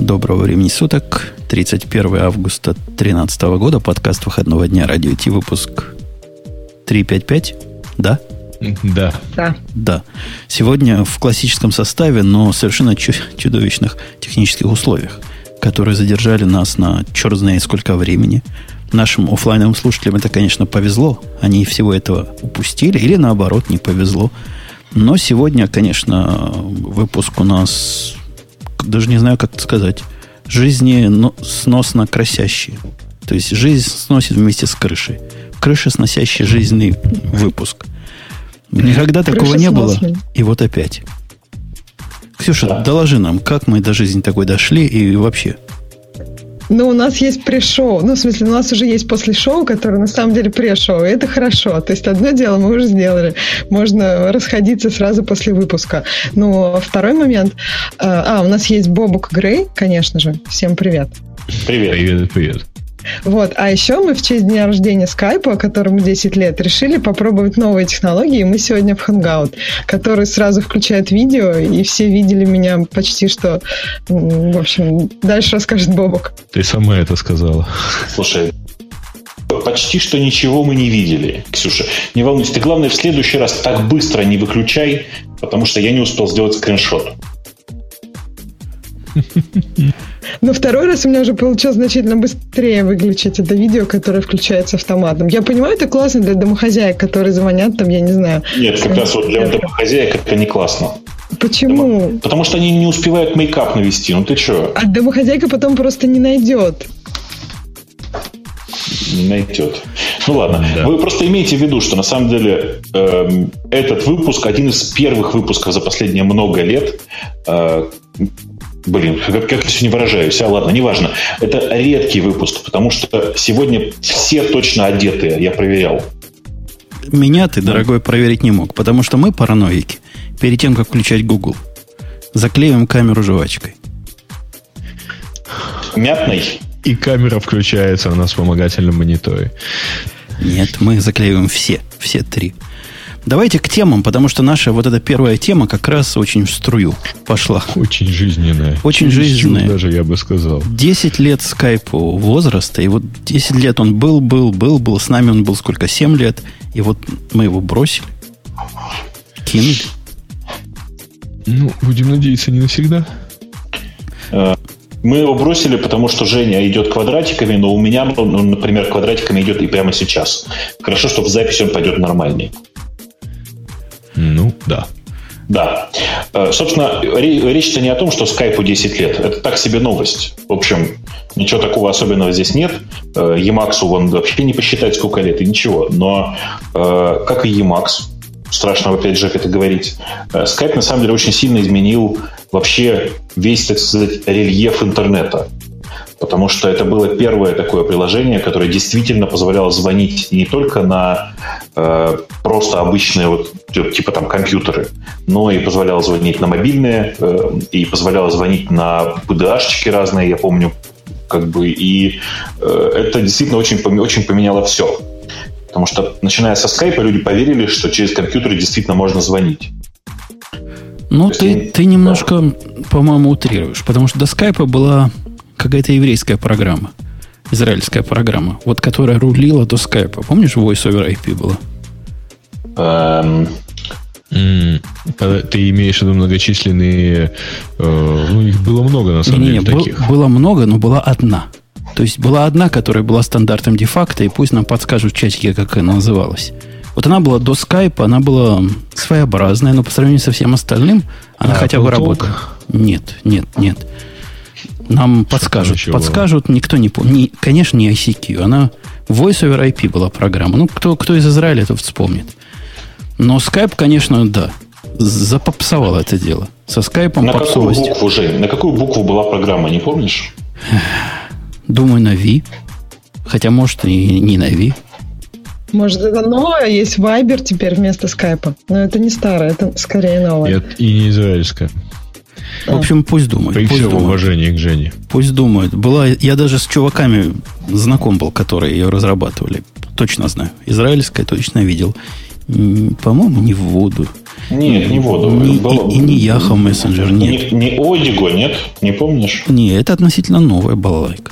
Доброго времени суток. 31 августа 2013 года. Подкаст выходного дня Радио Ти. Выпуск 355. Да? Да. Сегодня в классическом составе, но совершенно чудовищных технических условиях, которые задержали нас на черт знает сколько времени. Нашим офлайновым слушателям это, конечно, повезло. Они всего этого упустили. Или наоборот, не повезло. Но сегодня, конечно, выпуск у нас... Даже не знаю, как сказать. Жизнесносно красящий. То есть жизнь сносит вместе с крышей. Крышесносящий жизненный выпуск. Никогда такого не было. И вот опять. Ксюша, доложи нам, как мы до жизни такой дошли и вообще. Ну, у нас есть пресс-шоу. Ну, в смысле, у нас уже есть после-шоу, которое на самом деле пресс-шоу. И это хорошо. То есть, одно дело мы уже сделали. Можно расходиться сразу после выпуска. Ну, второй момент. У нас есть Бобук Грей, конечно же. Всем привет. Привет. Вот. А еще мы в честь дня рождения Скайпа, которому 10 лет, решили попробовать новые технологии. Мы сегодня в Hangout, который сразу включает видео, и все видели меня почти что... В общем, дальше расскажет Бобук. Ты сама это сказала. Слушай, почти что ничего мы не видели, Ксюша. Не волнуйся, ты, главное, в следующий раз так быстро не выключай, потому что я не успел сделать скриншот. Но второй раз у меня уже получилось значительно быстрее выключить это видео, которое включается автоматом. Я понимаю, это классно для домохозяек, которые звонят там, я не знаю. Нет, как раз вот для домохозяек это не классно. Почему? Потому что они не успевают мейкап навести. Ну ты что? А домохозяйка потом просто не найдет. Не найдет. Ну ладно. Да. Вы просто имейте в виду, что на самом деле этот выпуск один из первых выпусков за последние много лет. Как я сегодня выражаюсь, ладно, неважно. Это редкий выпуск, потому что сегодня все точно одетые, я проверял. Меня ты, дорогой, проверить не мог, потому что мы, параноики, перед тем, как включать Google, заклеиваем камеру жвачкой. Мятной? И камера включается на вспомогательном мониторе. Нет, мы заклеиваем все три. Давайте к темам, потому что наша вот эта первая тема как раз очень в струю пошла. Очень жизненная. Очень жизненная. Даже, я бы сказал. 10 лет скайпу возраста, и вот 10 лет он был, с нами он был сколько, 7 лет, и вот мы его бросили, кинули. Ну, будем надеяться, не навсегда. Мы его бросили, потому что Женя идет квадратиками, но у меня, например, квадратиками идет и прямо сейчас. Хорошо, что в записи он пойдет нормальный. Ну, да. Да. Собственно, речь-то не о том, что скайпу 10 лет. Это так себе новость. В общем, ничего такого особенного здесь нет. Emacs вон вообще не посчитать, сколько лет, и ничего. Но, как и Emacs, страшно опять же это говорить, Skype на самом деле очень сильно изменил вообще весь, так сказать, рельеф интернета. Потому что это было первое такое приложение, которое действительно позволяло звонить не только на просто обычные вот, типа там компьютеры, но и позволяло звонить на мобильные, и позволяло звонить на PDA-шечки разные, я помню, и это действительно очень поменяло все. Потому что, начиная со скайпа, люди поверили, что через компьютеры действительно можно звонить. Ну, ты немножко, по-моему, утрируешь, потому что до скайпа была какая-то еврейская программа, израильская программа, вот которая рулила до скайпа. Помнишь, Voice over IP была? Ты имеешь в виду многочисленные... их было много, на самом деле, таких. Было много, но была одна. То есть была одна, которая была стандартом де-факто, и пусть нам подскажут в чатике, как она называлась. Вот она была до скайпа, она была своеобразная, но по сравнению со всем остальным, она хотя бы работала. Нет. Нам подскажут, никто не помнит. Конечно, не ICQ. Она Voice over IP была программа. Ну, кто из Израиля, тот вспомнит. Но Skype, конечно, да, запопсовал это дело. Со скайпом попсовость. На какую букву, Жень? На какую букву была программа, не помнишь? Думаю, на V. Хотя, может, и не на V. Может, это новое? Есть Viber теперь вместо скайпа. Но это не старое, это скорее новое. И не израильское. В общем, пусть думают. При всем уважении к Жене. Пусть думают. Я даже с чуваками знаком был, которые ее разрабатывали. Точно знаю. Израильская точно видел. По-моему, не в воду. Нет, не воду. И не Yahoo Messenger, нет. Не Odigo, нет? Не помнишь? Не, это относительно новая балалайка.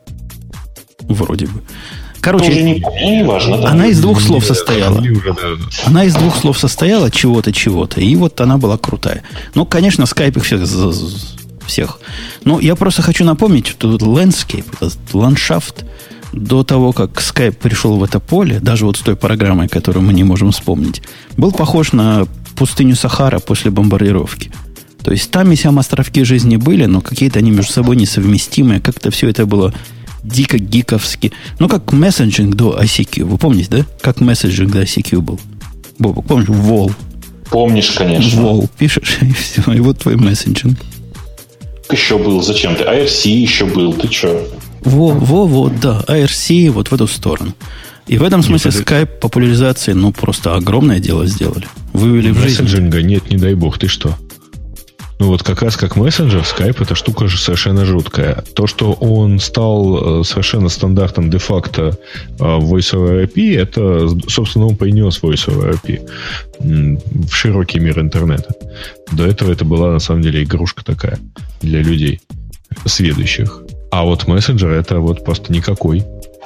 Вроде бы. Короче, уже не важно, да. Она из двух слов состояла. Она из двух слов состояла, чего-то, и вот она была крутая. Ну, конечно, Skype их всех. Но я просто хочу напомнить, что landscape, этот ландшафт, до того, как Skype пришел в это поле, даже вот с той программой, которую мы не можем вспомнить, был похож на пустыню Сахара после бомбардировки. То есть там и сям островки жизни были, но какие-то они между собой несовместимые. Как-то все это было дико гиковски. Ну, как мессенджинг до ICQ. Вы помните, да? Как мессенджинг до ICQ был? Бобок, помнишь? Вол. Помнишь, конечно. Вол пишешь, и все. И вот твой мессенджинг. Еще был. Зачем ты? IRC еще был. Ты что? Да. IRC вот в эту сторону. И в этом смысле Skype популяризации, ну, просто огромное дело сделали. Вывели в жизнь. Мессенджинга нет, не дай бог. Ты что? Ну, вот как раз как мессенджер, Skype эта штука же совершенно жуткая. То, что он стал совершенно стандартом де-факто Voice over IP, это, собственно, он принес Voice over IP в широкий мир интернета. До этого это была, на самом деле, игрушка такая для людей сведущих. А вот мессенджер это вот просто никакой.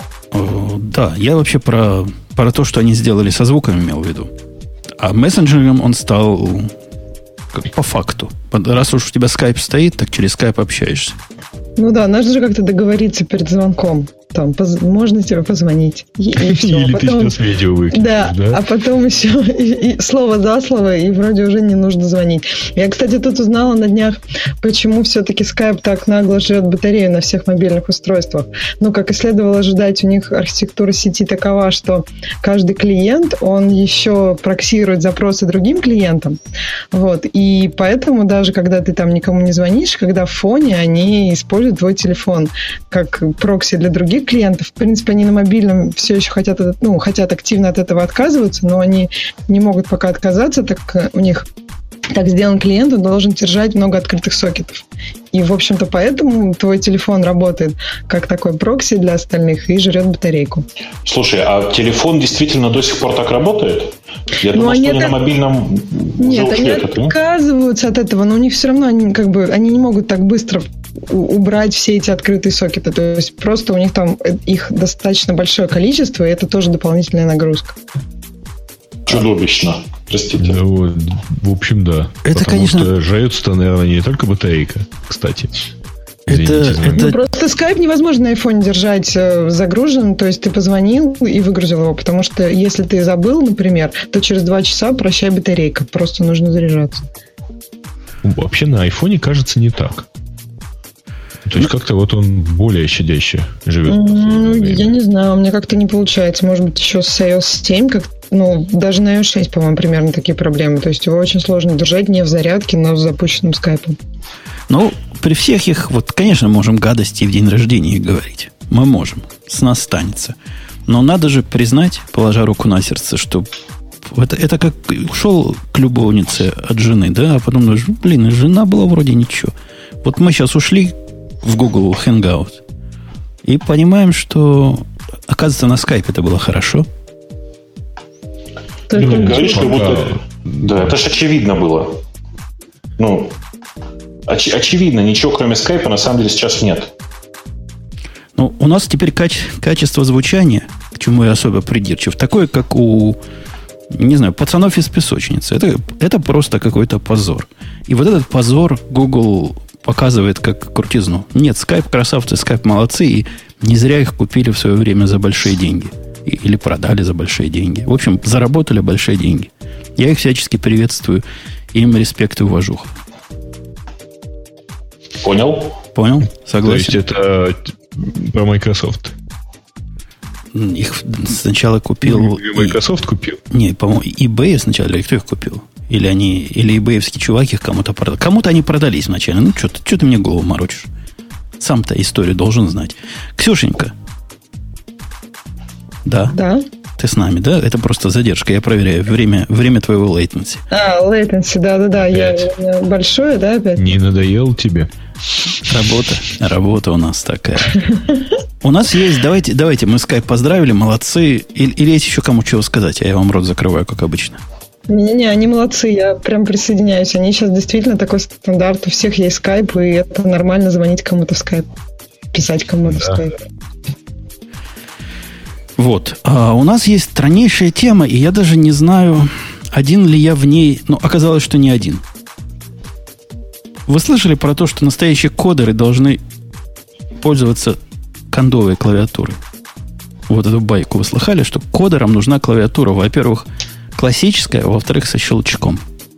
Да, я вообще про то, что они сделали со звуком, имел в виду. А мессенджером он стал по факту. Раз уж у тебя Skype стоит, так через Skype общаешься. Ну да, надо же как-то договориться перед звонком. Там, можно тебе позвонить. И все. Или потом, ты сейчас видео выключишь, да? А потом еще и слово за слово, и вроде уже не нужно звонить. Я, кстати, тут узнала на днях, почему все-таки Skype так нагло жрет батарею на всех мобильных устройствах. Ну, как и следовало ожидать, у них архитектура сети такова, что каждый клиент, он еще проксирует запросы другим клиентам. Вот. И поэтому даже когда ты там никому не звонишь, когда в фоне они используют твой телефон как прокси для других клиентов. В принципе, они на мобильном все еще хотят активно от этого отказываться, но они не могут пока отказаться, так как у них так сделан клиент, он должен держать много открытых сокетов. И, в общем-то, поэтому твой телефон работает как такой прокси для остальных и жрет батарейку. Слушай, а телефон действительно до сих пор так работает? Я думал, что они на мобильном... Нет, они отказываются от этого, но у них все равно они не могут так быстро убрать все эти открытые сокеты. То есть просто у них там их достаточно большое количество, и это тоже дополнительная нагрузка. Чудовищно. Простите. Ну, в общем, да. Это, потому конечно... что жрется-то, наверное, не только батарейка, кстати. Ну, просто Skype невозможно на iPhone держать загружен, то есть ты позвонил и выгрузил его, потому что если ты забыл, например, то через 2 часа прощай батарейка, просто нужно заряжаться. Вообще на iPhone кажется не так. То есть как-то вот он более щадяще живет. Я не знаю, у меня как-то не получается. Может быть, еще с iOS 7 даже на iOS 6, по-моему, примерно такие проблемы. То есть его очень сложно держать не в зарядке, но с запущенным скайпом. Ну, при всех их, вот, конечно, можем гадости в день рождения говорить. Мы можем. С нас станется. Но надо же признать, положа руку на сердце, что это как ушел к любовнице от жены, да, а потом думаешь, жена была вроде ничего. Вот мы сейчас ушли в Google Hangout и понимаем, что, оказывается, на Skype это было хорошо. Ты говоришь, как будто... Да, это же очевидно было. Очевидно, ничего кроме Skype на самом деле сейчас нет. Ну, у нас теперь качество звучания, к чему я особо придирчив, такое, как у, не знаю, пацанов из песочницы. Это просто какой-то позор. И вот этот позор Google показывает как крутизну. Нет, Skype красавцы, Skype молодцы, и не зря их купили в свое время за большие деньги. Или продали за большие деньги. В общем, заработали большие деньги. Я их всячески приветствую. Им респект и уважуха. Понял? Согласен. То есть это про Microsoft. Их сначала купил... Microsoft купил? Не, по-моему, eBay сначала, или кто их купил? Или eBay-евские чуваки их кому-то продали. Кому-то они продались вначале. Ну, что ты мне голову морочишь? Сам-то историю должен знать. Ксюшенька. Да? Да. Ты с нами, да? Это просто задержка. Я проверяю время твоего latency. Latency, да. Я большое, да, опять? Не надоел тебе? Работа у нас такая. У нас есть, давайте мы Skype поздравили, молодцы. Или есть еще кому чего сказать, а я вам рот закрываю, как обычно. Не-не, они молодцы, я прям присоединяюсь. Они сейчас действительно такой стандарт, у всех есть скайп, и это нормально звонить кому-то в скайп, писать кому-то в скайп. Вот. А у нас есть страннейшая тема, и я даже не знаю, один ли я в ней... Ну, оказалось, что не один. Вы слышали про то, что настоящие кодеры должны пользоваться кондовой клавиатурой? Вот эту байку вы слыхали, что кодерам нужна клавиатура, во-первых, классическая, а во-вторых, со щелчком.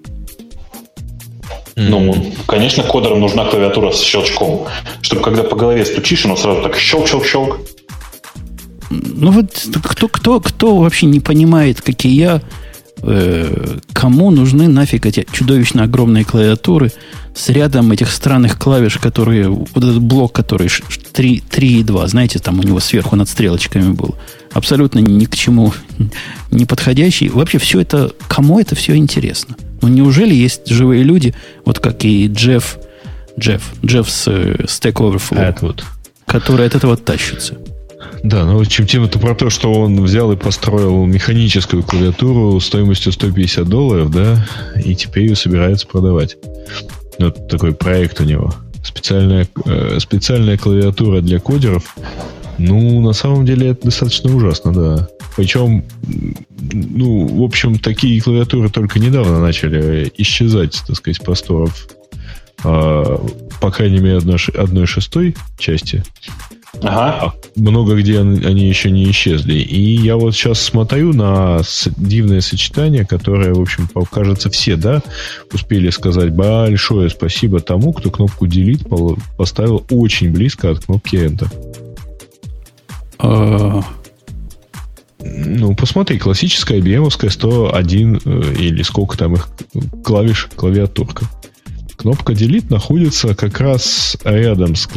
Ну, конечно, кодерам нужна клавиатура с щелчком, чтобы когда по голове стучишь, оно сразу так щелк-щелк-щелк. Ну вот кто вообще не понимает, как и я, кому нужны нафиг эти чудовищно огромные клавиатуры с рядом этих странных клавиш, которые... Вот этот блок, который 3,2, знаете, там у него сверху над стрелочками был. Абсолютно ни к чему не подходящий. Вообще все это... Кому это все интересно? Ну, неужели есть живые люди, вот как и Джефф с Stack Overflow, которые от этого тащатся? Да, ну, чем тема-то про то, что он взял и построил механическую клавиатуру стоимостью $150, да, и теперь ее собирается продавать. Вот такой проект у него. Специальная клавиатура для кодеров. Ну, на самом деле, это достаточно ужасно, да. Причем, ну, в общем, такие клавиатуры только недавно начали исчезать, так сказать, с просторов, по крайней мере, 1/6 части. Ага. Много где они еще не исчезли. И я вот сейчас смотрю на дивное сочетание, которое, в общем, кажется, все, да, успели сказать большое спасибо тому, кто кнопку Delete поставил очень близко от кнопки Enter. Ну, посмотри, классическая IBM-овская 101 или сколько там их клавиш, клавиатурка. Кнопка Delete находится как раз рядом с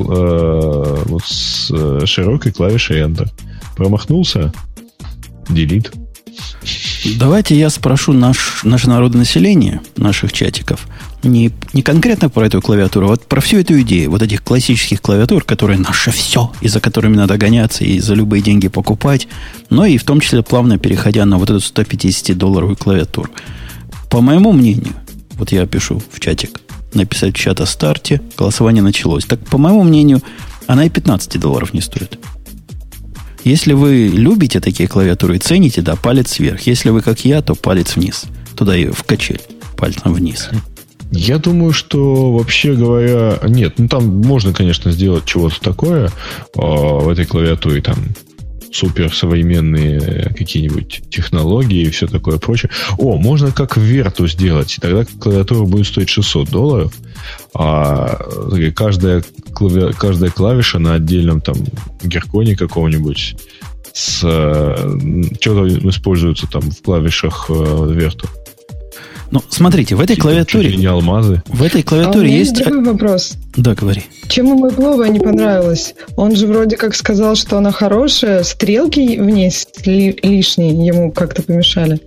широкой клавишей Enter. Промахнулся — Delete. Давайте я спрошу наше народонаселение, наших чатиков, не конкретно про эту клавиатуру, а вот про всю эту идею, вот этих классических клавиатур, которые наше все, и за которыми надо гоняться, и за любые деньги покупать, но и в том числе плавно переходя на вот эту $150 клавиатуру. По моему мнению, вот я пишу в чатик, написать в чат о старте, голосование началось. Так, по моему мнению, она и $15 не стоит. Если вы любите такие клавиатуры и цените, да, палец вверх. Если вы, как я, то палец вниз. Туда и в качель, пальцем вниз. Я думаю, что, вообще говоря, нет, ну там можно, конечно, сделать чего-то такое в этой клавиатуре, там суперсовременные какие-нибудь технологии и все такое прочее. Можно как Верту сделать, и тогда клавиатура будет стоить $600, а каждая клавиша на отдельном там герконе какого-нибудь что-то используется там в клавишах Верту. Ну, смотрите, в этой клавиатуре... Не алмазы. В этой клавиатуре есть... другой вопрос. Да, говори. Чем ему Эппловая не понравилось? Он же вроде как сказал, что она хорошая, стрелки в ней лишние ему как-то помешали.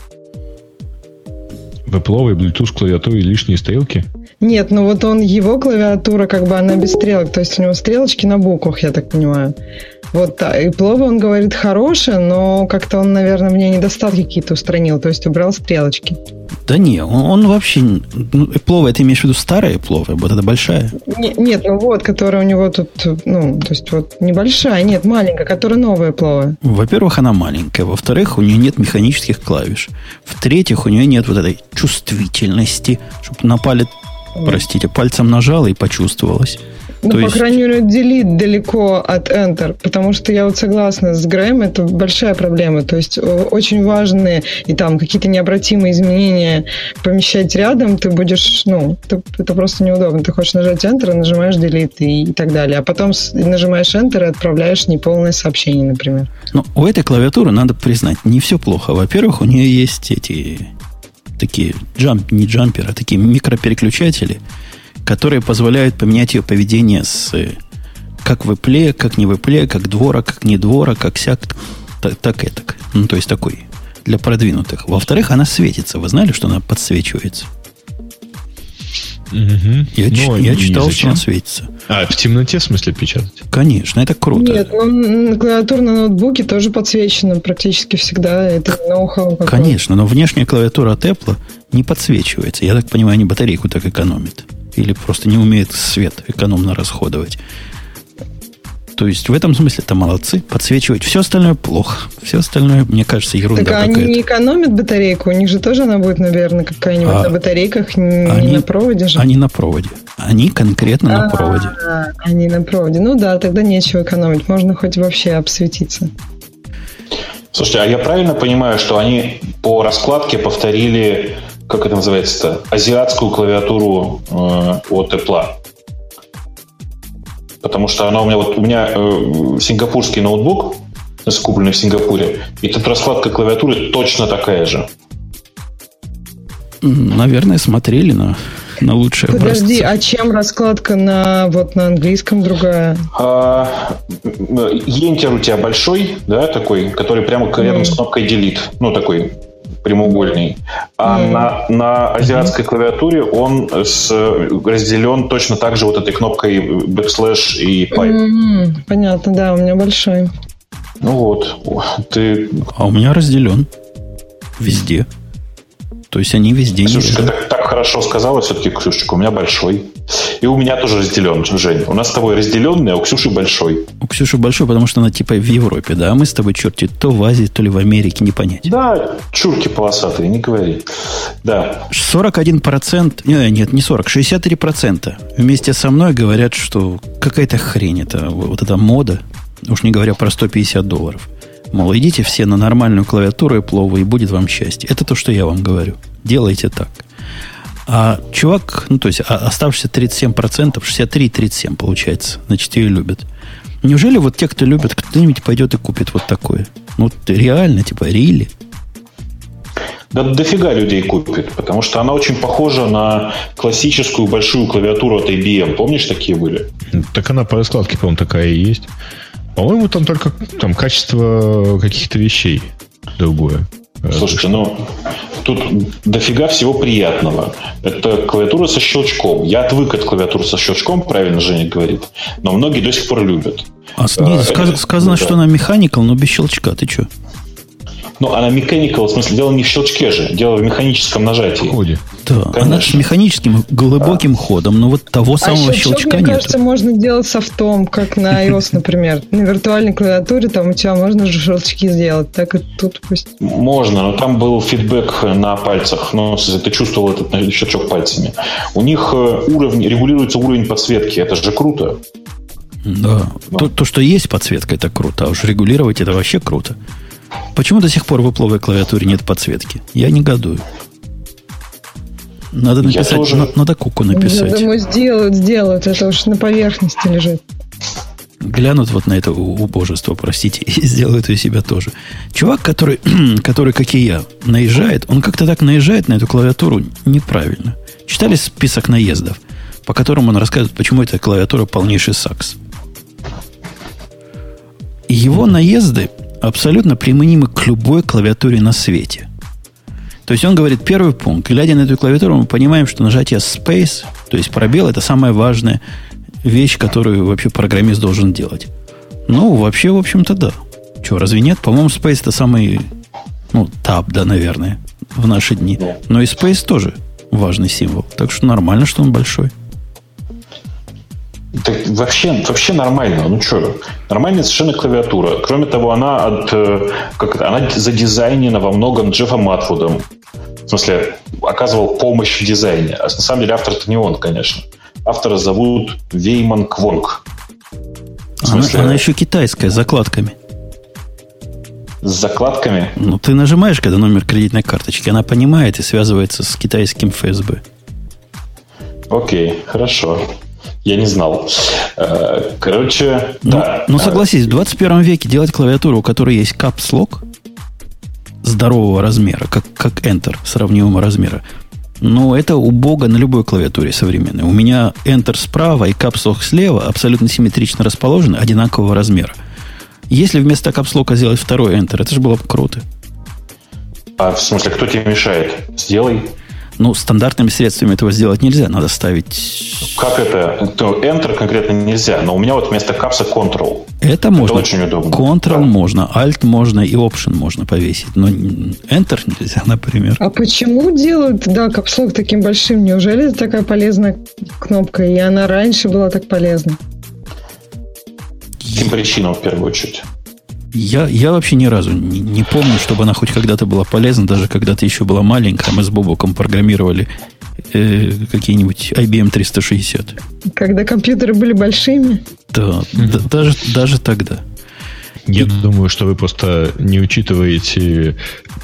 В Эппловой Bluetooth клавиатуре лишние стрелки? Нет, ну вот его клавиатура, как бы она без стрелок, то есть у него стрелочки на буквах, я так понимаю. Вот, Эппловая, он говорит, хорошая, но как-то он, наверное, в ней недостатки какие-то устранил, то есть убрал стрелочки. Да не, он вообще... Эппловая, ты имеешь в виду старая Эппловая? Вот это большая? Нет, ну вот, которая у него тут, ну, то есть вот небольшая, нет, маленькая, которая новая Эппловая. Во-первых, она маленькая. Во-вторых, у нее нет механических клавиш. В-третьих, у нее нет вот этой чувствительности, чтобы на палец, простите, пальцем нажала и почувствовалось. Ну, по крайней мере, Delete далеко от Enter, потому что я вот согласна с Грэем, это большая проблема. То есть очень важные и там какие-то необратимые изменения помещать рядом, ты будешь, ну, это просто неудобно. Ты хочешь нажать Enter, нажимаешь Delete и так далее. А потом нажимаешь Enter и отправляешь неполное сообщение, например. Но у этой клавиатуры, надо признать, не все плохо. Во-первых, у нее есть эти такие не джамперы, а такие микропереключатели, которые позволяют поменять ее поведение с как в Apple, как не в Apple, как двора, как не двора, как сяк, так и так. Ну, то есть такой для продвинутых. Во-вторых, она светится. Вы знали, что она подсвечивается? Я читал, что она светится. А, в темноте, в смысле, печатать? Конечно, это круто. Нет, клавиатура на ноутбуке тоже подсвечена практически всегда. Это ноу-хау. Конечно, но внешняя клавиатура от Apple не подсвечивается. Я так понимаю, они батарейку так экономят. Или просто не умеют свет экономно расходовать. То есть в этом смысле это молодцы. Подсвечивать. Все остальное плохо. Все остальное, мне кажется, ерунда так какая-то. Они не экономят батарейку? У них же тоже она будет, наверное, какая-нибудь на батарейках, не на проводе же. Они на проводе. Они конкретно на проводе. Они на проводе. Ну да, тогда нечего экономить. Можно хоть вообще обсветиться. Слушайте, а я правильно понимаю, что они по раскладке повторили, как это называется-то, азиатскую клавиатуру от Apple? Потому что она у меня сингапурский ноутбук, купленный в Сингапуре, и тут раскладка клавиатуры точно такая же. Наверное, смотрели на лучшие образцы. Подожди, а чем раскладка на английском другая? Enter у тебя большой, да, такой, который прямо рядом с кнопкой Delete, такой прямоугольный. А на азиатской клавиатуре он разделен точно так же вот этой кнопкой backslash и pipe. Понятно, да, у меня большой. Ну вот. А у меня разделен. Везде. То есть они везде есть. Ксюшечка так хорошо сказала все-таки, Ксюшечка, у меня большой. И у меня тоже разделен, Жень. У нас с тобой разделенный, а у Ксюши большой. У Ксюши большой, потому что она типа в Европе, да? А мы с тобой, черти, то в Азии, то ли в Америке, не понять. Да, чурки полосатые, не говори. Да. 41%, нет, не 40, 63% вместе со мной говорят, что какая-то хрень это, вот эта мода, уж не говоря про $150. Мол, идите все на нормальную клавиатуру Apple, и будет вам счастье. Это то, что я вам говорю. Делайте так. А чувак, то есть оставшиеся 37%, 63-37 получается, значит, ее любят. Неужели вот те, кто любит, кто-нибудь пойдет и купит вот такое? Реально, типа, рили? Да дофига людей купит, потому что она очень похожа на классическую большую клавиатуру от IBM. Помнишь, такие были? Так она по раскладке, по-моему, такая и есть. По-моему, там только качество каких-то вещей другое. Слушайте, тут дофига всего приятного. Это клавиатура со щелчком. Я отвык от клавиатуры со щелчком, правильно Женя говорит, но многие до сих пор любят. Сказано, что она mechanical, но без щелчка. Ты что? Она mechanical, в смысле, дело не в щелчке же, дело в механическом нажатии. Ходе. Да, конечно. Она с механическим глубоким ходом, но вот того самого щелчка мне нет. Кажется, можно делать софтом, как на iOS, например. На виртуальной клавиатуре там у тебя можно же щелчки сделать. Так и тут пусть. Можно, но там был фидбэк на пальцах. Ты чувствовал этот щелчок пальцами. У них регулируется уровень подсветки. Это же круто. Да. То, что есть подсветка, это круто. А уж регулировать это вообще круто. Почему до сих пор в Apple клавиатуре нет подсветки? Я негодую. Надо написать, надо Куку написать. Я думаю, сделают. Это уж на поверхности лежит. Глянут вот на это убожество, простите, и сделают у себя тоже. Чувак, который, как и я, наезжает, он как-то так наезжает на эту клавиатуру неправильно. Читали список наездов, по которым он рассказывает, почему эта клавиатура полнейший сакс. Его наезды абсолютно применимы к любой клавиатуре на свете. То есть он говорит, первый пункт. Глядя на эту клавиатуру, мы понимаем, что нажатие Space, то есть пробел, это самая важная вещь, которую вообще программист должен делать. Вообще, в общем-то, да. Что, разве нет? По-моему, Space это самый, Tab, да, наверное, в наши дни. Но и Space тоже важный символ. Так что нормально, что он большой. Так вообще нормально. Нормальная совершенно клавиатура. Кроме того, она задизайнена во многом Джеффом Матвудом. В смысле, оказывал помощь в дизайне. А на самом деле автор-то не он, конечно. Автора зовут Вейман Квонг. Она еще китайская, с закладками. С закладками? Ты нажимаешь, когда номер кредитной карточки, она понимает и связывается с китайским ФСБ. Окей, хорошо. Я не знал. Короче, да. Согласись, в 21 веке делать клавиатуру, у которой есть Caps Lock здорового размера, как Enter сравнимого размера, это убого на любой клавиатуре современной. У меня Enter справа и Caps Lock слева абсолютно симметрично расположены, одинакового размера. Если вместо Caps Lock сделать второй Enter, это же было бы круто. А в смысле, кто тебе мешает? Сделай. Ну, стандартными средствами этого сделать нельзя. Надо ставить... Как это? Enter конкретно нельзя. Но у меня вот вместо капса Ctrl. Это можно. Это очень удобно. Ctrl можно, Alt можно и Option можно повесить. Но Enter нельзя, например. А почему делают, капслок таким большим? Неужели это такая полезная кнопка? И она раньше была так полезна? Каким причинам, в первую очередь? Я вообще ни разу не помню, чтобы она хоть когда-то была полезна, даже когда-то еще была маленькая. Мы с Бобоком программировали какие-нибудь IBM 360. Когда компьютеры были большими? Да, даже тогда. Я думаю, что вы просто не учитываете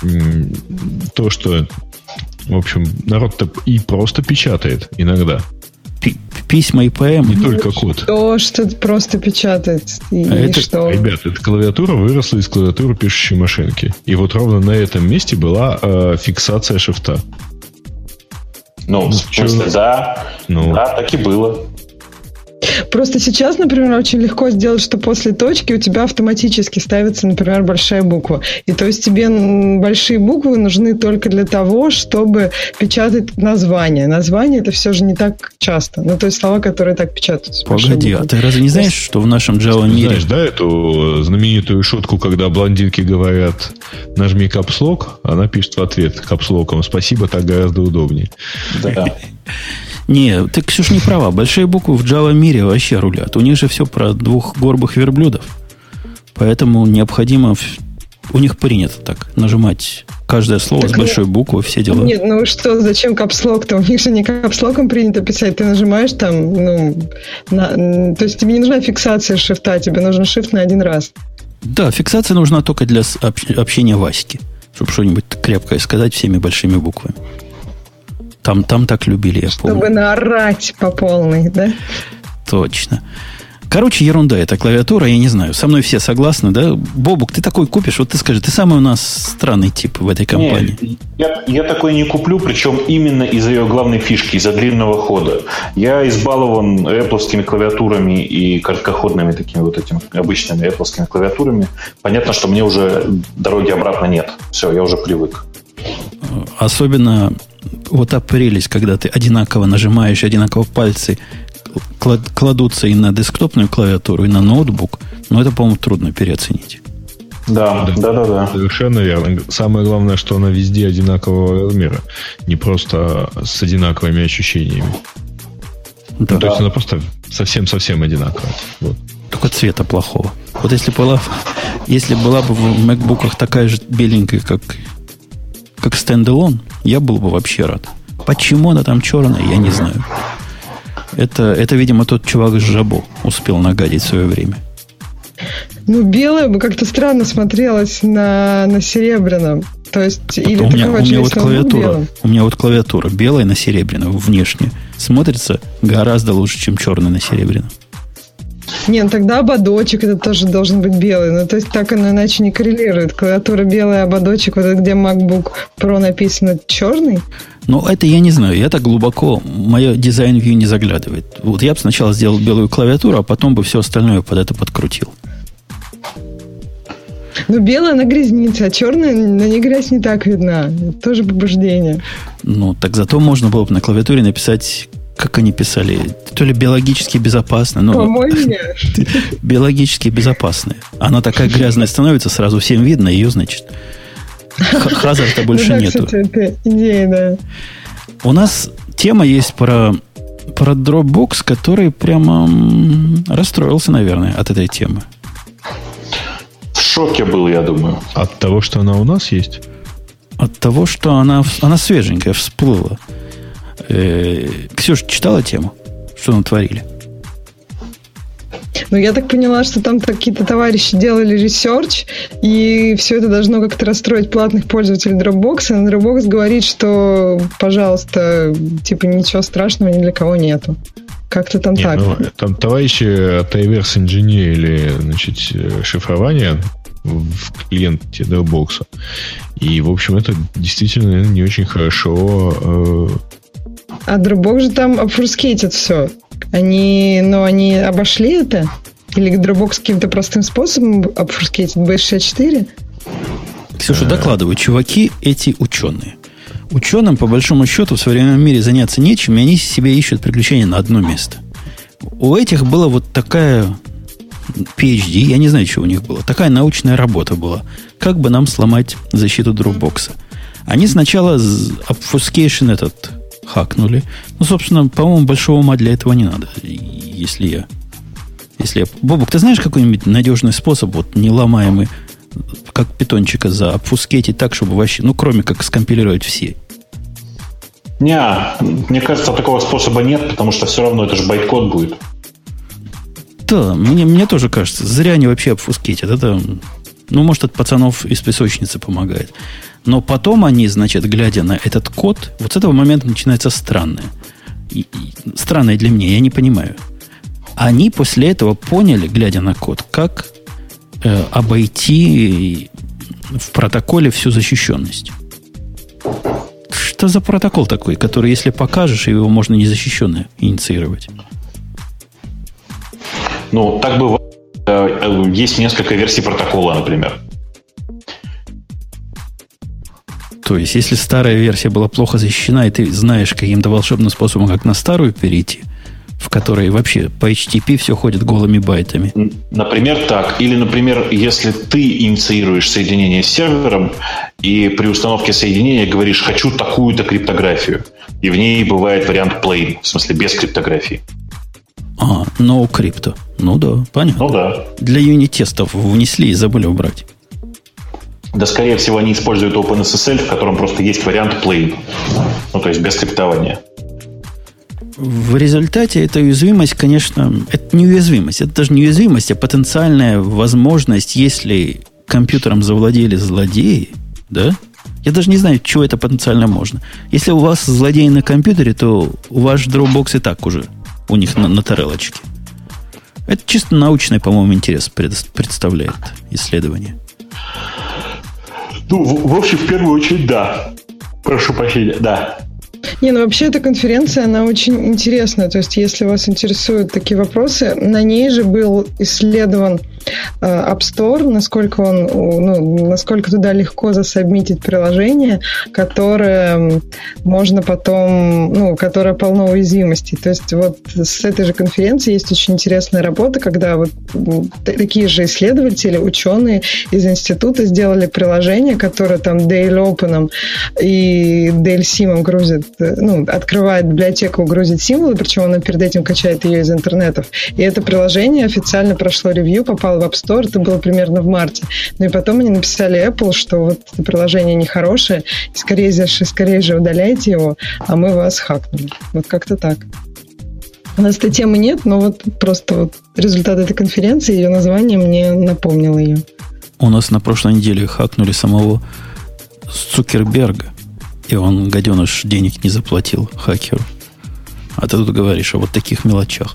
то, что, в общем, народ-то и просто печатает иногда. Письма IPM. Не только код. Что просто печатает. Что? Ребят, эта клавиатура выросла из клавиатуры пишущей машинки. И вот ровно на этом месте была фиксация шифта. Ну, в смысле, да. Да, так и было. Просто сейчас, например, очень легко сделать, что после точки у тебя автоматически ставится, например, большая буква. И то есть тебе большие буквы нужны только для того, чтобы печатать название. Название это все же не так часто. Ну, то есть слова, которые так печатаются. Погоди, а ты разве не знаешь, что в нашем Java мире... Знаешь, да, эту знаменитую шутку, когда блондинки говорят «нажми капслок», она пишет в ответ капслоком «спасибо, так гораздо удобнее». Да. Не, ты, Ксюш, не права. Большие буквы в Java мире вообще рулят. У них же все про двух горбых верблюдов. Поэтому необходимо... У них принято так. Нажимать каждое слово так с большой буквы, все дела. Нет, ну что, зачем капслок-то? У них же не капслоком принято писать. Ты нажимаешь там, то есть тебе не нужна фиксация шрифта, тебе нужен шрифт на один раз. Да, фиксация нужна только для общения Васьки. Чтобы что-нибудь крепкое сказать всеми большими буквами. Там так любили, я помню. Чтобы наорать по полной, да? Точно. Короче, ерунда эта клавиатура, я не знаю. Со мной все согласны, да? Бобук, ты такой купишь, вот ты скажи, ты самый у нас странный тип в этой компании. Нет, я такой не куплю, причем именно из-за ее главной фишки, из-за длинного хода. Я избалован Apple-овскими клавиатурами и короткоходными такими вот этими обычными Apple-овскими клавиатурами. Понятно, что мне уже дороги обратно нет. Все, я уже привык. Особенно вот та прелесть, когда ты одинаково нажимаешь, одинаково пальцы кладутся и на десктопную клавиатуру, и на ноутбук. Но это, по-моему, трудно переоценить. Да. Совершенно верно. Самое главное, что она везде одинакового размера. Не просто с одинаковыми ощущениями. Да. То есть она просто совсем-совсем одинаковая. Вот. Только цвета плохого. Вот если была бы в MacBook'ах такая же беленькая, как стендалон, я был бы вообще рад. Почему она там черная, я не знаю. Это, видимо, тот чувак с Жабо успел нагадить в свое время. Ну, белая бы как-то странно смотрелась на серебряном. То есть, или у меня вот клавиатура белая на серебряном внешне смотрится гораздо лучше, чем черная на серебряном. Не, ну тогда ободочек это тоже должен быть белый. Ну, то есть так оно иначе не коррелирует. Клавиатура белая, ободочек, вот это где MacBook Pro написано черный. Ну, это я не знаю. Я так глубоко, мое дизайн-вью не заглядывает. Вот я бы сначала сделал белую клавиатуру, а потом бы все остальное под это подкрутил. Ну, белая она грязнится, а черная на ней грязь не так видна. Это тоже побуждение. Ну, так зато можно было бы на клавиатуре написать, как они писали, то ли биологически безопасно. Ну, по-моему, нет. Биологически безопасная. Она такая грязная становится, сразу всем видно, ее, значит, хазарда больше нету. Это идея, да. У нас тема есть про Dropbox, который прямо расстроился, наверное, от этой темы. В шоке был, я думаю. От того, что она у нас есть? От того, что она свеженькая, всплыла. Ксюша, читала тему? Что натворили? Ну, я так поняла, что там какие-то товарищи делали ресерч, и все это должно как-то расстроить платных пользователей Dropbox. А Dropbox говорит, что, пожалуйста, типа ничего страшного ни для кого нету. Как-то там так. Ну, там товарищи от iVerse инженерили, значит, шифрование в клиенте Dropbox. И, в общем, это действительно не очень хорошо. А Dropbox же там обфурскейтит все. Они обошли это? Или Dropbox каким-то простым способом обфурскейтит B64? Ксюша, докладывай, чуваки эти ученые. Ученым, по большому счету, в современном мире заняться нечем, и они себе ищут приключения на одно место. У этих была вот такая PhD, я не знаю, что у них было, такая научная работа была. Как бы нам сломать защиту Dropbox? Они сначала obfuscation этот хакнули. Ну, собственно, по-моему, большого ума для этого не надо. Если я... Бобок, ты знаешь какой-нибудь надежный способ, вот неломаемый, как питончика заобфускетить так, чтобы вообще, ну, кроме как скомпилировать все? Мне кажется, такого способа нет, потому что все равно это же байткод будет. Да, мне тоже кажется. Зря они вообще обфускетят. Это, ну, может, от пацанов из песочницы помогает. Но потом они, значит, глядя на этот код, вот с этого момента начинается странное. Странное для меня, я не понимаю. Они после этого поняли, глядя на код, как обойти в протоколе всю защищенность. Что за протокол такой, который, если покажешь, его можно незащищенно инициировать? Ну, так бывает. Есть несколько версий протокола, например. То есть, если старая версия была плохо защищена, и ты знаешь каким-то волшебным способом, как на старую перейти, в которой вообще по HTTP все ходит голыми байтами. Например, так. Или, например, если ты инициируешь соединение с сервером, и при установке соединения говоришь «хочу такую-то криптографию», и в ней бывает вариант plain, в смысле без криптографии. No crypto. Ну да, понятно. Ну да. Для юнит-тестов внесли и забыли убрать. Да, скорее всего, они используют OpenSSL, в котором просто есть вариант plain. Ну, то есть без криптования. В результате эта уязвимость, конечно, это не уязвимость. Это даже не уязвимость, а потенциальная возможность, если компьютером завладели злодеи, да? Я даже не знаю, чего это потенциально можно. Если у вас злодеи на компьютере, то ваш Dropbox и так уже у них на тарелочке. Это чисто научный, по-моему, интерес представляет исследование. Ну, в общем, в первую очередь, да. Прошу прощения, да. Ну вообще эта конференция, она очень интересная. То есть, если вас интересуют такие вопросы, на ней же был исследован App Store, насколько туда легко засабмитить приложение, которое можно потом, которое полно уязвимостей. То есть, вот с этой же конференции есть очень интересная работа, когда вот такие же исследователи, ученые из института сделали приложение, которое там Dale Open и Dale Sim грузит, открывает библиотеку, грузит символы, причем она перед этим качает ее из интернетов. И это приложение официально прошло ревью, попало в App Store, это было примерно в марте. Ну и потом они написали Apple, что вот это приложение нехорошее, и скорее же удаляйте его, а мы вас хакнули. Вот как-то так. У нас этой темы нет, но вот просто вот результат этой конференции, ее название мне напомнило ее. У нас на прошлой неделе хакнули самого Цукерберга, и он, гаденыш, денег не заплатил хакеру. А ты тут говоришь о вот таких мелочах.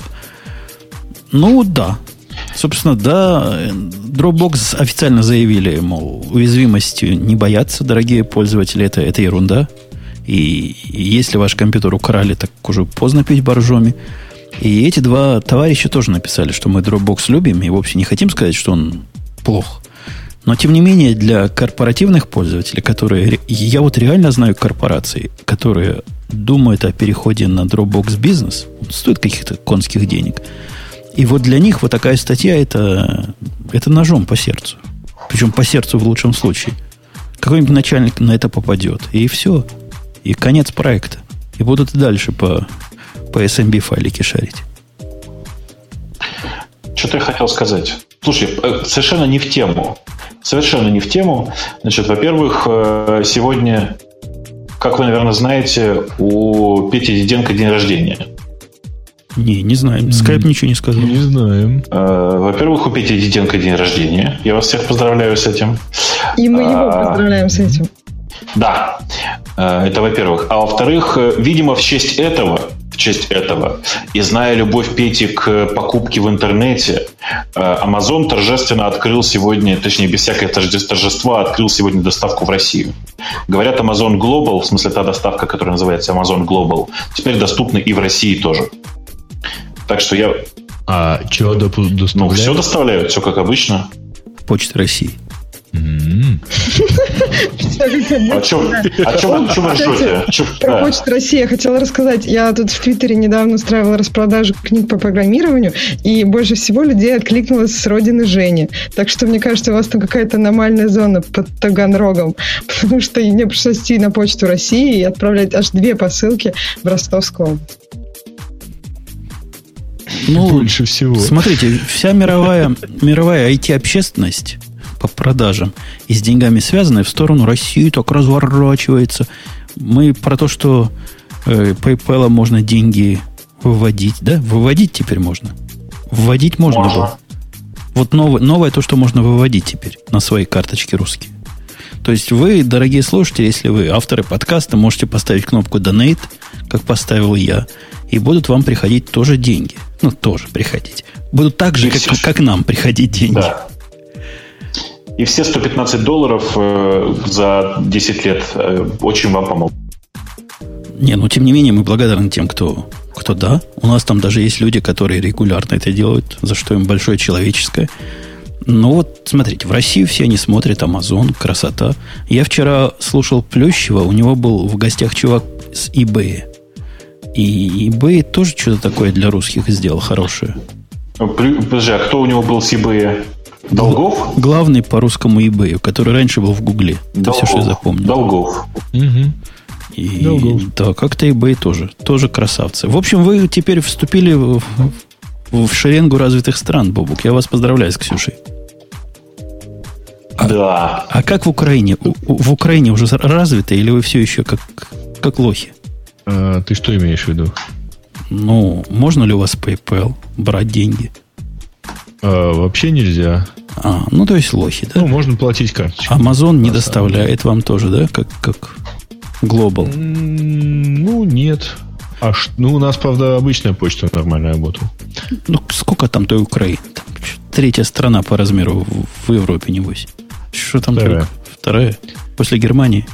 Ну, да. Собственно, да, Dropbox официально заявили, мол, уязвимостью не боятся, дорогие пользователи, это ерунда. И если ваш компьютер украли, так уже поздно пить боржоми. И эти два товарища тоже написали, что мы Dropbox любим и вовсе не хотим сказать, что он плох. Но, тем не менее, для корпоративных пользователей, которые... Я вот реально знаю корпорации, которые думают о переходе на Dropbox Business, стоит каких-то конских денег. И вот для них вот такая статья это ножом по сердцу. Причем по сердцу в лучшем случае. Какой-нибудь начальник на это попадет. И все. И конец проекта. И будут и дальше по SMB файлике шарить. Что-то я хотел сказать. Слушай, совершенно не в тему. Совершенно не в тему. Значит, во-первых, сегодня, как вы, наверное, знаете, у Пети Диденко день рождения. Не знаем. Skype ничего не сказал. Не знаем. Во-первых, у Пети Диденко день рождения. Я вас всех поздравляю с этим. И мы его поздравляем с этим. Да, это во-первых. А во-вторых, видимо, в честь этого, и зная любовь Пети к покупке в интернете, Amazon торжественно открыл сегодня, точнее, без всякого торжества, открыл сегодня доставку в Россию. Говорят, Amazon Global, в смысле та доставка, которая называется Amazon Global, теперь доступна и в России тоже. Так что я... А что доставляют? Все доставляют, все как обычно. Почта России. О чем вы ржете? Про Почту России я хотела рассказать. Я тут в Твиттере недавно устраивала распродажу книг по программированию, и больше всего людей откликнулось с родины Жени. Так что, мне кажется, у вас там какая-то аномальная зона под Таганрогом, потому что мне пришлось идти на Почту России и отправлять аж 2 посылки в Ростовскую область. Больше всего. Смотрите, вся мировая IT-общественность по продажам и с деньгами связанная в сторону России так разворачивается. Мы про то, что PayPal можно деньги выводить, да? Выводить теперь можно. Вводить можно было. Вот новое то, что можно выводить теперь на свои карточки русские. То есть вы, дорогие слушатели, если вы авторы подкаста, можете поставить кнопку Donate, как поставил я, и будут вам приходить тоже деньги. Тоже приходить. Будут так же, как нам приходить деньги. Да. И все $115 за 10 лет очень вам помогут. Тем не менее, мы благодарны тем, кто да. У нас там даже есть люди, которые регулярно это делают, за что им большое человеческое. Смотрите, в Россию все они смотрят Amazon, красота. Я вчера слушал Плющева, у него был в гостях чувак с eBay. И eBay тоже что-то такое для русских сделал хорошее. Подожди, а кто у него был с eBay? Долгов? Главный по русскому eBay, который раньше был в Гугле. Это все, что я запомнил. Долгов. Долгов. Да, как-то eBay тоже красавцы. В общем, вы теперь вступили в шеренгу развитых стран, Бобук. Я вас поздравляю с Ксюшей. Да. А как в Украине? В Украине уже развито, или вы все еще как лохи? Ты что имеешь в виду? Можно ли у вас PayPal брать деньги? Вообще нельзя. То есть лохи, да? Можно платить карточкой. Amazon не доставляет вам тоже, да? Как Global? Нет. У нас, правда, обычная почта нормально работает. Сколько там той Украины? Там 3-я страна по размеру в Европе, небось. Что там? 2-я? После Германии?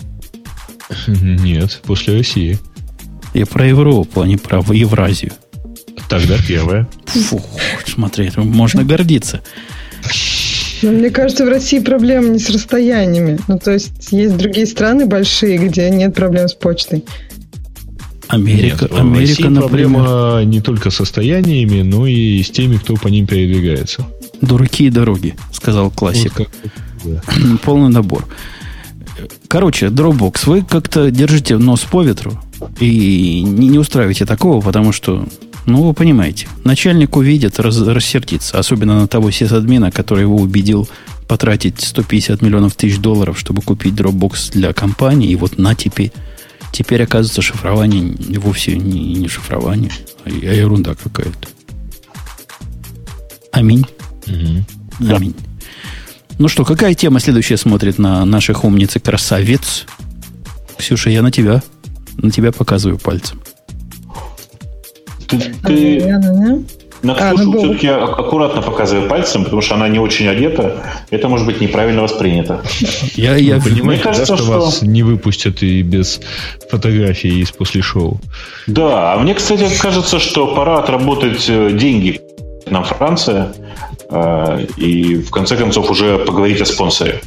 Нет, после России. Я про Европу, а не про Евразию. Тогда 1-я. Смотри, можно гордиться. Мне кажется, в России проблема не с расстояниями. То есть другие страны большие, где нет проблем с почтой. Америка, например. Проблема не только с состояниями, но и с теми, кто по ним передвигается. Дураки и дороги, сказал классик. Полный набор. Короче, Dropbox, вы как-то держите нос по ветру и не устраивайте такого, потому что, вы понимаете, начальник увидит, рассердится, особенно на того сисадмина, который его убедил потратить $150 миллионов $1000, чтобы купить Dropbox для компании, и теперь оказывается, шифрование вовсе не шифрование, а ерунда какая-то. Аминь. Угу. Аминь. Что, какая тема следующая смотрит на наших умниц и красавиц? Ксюша, я на тебя показываю пальцем. Ты на Ксюшу все-таки аккуратно показывай пальцем, потому что она не очень одета. Это может быть неправильно воспринято. Я понимаю, кажется, что вас не выпустят и без фотографий из после шоу. Да, а мне, кстати, кажется, что пора отработать деньги нам Франция. И в конце концов уже поговорить о спонсоре.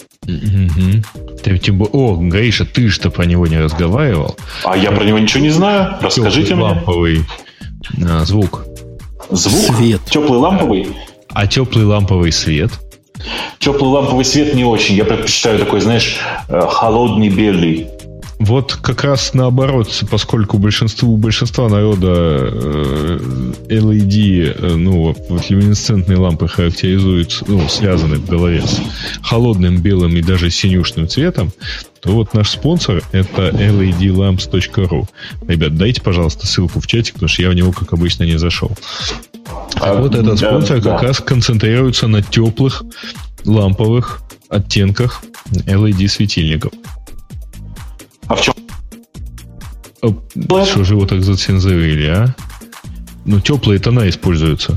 Гриша, ты что про него не разговаривал? А я про него ничего не знаю. Расскажите мне. Ламповый звук. Свет. Теплый ламповый? А теплый ламповый свет? Теплый ламповый свет не очень. Я предпочитаю такой, холодный белый. Вот как раз наоборот, поскольку у большинства народа LED, люминесцентные лампы характеризуются, связаны в голове с холодным белым и даже синюшным цветом, то вот наш спонсор — это ledlamps.ru. Ребят, дайте, пожалуйста, ссылку в чатик, потому что я в него, как обычно, не зашел. Этот спонсор как раз концентрируется на теплых ламповых оттенках LED-светильников. А в чем? Что же его так зацензурили, а? Теплые тона используются.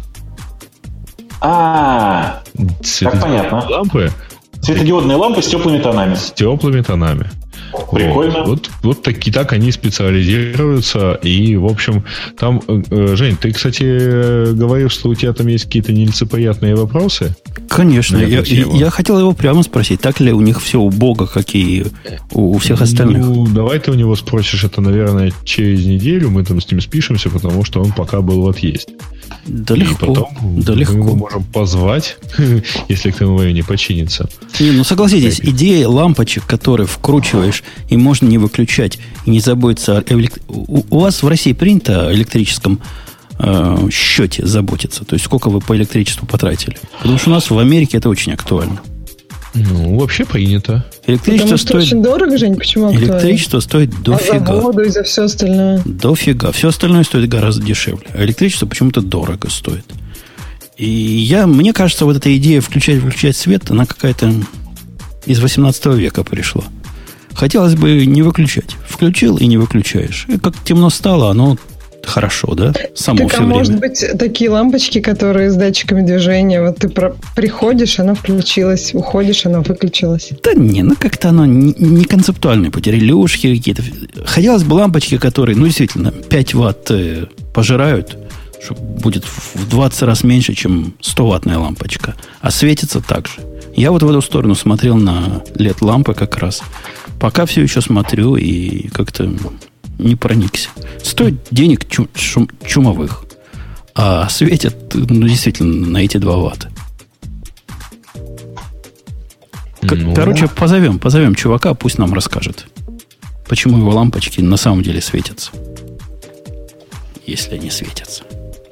Так понятно. Лампы? Светодиодные лампы с теплыми тонами. С теплыми тонами. Прикольно. Вот так они специализируются. И, в общем, там... Жень, ты, кстати, говорил, что у тебя там есть какие-то нелицеприятные вопросы? Конечно. Я хотел его прямо спросить, так ли у них все у Бога, как и у всех остальных? Ну, давай ты у него спросишь это, наверное, через неделю. Мы там с ним спишемся, потому что он пока был в отъезде. Да легко. Потом мы его можем позвать, если к тому времени починится. Ну, согласитесь, идея лампочек, которые вкручиваешь и можно не выключать, и не заботиться... У вас в России принято о электрическом счете заботиться? То есть, сколько вы по электричеству потратили? Потому что у нас в Америке это очень актуально. Ну, вообще принято. Потому что очень дорого, Жень, почему актуально? Электричество стоит дофига. А за воду и за все остальное? Дофига. Все остальное стоит гораздо дешевле. А электричество почему-то дорого стоит. И мне кажется, вот эта идея включать свет, она какая-то из 18 века пришла. Хотелось бы не выключать. Включил и не выключаешь. И как темно стало, оно хорошо, да? Само так, все а время. Может быть, такие лампочки, которые с датчиками движения, вот ты приходишь, она включилась, уходишь, она выключилась. Да не, как-то оно не концептуальное. Релюшки какие-то. Хотелось бы лампочки, которые, действительно, 5 ватт пожирают, что будет в 20 раз меньше, чем 100-ваттная лампочка. А светится так же. Я вот в эту сторону смотрел на LED-лампы как раз. Пока все еще смотрю и как-то не проникся. Стоит денег чумовых. А светят, действительно, на эти 2 ватта. Короче, позовем чувака, пусть нам расскажет, почему его лампочки на самом деле светятся. Если они светятся.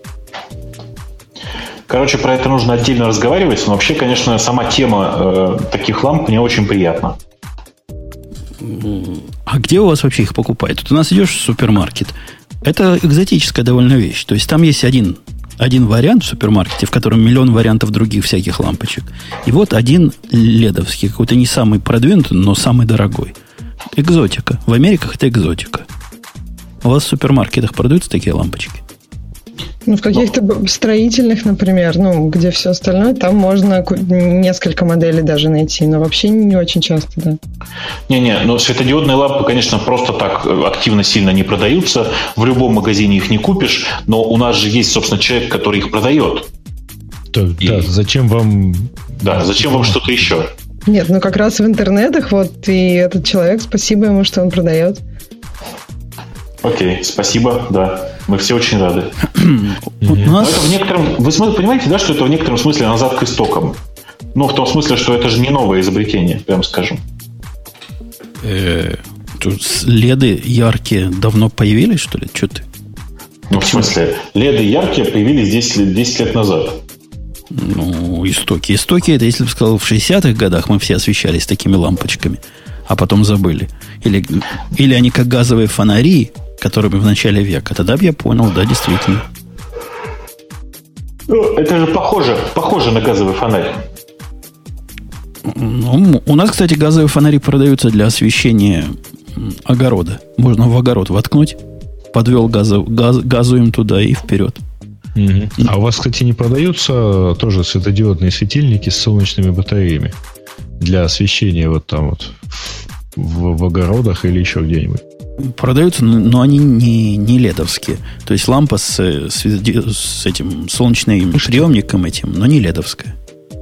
Короче, про это нужно отдельно разговаривать. Но вообще, конечно, сама тема таких ламп мне очень приятна. А где у вас вообще их покупают? Тут у нас идешь в супермаркет. Это экзотическая довольно вещь. То есть там есть один вариант в супермаркете, в котором миллион вариантов других всяких лампочек. И вот один ледовский, какой-то не самый продвинутый, но самый дорогой. Экзотика. В Америках это экзотика. У вас в супермаркетах продаются такие лампочки? В каких-то строительных, например, где все остальное, там можно несколько моделей даже найти, но вообще не очень часто, да. Светодиодные лампы, конечно, просто так активно сильно не продаются. В любом магазине их не купишь, но у нас же есть, собственно, человек, который их продает. Да, зачем вам... Да, зачем вам что-то еще? Нет, как раз в интернетах, и этот человек, спасибо ему, что он продает. Окей, спасибо, да. Мы все очень рады. Нас... Вы понимаете, да, что это в некотором смысле назад к истокам? В том смысле, что это же не новое изобретение, прям скажем. Тут леды яркие давно появились, что ли? Что ты? В смысле, леды яркие появились 10 лет назад. Истоки. Истоки, это, если бы сказал, в 60-х годах мы все освещались такими лампочками, а потом забыли. Или они как газовые фонари, которыми в начале века. Тогда бы я понял, да, действительно. Это же похоже на газовый фонарь. У нас, кстати, газовые фонари продаются для освещения огорода. Можно в огород воткнуть, подвел газу им туда и вперед. А у вас, кстати, не продаются тоже светодиодные светильники с солнечными батареями для освещения в огородах или еще где-нибудь? Продаются, но они не ледовские. То есть лампа с этим солнечным приемником этим, но не ледовская.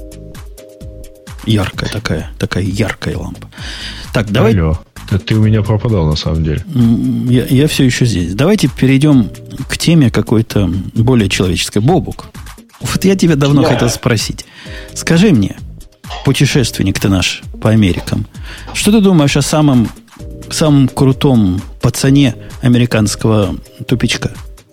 Яркая такая яркая лампа. Так, давай... Алло, ты у меня пропадал на самом деле. Я все еще здесь. Давайте перейдем к теме какой-то более человеческой. Бобук, вот я тебя давно хотел спросить. Скажи мне, путешественник ты наш по Америкам, что ты думаешь о самом крутом пацане американского тупичка?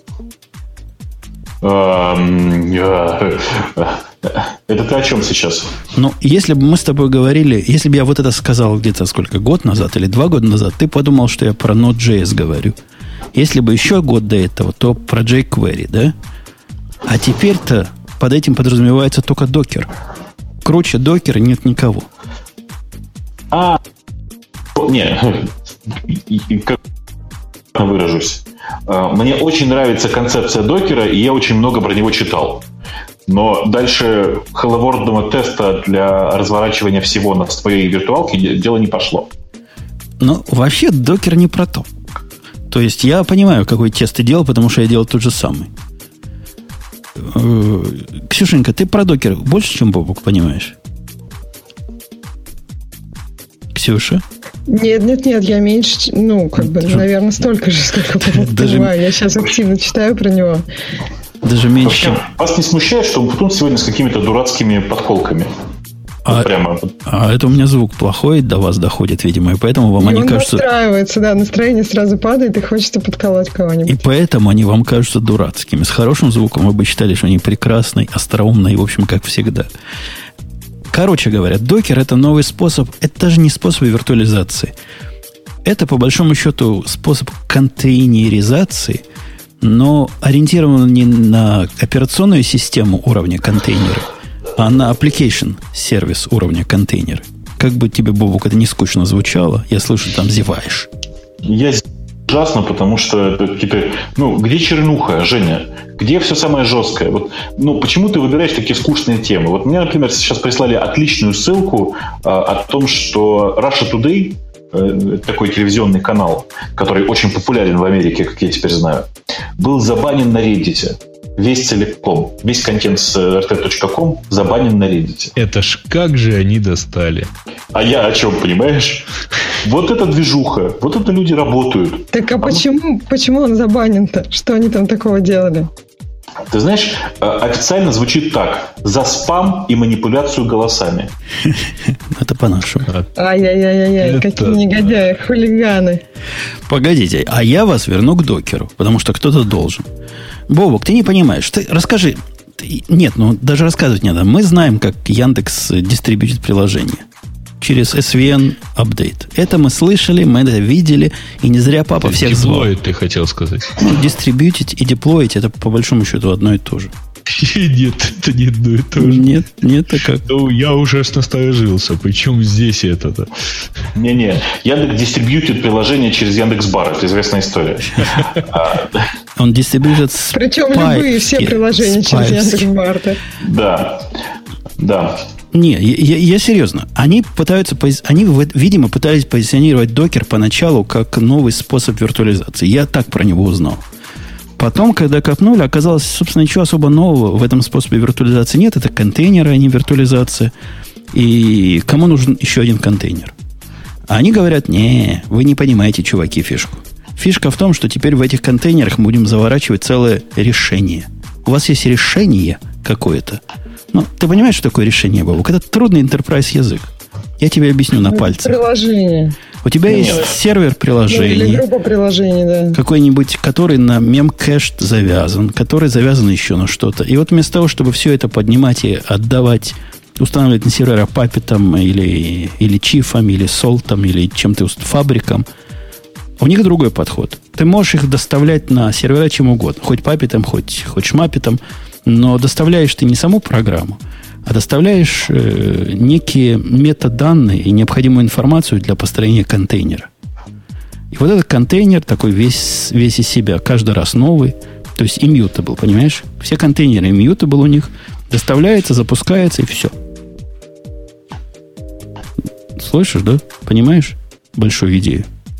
Это ты о чем сейчас? Если бы мы с тобой говорили, если бы я вот это сказал где-то год назад или 2 года назад, ты подумал, что я про Node.js говорю. Если бы еще год до этого, то про jQuery, да? А теперь-то под этим подразумевается только докер. Круче докера нет никого. Как выражусь. Мне очень нравится концепция докера, и я очень много про него читал. Но дальше hello-world теста для разворачивания всего на своей виртуалке дело не пошло. Вообще докер не про то. То есть я понимаю, какой тест ты делал, потому что я делал тот же самый. Ксюшенька, ты про докер больше, чем Бобук, понимаешь? Ксюша? Нет, я меньше, наверное, столько же, сколько понимаю. Я сейчас активно читаю про него. Даже меньше. Вообще, вас не смущает, что Путун сегодня с какими-то дурацкими подколками? А это у меня звук плохой до вас доходит, видимо, и поэтому вам они кажутся... настраивается, да, настроение сразу падает, и хочется подколоть кого-нибудь. И поэтому они вам кажутся дурацкими. С хорошим звуком вы бы считали, что они прекрасные, остроумные, в общем, как всегда. Короче говоря, докер – это новый способ, это даже не способ виртуализации. Это, по большому счету, способ контейнеризации, но ориентирован не на операционную систему уровня контейнера, а на application сервис уровня контейнера. Как бы тебе, Бобук, это не скучно звучало, я слышу, там зеваешь. Я ужасно, потому что это теперь... где чернуха, Женя? Где все самое жесткое? Почему ты выбираешь такие скучные темы? Вот мне, например, сейчас прислали отличную ссылку о том, что Russia Today, такой телевизионный канал, который очень популярен в Америке, как я теперь знаю, был забанен на Reddit. Весь целиком. Весь контент с rt.com забанен на Reddit. Это ж как же они достали. А я о чем, понимаешь? Вот это движуха. Вот это люди работают. Так почему он забанен-то? Что они там такого делали? Ты знаешь, официально звучит так. За спам и манипуляцию голосами. Это по-нашему. Ай-яй-яй-яй, какие негодяи, хулиганы. Погодите, а я вас верну к докеру, потому что кто-то должен. Бобок, ты не понимаешь. Ты расскажи. Нет, даже рассказывать не надо. Мы знаем, как Яндекс дистрибьютит приложение. Через SVN апдейт. Это мы слышали, мы это видели, и не зря папа всех звал. Деплоить, ты хотел сказать. Дистрибьютить и деплоить, это по большому счету одно и то же. Нет, это не одно и то же. Нет, а как? Я уже насторожился. Причем здесь это-то? Не. Яндекс дистрибьютит приложение через Яндекс.Бар. Это известная история. Он дистрибьютит причем любые все приложения через Яндекс.Бар. Да. Не, я серьезно. Они, видимо, пытались позиционировать докер поначалу как новый способ виртуализации. Я так про него узнал. Потом, когда копнули, оказалось, собственно, ничего особо нового в этом способе виртуализации нет. Это контейнеры, а не виртуализация. И кому нужен еще один контейнер? А они говорят, вы не понимаете, чуваки, фишку. Фишка в том, что теперь в этих контейнерах мы будем заворачивать целое решение. У вас есть решение какое-то. Ты понимаешь, что такое решение, Бабук? Это трудный enterprise язык. Я тебе объясню на пальцах. Приложение. У тебя есть сервер приложений. Или группа приложений, да. Какой-нибудь, который на мемкэш завязан, который завязан еще на что-то. И вот вместо того, чтобы все это поднимать и отдавать, устанавливать на сервера папетом или чифом, или солтом, или чем-то фабриком, у них другой подход. Ты можешь их доставлять на сервера чем угодно. Хоть папетом, хоть шмапетом. Но доставляешь ты не саму программу, а доставляешь некие метаданные и необходимую информацию для построения контейнера. И вот этот контейнер такой весь из себя, каждый раз новый, то есть immutable, понимаешь? Все контейнеры immutable у них, доставляется, запускается и все. Слышишь, да? Понимаешь большую идею?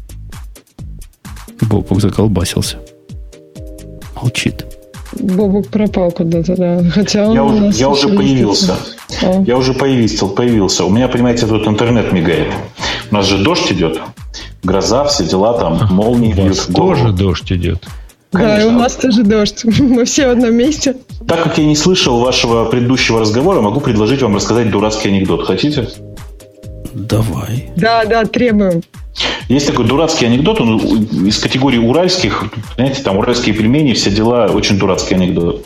Бобок заколбасился. Молчит. Бобок пропал куда-то, да. Хотя я уже появился. Я уже появился. У меня, понимаете, тут интернет мигает. У нас же дождь идет. Гроза, все дела там, молнии бьют. Тоже дождь идет. Конечно. Да, и у нас тоже дождь. Мы все в одном месте. Так как я не слышал вашего предыдущего разговора, могу предложить вам рассказать дурацкий анекдот. Хотите? Давай. Да, требуем. Есть такой дурацкий анекдот, он из категории уральских. Знаете, там уральские пельмени, все дела, очень дурацкий анекдот.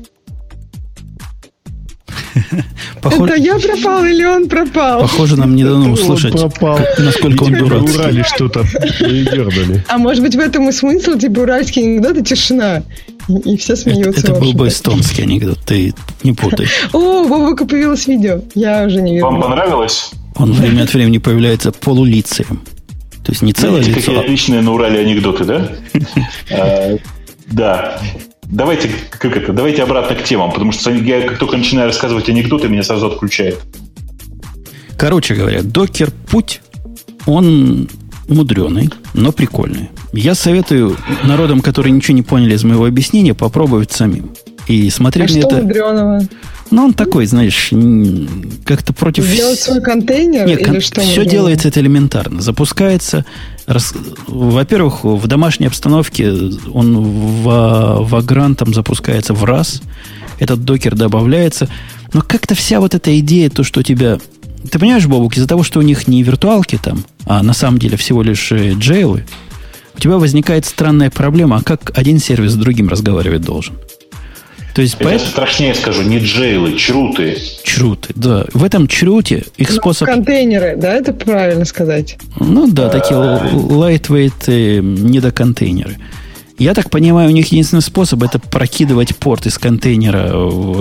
Это я пропал или он пропал? Похоже, нам не дано услышать, насколько он дурацкий. Урали что-то передернули. А может быть, в этом и смысл, типа уральский анекдот и тишина. И все смеются. Это был бы эстонский анекдот, ты не путай. О, у Бобука появилось видео. Я уже не вижу. Вам понравилось? Он время от времени появляется полулицием. То есть не целое лицо. Какие отличные на Урале анекдоты, да? Да. Давайте обратно к темам, потому что я как только начинаю рассказывать анекдоты, меня сразу отключает. Короче говоря, докер-путь, он мудреный, но прикольный. Я советую народам, которые ничего не поняли из моего объяснения, попробовать самим. И смотреть на это... мудреного? Ну, он такой, знаешь, как-то против... Сделать свой контейнер? Нет, или что? Все делается это элементарно. Запускается... Во-первых, в домашней обстановке он в Vagrant там запускается в раз. Этот докер добавляется. Но как-то вся вот эта идея, то, что у тебя... Ты понимаешь, Бобук, из-за того, что у них не виртуалки там, а на самом деле всего лишь джейлы, у тебя возникает странная проблема, а как один сервис с другим разговаривать должен? То есть, я страшнее скажу, не джейлы, чруты. Чруты, да. В этом чруте их способ... Контейнеры, да, это правильно сказать? Ну да, такие lightweight недоконтейнеры. Я так понимаю, у них единственный способ это прокидывать порт из контейнера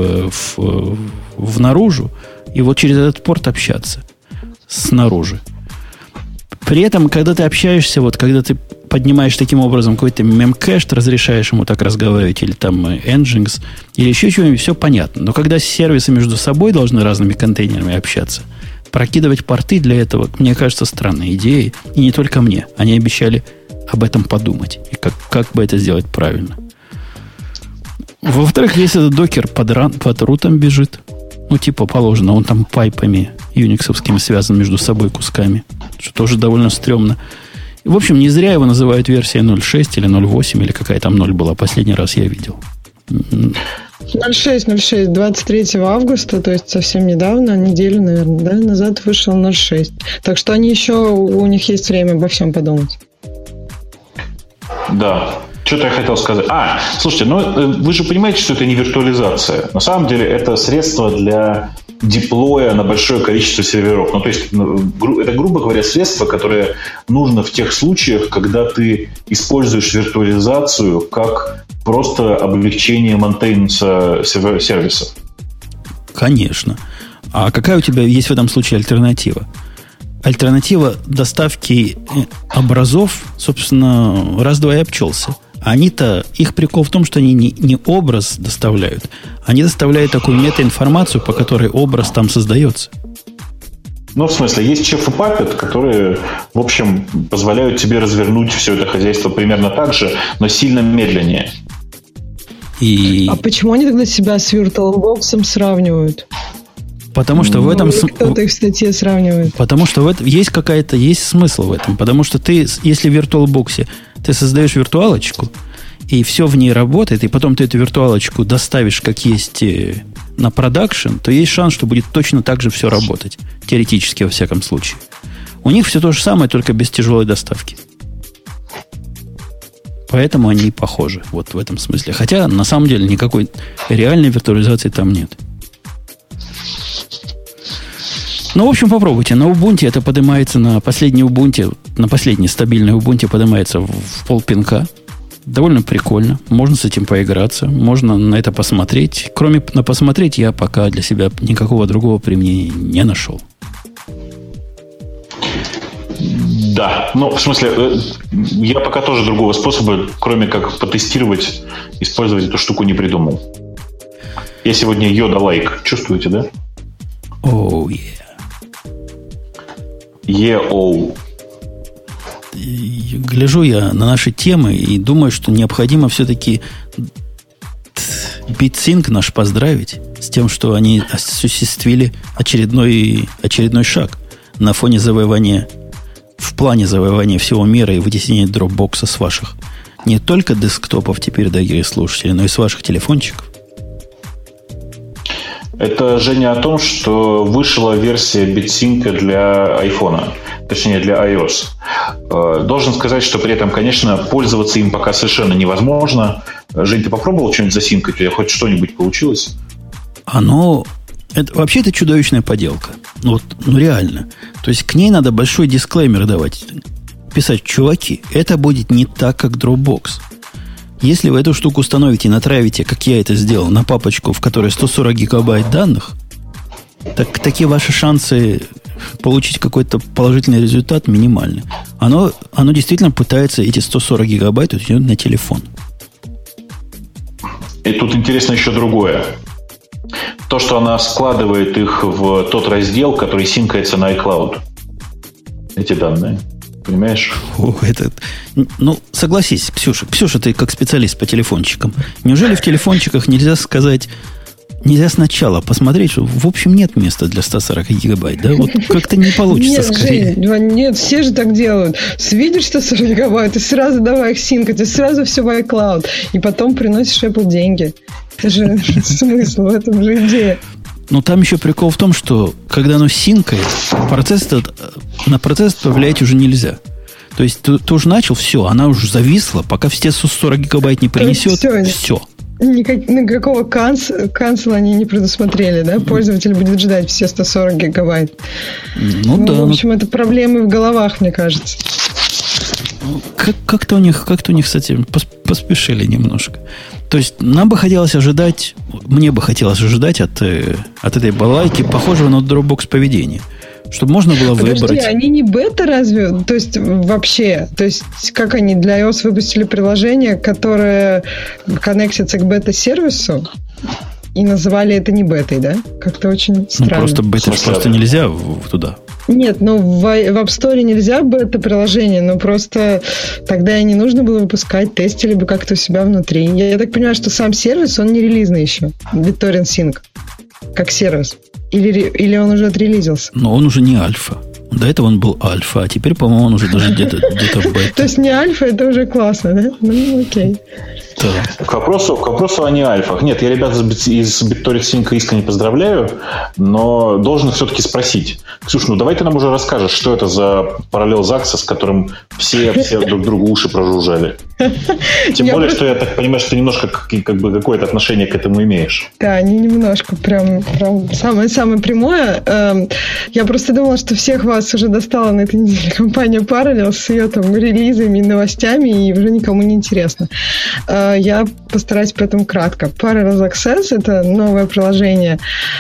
наружу, и вот через этот порт общаться снаружи. При этом, когда ты общаешься, вот когда ты поднимаешь таким образом какой-то мемкэш, разрешаешь ему так разговаривать, или там Nginx, или еще чего-нибудь, все понятно. Но когда сервисы между собой должны разными контейнерами общаться, прокидывать порты для этого, мне кажется, странной идеей. И не только мне. Они обещали об этом подумать. И как бы это сделать правильно. Во-вторых, весь этот докер под рутом бежит. Ну, типа положено. Он там пайпами юниксовскими связан между собой кусками. Что тоже довольно стрёмно. В общем, не зря его называют версией 0.6 или 0.8, или какая там 0 была. Последний раз я видел. 0.6, 23 августа, то есть совсем недавно, неделю, наверное, да, назад вышел 0.6. Так что они еще, у них есть время обо всем подумать. Да. Что-то я хотел сказать. Слушайте, вы же понимаете, что это не виртуализация. На самом деле это средство для деплоя на большое количество серверов. Ну, то есть, это, грубо говоря, средство, которое нужно в тех случаях, когда ты используешь виртуализацию как просто облегчение мейнтейненса сервиса. Конечно. А какая у тебя есть в этом случае альтернатива? Альтернатива доставки образов, собственно, раз-два и обчелся. Они-то, их прикол в том, что они не образ доставляют, они доставляют такую метаинформацию, по которой образ там создается. Ну, в смысле, есть Chef и Puppet, которые, в общем, позволяют тебе развернуть все это хозяйство примерно так же, но сильно медленнее. А почему они тогда себя с VirtualBox сравнивают? Потому что в этом... Кто-то их в статье сравнивает. Потому что в этом есть смысл в этом. Потому что ты, если в VirtualBox ты создаешь виртуалочку, и все в ней работает, и потом ты эту виртуалочку доставишь, как есть на продакшн, то есть шанс, что будет точно так же все работать. Теоретически, во всяком случае. У них все то же самое, только без тяжелой доставки. Поэтому они и похожи. Вот в этом смысле. Хотя, на самом деле, никакой реальной виртуализации там нет. Ну, в общем, попробуйте. На Ubuntu это поднимается на последней Ubuntu, на последней стабильной Ubuntu поднимается в полпинка. Довольно прикольно. Можно с этим поиграться. Можно на это посмотреть. Кроме на посмотреть, я пока для себя никакого другого применения не нашел. Да, ну, в смысле, я пока тоже другого способа, кроме как потестировать, использовать эту штуку не придумал. Я сегодня йода-лайк. Чувствуете, да? Оу, Еоу. Гляжу я на наши темы и думаю, что необходимо все-таки BitSync наш поздравить с тем, что они осуществили очередной шаг на фоне завоевания, в плане завоевания всего мира и вытеснения Dropbox с ваших не только десктопов теперь, дорогие слушатели, но и с ваших телефончиков. Это, Женя, о том, что вышла версия BitSync для iPhone, точнее для iOS. Должен сказать, что при этом, конечно, пользоваться им пока совершенно невозможно. Жень, ты попробовал что-нибудь засинкать? У тебя хоть что-нибудь получилось? Вообще это чудовищная поделка. Ну реально. То есть к ней надо большой дисклеймер давать. Писать, чуваки, это будет не так, как Dropbox. Если вы эту штуку установите и натравите, как я это сделал, на папочку, в которой 140 гигабайт данных, так такие ваши шансы получить какой-то положительный результат минимальны. Оно действительно пытается эти 140 гигабайт утянуть на телефон. И тут интересно еще другое. То, что она складывает их в тот раздел, который синкается на iCloud. Эти данные. Понимаешь? Согласись, Ксюша, ты как специалист по телефончикам. Неужели в телефончиках нельзя сначала посмотреть, что в общем нет места для 140 гигабайт, да? Вот как-то не получится скорее. Нет, все же так делают. Видишь 140 гигабайт, и сразу давай их синкать, и сразу все в iCloud. И потом приносишь Apple деньги. Это же смысл, в этом же идея. Но там еще прикол в том, что когда оно синкает, на процесс повлиять уже нельзя. То есть ты уже начал, все, она уже зависла, пока все 140 гигабайт не принесет, все. Никакого канцела они не предусмотрели, да? Пользователь будет ждать все 140 гигабайт. В общем, это проблемы в головах, мне кажется. Как-то у них с этим поспешили немножко. То есть мне бы хотелось ожидать от этой балайки похожего на Dropbox поведения. Чтобы можно было выбрать. Они не бета разве? То есть вообще, как они для iOS выпустили приложение, которое коннектится к бета-сервису, и называли это не бетой, да? Как-то очень странно. Просто бета просто нельзя туда. Нет, в App Store нельзя бета-приложение, но просто тогда и не нужно было выпускать, тестили бы как-то у себя внутри. Я так понимаю, что сам сервис, он не релизный еще. BitTorrent Sync. Как сервис. Или он уже отрелизился? Но он уже не альфа. До этого он был альфа, а теперь, по-моему, он уже даже где-то в бета. То есть не альфа, это уже классно, да? Окей. Да. К вопросу о не альфах. Нет, я ребят из BitTorrent Sync искренне поздравляю, но должен все-таки спросить. Ксюш, давай ты нам уже расскажешь, что это за параллел ЗАГСа, с которым все друг другу уши прожужжали. Тем более, что я так понимаю, что ты немножко какое-то отношение к этому имеешь. Да, не немножко, прям самое прямое. Я просто думала, что всех вас уже достала на этой неделе компания Parallels с ее там релизами, новостями, и уже никому не интересно. Я постараюсь поэтому кратко. Parallels Access — это новое приложение,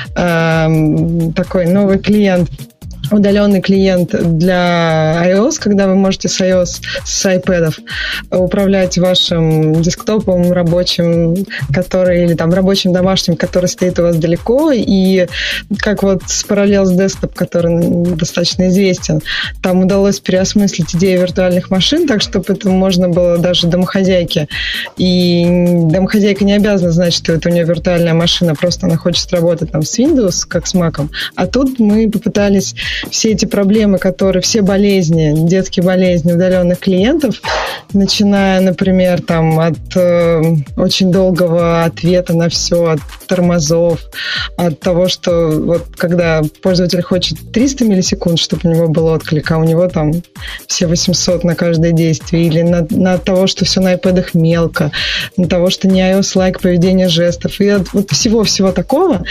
такой новый клиент, удаленный клиент для iOS, когда вы можете с iOS, с iPad'ов управлять вашим десктопом рабочим, или там рабочим домашним, который стоит у вас далеко, и как вот с Parallels Desktop, который достаточно известен, там удалось переосмыслить идею виртуальных машин, так, чтобы это можно было даже домохозяйке. И домохозяйка не обязана знать, что это у нее виртуальная машина, просто она хочет работать там с Windows, как с Mac'ом. А тут мы попытались все эти проблемы, все болезни, детские болезни удаленных клиентов, начиная, например, там, от очень долгого ответа на все, от тормозов, от того, что вот когда пользователь хочет 300 миллисекунд, чтобы у него был отклик, а у него там все 800 на каждое действие, или на того, что все на iPad'ах мелко, на того, что не iOS-like поведение жестов. И от вот всего-всего такого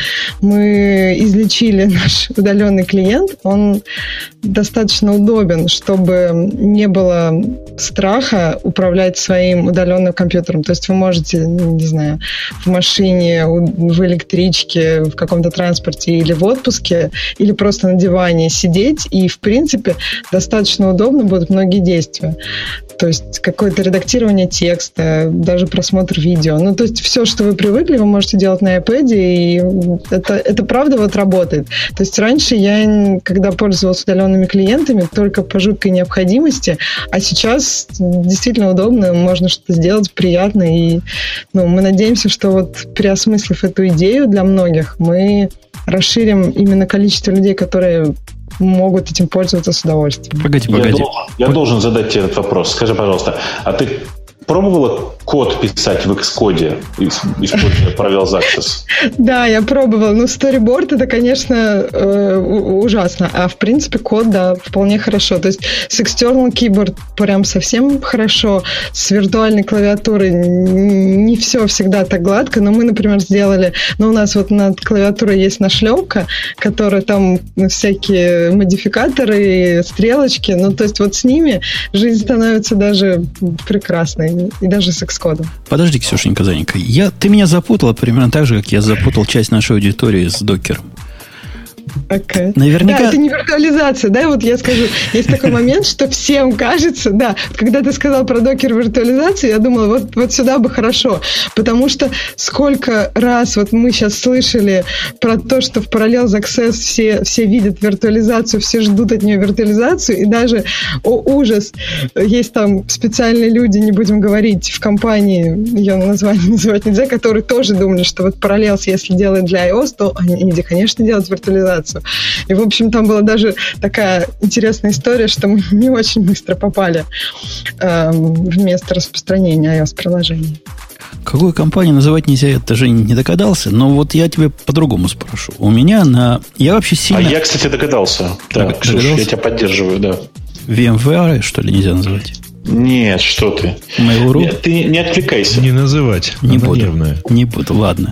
мы излечили наш удаленный клиент. Он достаточно удобен, чтобы не было страха управлять своим удаленным компьютером. То есть вы можете, не знаю, в машине, в электричке, в каком-то транспорте или в отпуске, или просто на диване сидеть, и, в принципе, достаточно удобно будут многие действия. То есть какое-то редактирование текста, даже просмотр видео. То есть все, что вы привыкли, вы можете делать на iPad, и это правда вот работает. То есть раньше я, когда пользовалась удаленными клиентами, только по жуткой необходимости, а сейчас действительно удобно, можно что-то сделать приятно, и мы надеемся, что вот переосмыслив эту идею для многих, мы расширим именно количество людей, которые могут этим пользоваться с удовольствием. Погоди. Я должен задать тебе этот вопрос. Скажи, пожалуйста, а ты пробовала код писать в Xcode, используя Parallels Access? Да, я пробовала. Storyboard — это, конечно, ужасно. А в принципе код, да, вполне хорошо. То есть с External Keyboard прям совсем хорошо. С виртуальной клавиатурой не все всегда так гладко, но мы, например, сделали... у нас вот над клавиатурой есть нашлепка, которая там всякие модификаторы, стрелочки. То есть вот с ними жизнь становится даже прекрасной. И даже с Xcode. Подожди, Ксюшенька, Заненька. Ты меня запутала примерно так же, как я запутал часть нашей аудитории с докером. Okay. Наверняка... Да, это не виртуализация, да, вот я скажу, есть такой момент, что всем кажется, да, когда ты сказал про докер-виртуализацию, я думала, вот сюда бы хорошо, потому что сколько раз вот мы сейчас слышали про то, что в Parallels Access все видят виртуализацию, все ждут от нее виртуализацию, и даже, ужас, есть там специальные люди, не будем говорить, в компании, ее название называть нельзя, которые тоже думали, что вот Parallels, если делает для iOS, то они, конечно, делают виртуализацию. И, в общем, там была даже такая интересная история, что мы не очень быстро попали в место распространения iOS-приложений. Какую компанию называть нельзя, я даже не догадался, но вот я тебе по-другому спрошу. У меня Я вообще сильно... А я, кстати, догадался. Да, Ксюш, я тебя поддерживаю, да. VMware, что ли, нельзя называть? Нет, что ты. Mail.ru? Нет, ты не отвлекайся. Не называть. Не буду, ладно.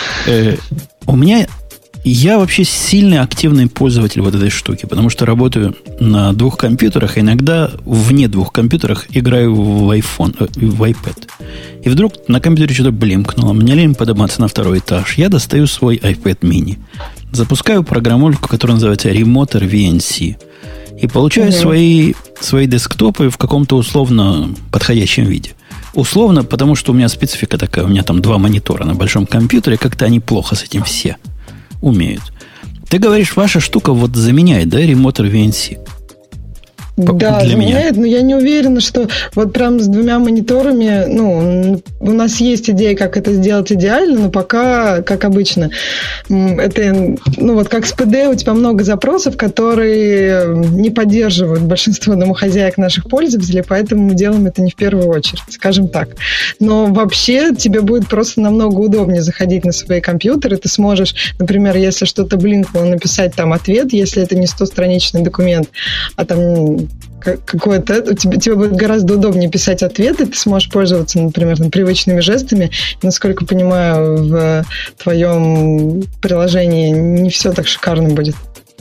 Я вообще сильный активный пользователь вот этой штуки, потому что работаю на 2 компьютерах, а иногда вне 2 компьютерах играю в iPhone, в iPad. И вдруг на компьютере что-то блимкнуло, мне лень подниматься на 2-й этаж. Я достаю свой iPad mini, запускаю программульку, которая называется Remoter VNC, и получаю свои десктопы в каком-то условно подходящем виде. Условно, потому что у меня специфика такая, у меня там 2 монитора на большом компьютере, как-то они плохо с этим все умеют. Ты говоришь, ваша штука вот заменяет, да, Remoter VNC? Да, заменяет, но я не уверена, что вот прям с 2 мониторами, у нас есть идея, как это сделать идеально, но пока, как обычно, это, вот как с PD, у тебя много запросов, которые не поддерживают большинство домохозяек наших пользователей, поэтому мы делаем это не в первую очередь, скажем так. Но вообще тебе будет просто намного удобнее заходить на свои компьютеры, ты сможешь, например, если что-то блинкнуло, написать там ответ, если это не 100-страничный документ, а там какое-то, тебе будет гораздо удобнее писать ответы, ты сможешь пользоваться, например, привычными жестами. Насколько понимаю, в твоем приложении не все так шикарно будет.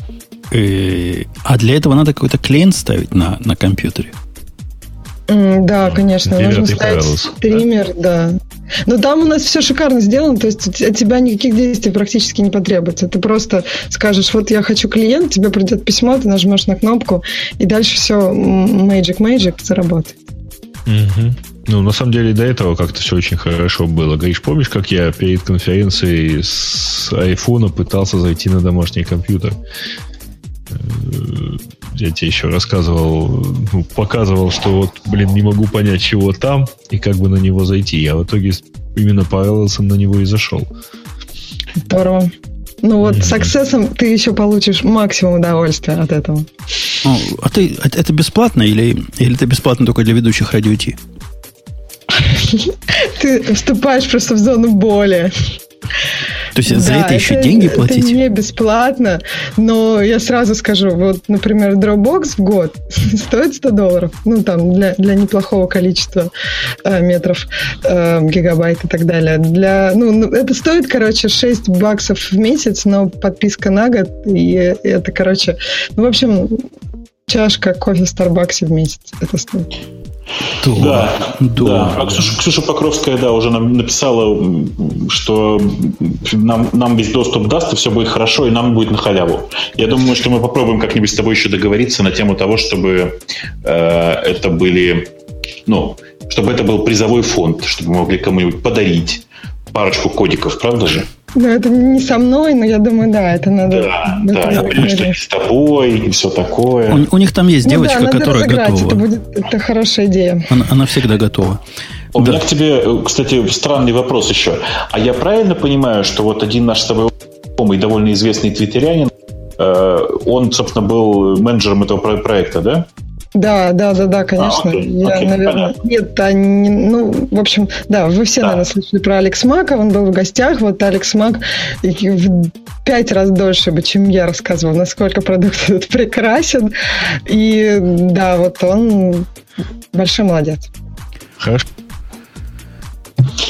А для этого надо какой-то клиент ставить на компьютере? Да, конечно. Нужно ставить стример, да. Но там у нас все шикарно сделано, то есть от тебя никаких действий практически не потребуется. Ты просто скажешь, вот я хочу клиент, тебе придет письмо, ты нажмешь на кнопку, и дальше все magic заработает. Угу. На самом деле, до этого как-то все очень хорошо было. Гриш, помнишь, как я перед конференцией с айфона пытался зайти на домашний компьютер? Я тебе еще рассказывал, показывал, что вот, не могу понять, чего там, и как бы на него зайти. Я в итоге именно Parallels на него и зашел. Здорово. С Access ты еще получишь максимум удовольствия от этого. Это бесплатно или это бесплатно только для ведущих Радио Ти? Ты вступаешь просто в зону боли. То есть за это еще деньги платить? Это не бесплатно, но я сразу скажу, вот, например, Dropbox в год стоит $100, там для неплохого количества метров, гигабайт и так далее. Это стоит, $6 в месяц, но подписка на год, и это, в общем, чашка кофе в Старбаксе в месяц это стоит. Да. А Ксюша Покровская, уже нам написала, что нам весь доступ даст, и все будет хорошо, и нам будет на халяву. Я думаю, что мы попробуем как-нибудь с тобой еще договориться на тему того, чтобы это был призовой фонд, чтобы мы могли кому-нибудь подарить парочку кодиков, правда же? Это не со мной, но я думаю, да, это надо... Да, я понимаю, что с тобой и все такое. У них там есть девочка, которая готова. Это хорошая идея. Она всегда готова. У меня к тебе, кстати, странный вопрос еще. А я правильно понимаю, что вот один наш с тобой знакомый, довольно известный твиттерянин, он, собственно, был менеджером этого проекта, да? Да, конечно. Наверное, нет, в общем, да, вы все, наверное, слышали про Алекс Мака, он был в гостях, вот Алекс Мак в 5 раз дольше, чем я рассказывала, насколько продукт этот прекрасен, и да, вот он большой молодец. Хорошо.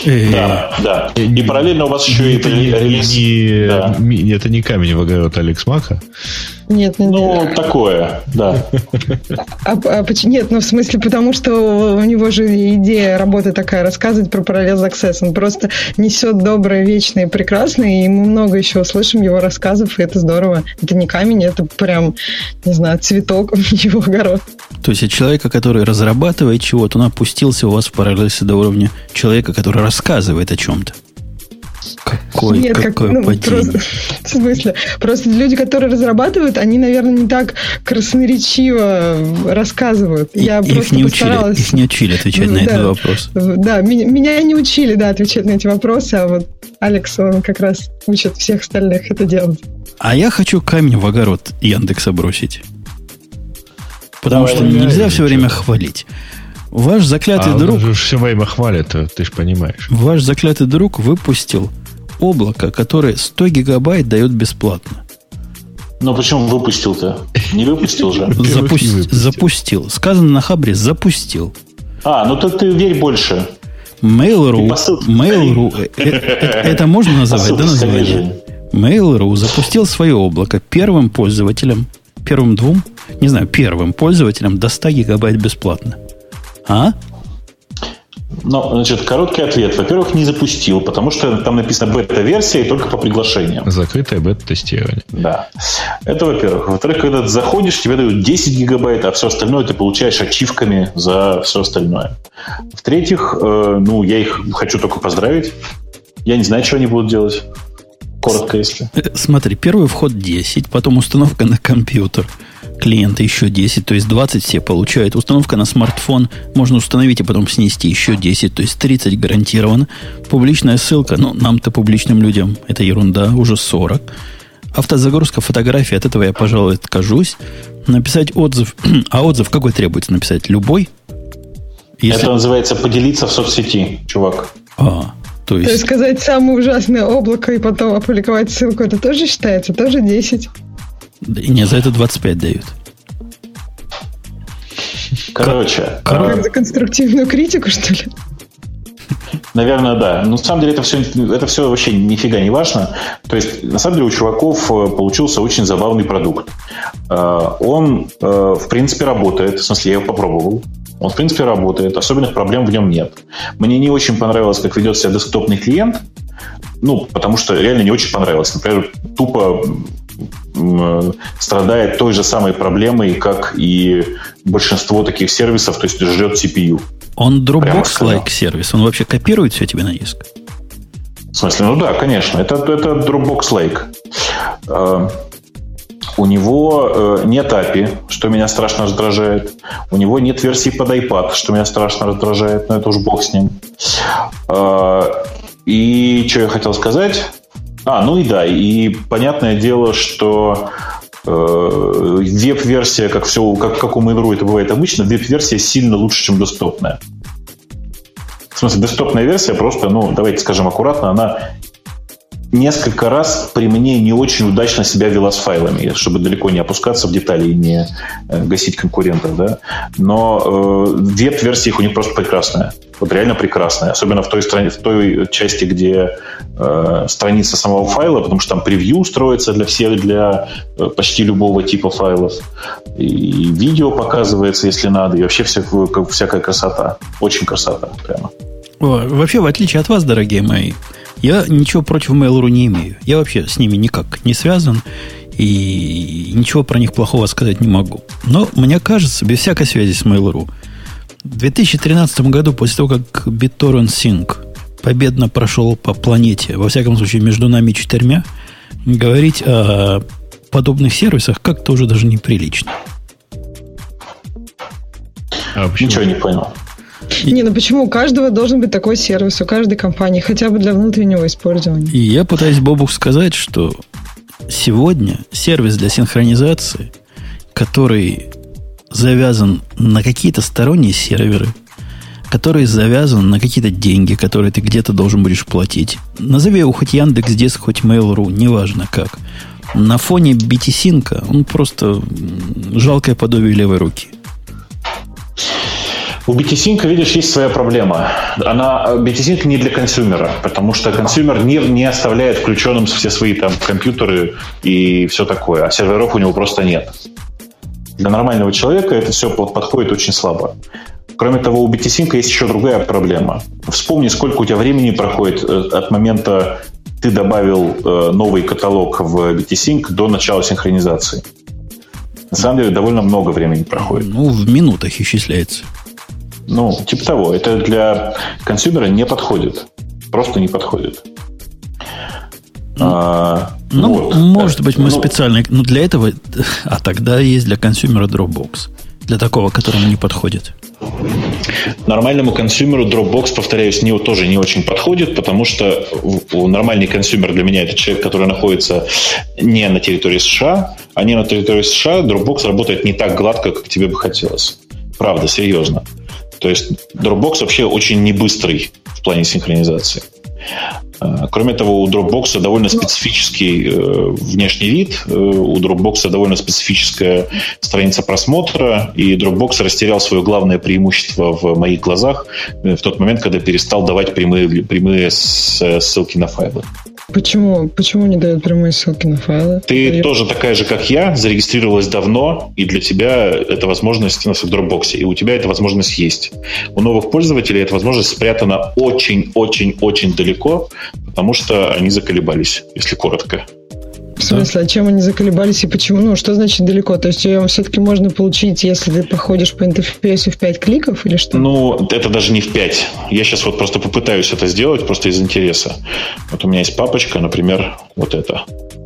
Да. И параллельно у вас еще и релиз. Это не камень в огород Алекс Мака? Нет. Такое, да. Нет, в смысле, потому что у него же идея работы такая, рассказывать про Parallels Access. Он просто несет доброе, вечное и прекрасное, и мы много еще услышим его рассказов, и это здорово. Это не камень, это прям, не знаю, цветок в его огород. То есть от человека, который разрабатывает чего-то, он опустился у вас в Parallels до уровня человека, который рассказывает о чем-то. Какое падение. В смысле? Просто люди, которые разрабатывают, они, наверное, не так красноречиво рассказывают. Их не учили отвечать на этот вопрос. Да, меня не учили, отвечать на эти вопросы, а вот Алекс, он как раз учит всех остальных это делать. А я хочу камень в огород Яндекса бросить. Потому что нельзя все время хвалить. Ваш заклятый друг... Он же все время хвалит, ты же понимаешь. Ваш заклятый друг выпустил облако, которое 100 гигабайт дает бесплатно. Но почему выпустил-то? Не выпустил же. Запустил. Сказано на Хабре «запустил». Так ты верь больше. Mail.ru это можно называть, да, название? Mail.ru запустил свое облако первым пользователям до 100 гигабайт бесплатно. Короткий ответ. Во-первых, не запустил, потому что там написано бета-версия и только по приглашениям. Закрытое бета-тестирование. Да. Это во-первых. Во-вторых, когда ты заходишь, тебе дают 10 гигабайт, а все остальное ты получаешь ачивками за все остальное. В-третьих, я их хочу только поздравить. Я не знаю, что они будут делать. Коротко, если. Смотри, первый вход 10, потом установка на компьютер клиента еще 10, то есть 20 все получают. Установка на смартфон можно установить и потом снести еще 10, то есть 30 гарантированно. Публичная ссылка, нам-то публичным людям это ерунда, уже 40. Автозагрузка фотографий, от этого я, пожалуй, откажусь. Написать отзыв. А отзыв какой требуется написать? Любой? Это называется поделиться в соцсети, чувак. То есть сказать самое ужасное облако и потом опубликовать ссылку, это тоже считается? Тоже 10? Не, за это 25 дают. Короче. За конструктивную критику, что ли? Наверное, да. Но на самом деле это все вообще нифига не важно. То есть, на самом деле, у чуваков получился очень забавный продукт. Он, в принципе, работает. В смысле, я его попробовал. Он, в принципе, работает. Особенных проблем в нем нет. Мне не очень понравилось, как ведет себя десктопный клиент. Потому что реально не очень понравилось. Например, тупо страдает той же самой проблемой, как и большинство таких сервисов, то есть жрет CPU. Он Dropbox-like сервис, он вообще копирует все тебе на диск? В смысле, да, конечно, это Dropbox-like. У него нет API, что меня страшно раздражает. У него нет версии под iPad, что меня страшно раздражает, но это уж бог с ним. И что я хотел сказать... и понятное дело, что веб-версия, как у Mail.ru это бывает обычно, веб-версия сильно лучше, чем десктопная. В смысле, десктопная версия просто, давайте скажем аккуратно, она несколько раз при мне не очень удачно себя вела с файлами, чтобы далеко не опускаться в детали и не гасить конкурентов, да. Но веб-версия их у них просто прекрасная. Вот реально прекрасная. Особенно в той части, где страница самого файла, потому что там превью строится для почти любого типа файлов. И видео показывается, если надо. И вообще всякая красота. Очень красота прямо. Вообще, в отличие от вас, дорогие мои, я ничего против Mail.ru не имею. Я вообще с ними никак не связан. И ничего про них плохого сказать не могу. Но мне кажется, без всякой связи с Mail.ru, в 2013 году, после того, как BitTorrent Sync победно прошел по планете, во всяком случае, между нами 4, говорить о подобных сервисах как-то уже даже неприлично. Ничего не понял. Почему? У каждого должен быть такой сервис, у каждой компании, хотя бы для внутреннего использования. И я пытаюсь, Бобук, сказать, что сегодня сервис для синхронизации, который завязан на какие-то сторонние серверы, который завязан на какие-то деньги, которые ты где-то должен будешь платить. Назови его хоть Яндекс.Диск, хоть Mail.ru, неважно как. На фоне BT-Sync он просто жалкое подобие левой руки. У BT-Sync, видишь, есть своя проблема. BT-Sync не для консюмера, потому что консюмер не оставляет включенным все свои там компьютеры и все такое, а серверов у него просто нет. Для нормального человека это все подходит очень слабо. Кроме того, у BT-Sync есть еще другая проблема. Вспомни, сколько у тебя времени проходит от момента ты добавил новый каталог в BT-Sync до начала синхронизации. На самом деле довольно много времени проходит. В минутах исчисляется. Типа того. Это для консюмера не подходит. Просто не подходит. Может быть, мы специально... для этого... А тогда есть для консюмера Dropbox. Для такого, которому не подходит. Нормальному консюмеру Dropbox, повторяюсь, тоже не очень подходит, потому что нормальный консюмер для меня это человек, который находится не на территории США, а не на территории США Dropbox работает не так гладко, как тебе бы хотелось. Правда, серьезно. То есть Dropbox вообще очень небыстрый в плане синхронизации. Кроме того, у Dropbox довольно специфический внешний вид, у Dropbox довольно специфическая страница просмотра, и Dropbox растерял свое главное преимущество в моих глазах в тот момент, когда перестал давать прямые ссылки на файлы. Почему? Почему не дают прямые ссылки на файлы? Ты тоже такая же, как я, зарегистрировалась давно, и для тебя эта возможность в Dropbox, и у тебя эта возможность есть. У новых пользователей эта возможность спрятана очень-очень-очень далеко, потому что они заколебались, если коротко. В смысле, а чем они заколебались и почему? Что значит далеко? То есть ее все-таки можно получить, если ты походишь по интерфейсу в 5 кликов или что? Это даже не в 5. Я сейчас просто попытаюсь это сделать просто из интереса. У меня есть папочка, например, вот это.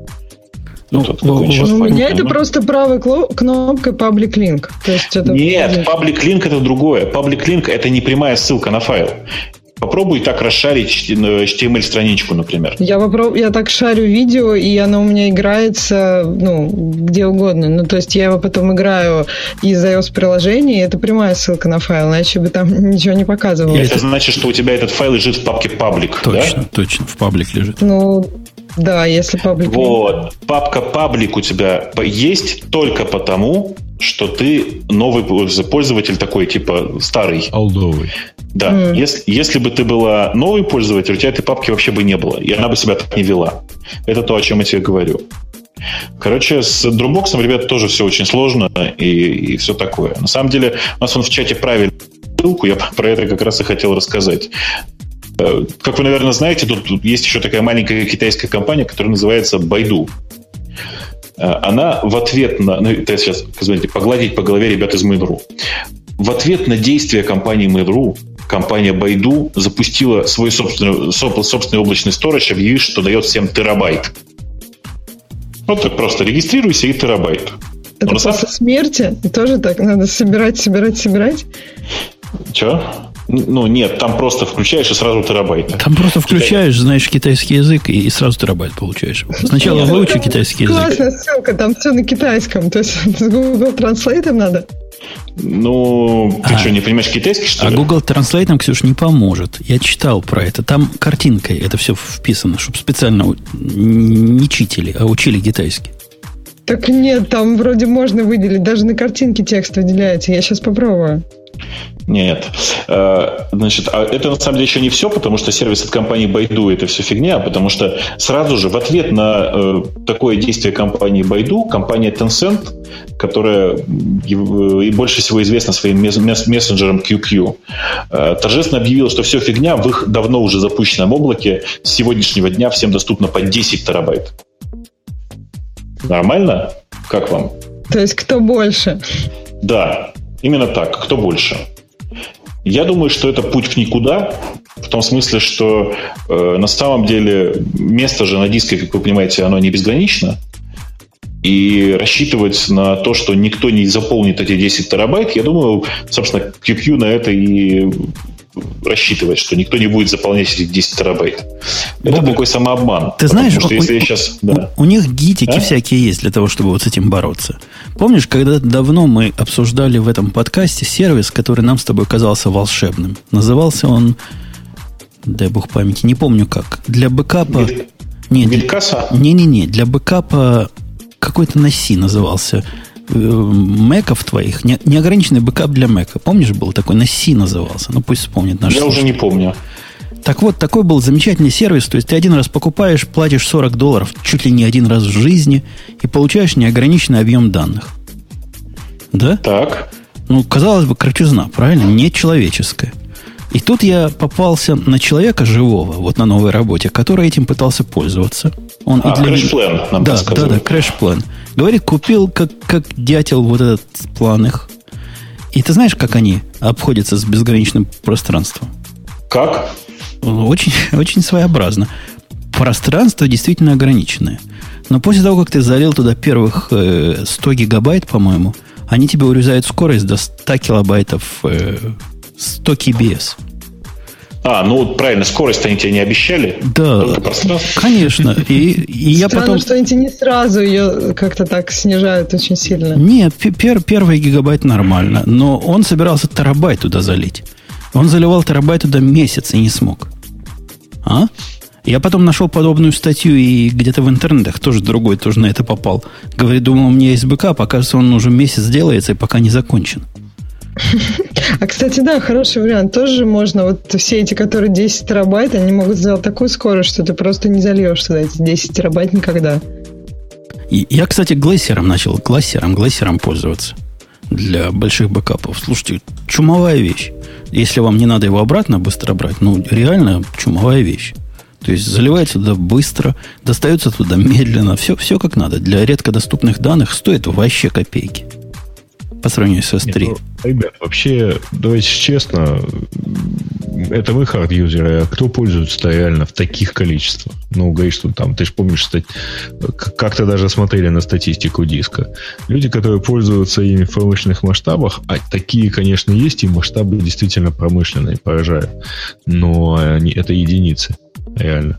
У меня это просто правой кнопкой Public Link. То есть это Нет, Public Link это другое. Public Link это не прямая ссылка на файл. Попробуй так расшарить HTML-страничку, например. Я так шарю видео, и оно у меня играется, где угодно. То есть я его потом играю из iOS-приложения, и это прямая ссылка на файл, иначе бы там ничего не показывало. Это значит, что у тебя этот файл лежит в папке Public, Точно, в Public лежит. Да, если Public. Вот. Папка Public у тебя есть только потому, что ты новый пользователь такой, типа старый. Олдовый. Да. Если бы ты была новый пользователь, у тебя этой папки вообще бы не было. И она бы себя так не вела. Это то, о чем я тебе говорю. Короче, с Dropbox, ребята, тоже все очень сложно и все такое. На самом деле, у нас в чате правильную ссылку, я про это как раз и хотел рассказать. Как вы, наверное, знаете, тут есть еще такая маленькая китайская компания, которая называется Baidu. Она в ответ на... это сейчас, позвоните, погладить по голове ребят из Mail.ru. В ответ на действия компании Mail.ru компания Baidu запустила свой собственный облачный сторидж, объявив, что дает всем терабайт. Вот так просто регистрируйся и терабайт. Это после смерти? Тоже так? Надо собирать? Че? Нет, там просто включаешь и сразу терабайт. Там просто включаешь, знаешь китайский язык и сразу терабайт получаешь. Сначала выучи китайский язык. Классная ссылка, там все на китайском. То есть с Google Translate надо? Ты что, не понимаешь китайский, что ли? А Google Translate, Ксюш, не поможет. Я читал про это. Там картинкой это все вписано, чтобы специально не читили, а учили китайский. Так нет, там вроде можно выделить. Даже на картинке текст выделяется. Я сейчас попробую. Нет. Значит, это на самом деле еще не все, потому что сервис от компании Baidu это все фигня, потому что сразу же в ответ на такое действие компании Baidu, компания Tencent, которая и больше всего известна своим мессенджером QQ, торжественно объявила, что все фигня в их давно уже запущенном облаке с сегодняшнего дня всем доступно по 10 терабайт. Нормально? Как вам? То есть кто больше? Да. Именно так. Кто больше? Я думаю, что это путь в никуда, в том смысле, что на самом деле место же на диске, как вы понимаете, оно не безгранично. И рассчитывать на то, что никто не заполнит эти 10 терабайт, я думаю, собственно, QQ на это и рассчитывать, что никто не будет заполнять эти 10 терабайт. Это такой самообман. Ты знаешь, что если я сейчас, у них гитики всякие есть для того, чтобы вот с этим бороться. Помнишь, когда давно мы обсуждали в этом подкасте сервис, который нам с тобой казался волшебным? Назывался он, дай бог памяти, не помню как. Для бэкапа... Виткаса? Не, для бэкапа какой-то на C назывался. Мэков твоих, неограниченный бэкап для Мэка. Помнишь, был такой, на C назывался? Ну, пусть вспомнит наш слушатель. Уже не помню. Так вот, такой был замечательный сервис. То есть ты один раз покупаешь, платишь $40 чуть ли не один раз в жизни и получаешь неограниченный объем данных. Да? Так. Ну, казалось бы, крутизна, правильно? Нечеловеческая. И тут я попался на человека живого, вот на новой работе, который этим пытался пользоваться. Он крэш-план нам подсказывает. Да, крэш-план. Говорит, купил, как дятел, вот этот план их. И ты знаешь, как они обходятся с безграничным пространством? Как? Очень, очень своеобразно. Пространство действительно ограниченное. Но после того, как ты залил туда первых 100 гигабайт, по-моему, они тебе урезают скорость до 100 килобайтов 100 кбс. Ну правильно, скорость они тебе не обещали? Да, конечно. И я потом... что они не сразу ее как-то так снижают очень сильно. Нет, первый гигабайт нормально, но он собирался терабайт туда залить. Он заливал терабайт туда месяц и не смог. Я потом нашел подобную статью и где-то в интернетах тоже другой тоже на это попал. Говорит, думал, у меня есть бэкап, оказывается, он уже месяц делается и пока не закончен. А, кстати, да, хороший вариант. Тоже можно, вот все эти, которые 10 терабайт, они могут сделать такую скорость, что ты просто не зальешь туда эти 10 терабайт никогда. Я, кстати, глассером пользоваться для больших бэкапов. Слушайте, чумовая вещь. Если вам не надо его обратно быстро брать, реально чумовая вещь. То есть заливается туда быстро, достается туда медленно, все как надо. Для редкодоступных данных стоит вообще копейки. По сравнению с S3. Ребят, вообще, давайте честно, это мы хард-юзеры, а кто пользуется-то реально в таких количествах? Говоришь, что там, ты же помнишь, как-то даже смотрели на статистику диска. Люди, которые пользуются ими в промышленных масштабах, а такие, конечно, есть, и масштабы действительно промышленные, поражают. Но это единицы, реально.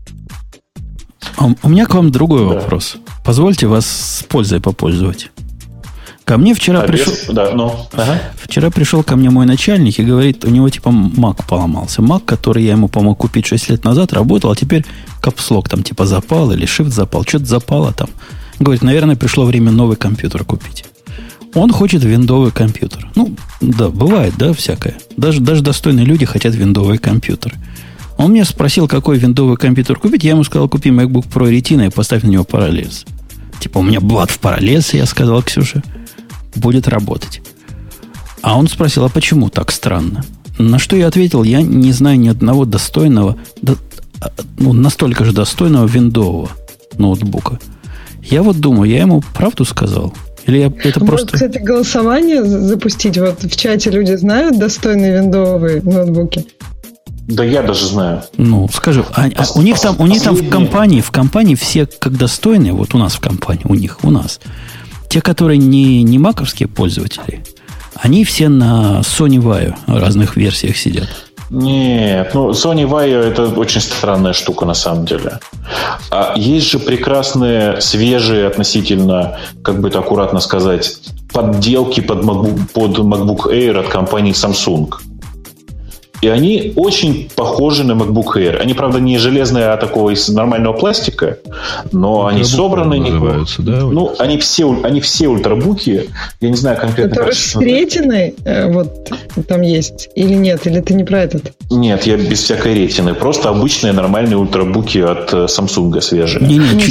У меня к вам другой вопрос. Позвольте вас с пользой попользовать. Ко мне вчера пришел... Вчера пришел ко мне мой начальник и говорит, у него типа Mac поломался. Mac, который я ему помог купить 6 лет назад, работал, а теперь капслок там типа запал или shift запал. Что-то запало там. Говорит, наверное, пришло время новый компьютер купить. Он хочет виндовый компьютер. Да, бывает, да, всякое. Даже достойные люди хотят виндовые компьютеры. Он меня спросил, какой виндовый компьютер купить. Я ему сказал, купи MacBook Pro Retina и поставь на него Parallels. Типа, у меня блат в Parallels, я сказал Ксюше. Будет работать. А он спросил, а почему так странно? На что я ответил, я не знаю ни одного достойного, настолько же достойного виндового ноутбука. Я вот думаю, я ему правду сказал? Или это просто... Кстати, голосование запустить. Вот в чате люди знают достойные виндовые ноутбуки? Да я даже знаю. Скажи, у них там в компании все как достойные, вот у нас в компании, у нас. Те, которые не маковские пользователи, они все на Sony Vaio разных версиях сидят. Нет, Sony Vaio это очень странная штука на самом деле. А есть же прекрасные, свежие относительно, как бы это аккуратно сказать, подделки под MacBook Air от компании Samsung. И они очень похожи на MacBook Air. Они, правда, не железные, а такого из нормального пластика, но они собраны... Да? Они все ультрабуки. Я не знаю конкретно... Которые с ретиной вот там есть или нет? Или ты не про этот? Нет, я без всякой ретины. Просто обычные нормальные ультрабуки от Samsung свежие.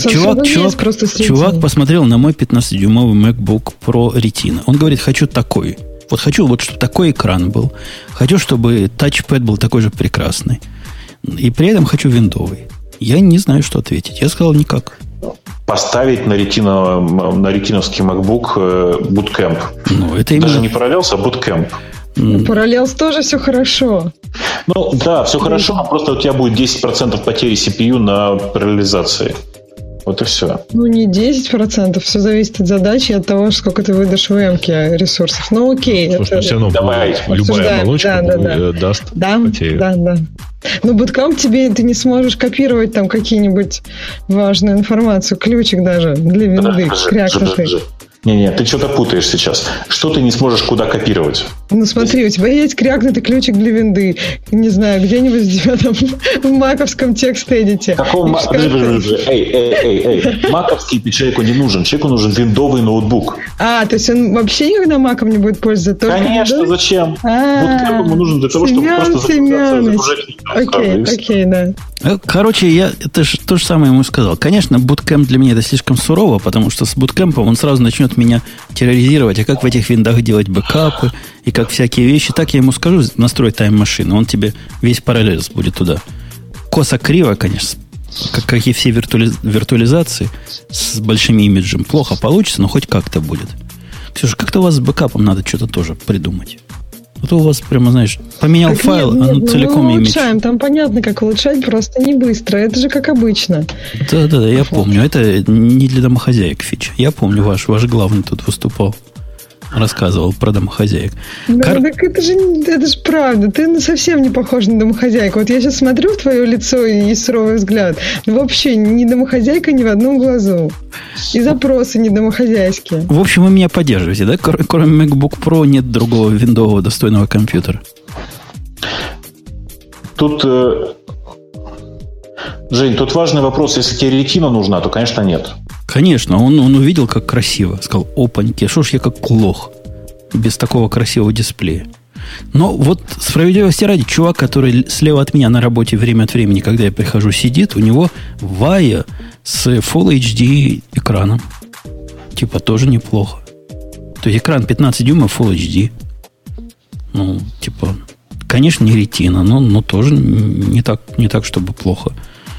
Чувак посмотрел на мой 15-дюймовый MacBook Pro Retina. Он говорит, хочу такой. Вот хочу, чтобы такой экран был. Хочу, чтобы тачпэд был такой же прекрасный. И при этом хочу виндовый. Я не знаю, что ответить. Я сказал, никак. Поставить на ретиновский MacBook Bootcamp. Это именно... Даже не Parallels, а Bootcamp. Parallels тоже все хорошо. Да, все хорошо, но просто у тебя будет 10% потери CPU на параллелизации. Вот и все. Не 10%, все зависит от задачи и от того, сколько ты выдашь в ВМ-ке ресурсов. Окей. Слушай, все равно любая оболочка даст потерю. Да. Bootcamp ты не сможешь копировать там какие-нибудь важную информацию, ключик даже для винды крякнутый. Не-не, ты что-то путаешь сейчас. Что ты не сможешь куда копировать? Ну смотри, у тебя есть крякнутый ключик для винды. Не знаю, где-нибудь у тебя там в маковском текст-эдите. Каком Эй. Маковский человеку не нужен. Человеку нужен виндовый ноутбук. То есть он вообще никогда маком не будет пользоваться? Конечно, зачем? Bootcamp ему нужен для того, чтобы просто загружать. Окей, да. Короче, я это же то же самое ему сказал. Конечно, Bootcamp для меня это слишком сурово, потому что с Bootcamp он сразу начнет меня терроризировать. А как в этих виндах делать бэкапы и как всякие вещи. Так я ему скажу, настрой тайм-машину. Он тебе весь параллелс будет туда. Косо-криво, конечно, как и все виртуализации с большими имиджем. Плохо получится, но хоть как-то будет. Ксюша, как-то у вас с бэкапом надо что-то тоже придумать. А то у вас прямо, знаешь, поменял так файл, оно целиком мы улучшаем, там понятно, как улучшать, просто не быстро. Это же как обычно. Да, я помню. Это не для домохозяек фича. Я помню, ваш главный тут выступал. Рассказывал про домохозяек. Так это же правда. Ты совсем не похож на домохозяйку. Вот я сейчас смотрю в твое лицо и суровый взгляд. Вообще не домохозяйка ни в одном глазу. И запросы не домохозяйские. В общем, вы меня поддерживаете, да? Кроме MacBook Pro нет другого виндового достойного компьютера. Тут, Жень, тут важный вопрос. Если тебе ретина нужна, то, конечно, нет. Конечно, он увидел, как красиво. Сказал, опаньки, шо ж я как лох без такого красивого дисплея. Но вот справедливости ради, чувак, который слева от меня на работе время от времени, когда я прихожу, сидит, у него Вая с Full HD экраном. Типа тоже неплохо. То есть экран 15 дюймов Full HD. Ну, типа, конечно, не ретина, но тоже не так, чтобы плохо.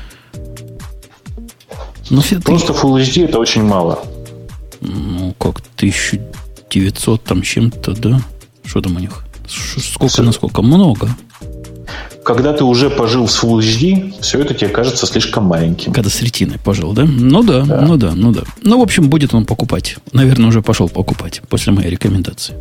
Но просто Full HD это очень мало. Ну, как 1900 там чем-то, да? Что там у них? Насколько? Много. Когда ты уже пожил с Full HD, все это тебе кажется слишком маленьким. Когда с ретиной пожил, да? Ну да. Ну, в общем, будет он покупать. Наверное, уже пошел покупать после моей рекомендации.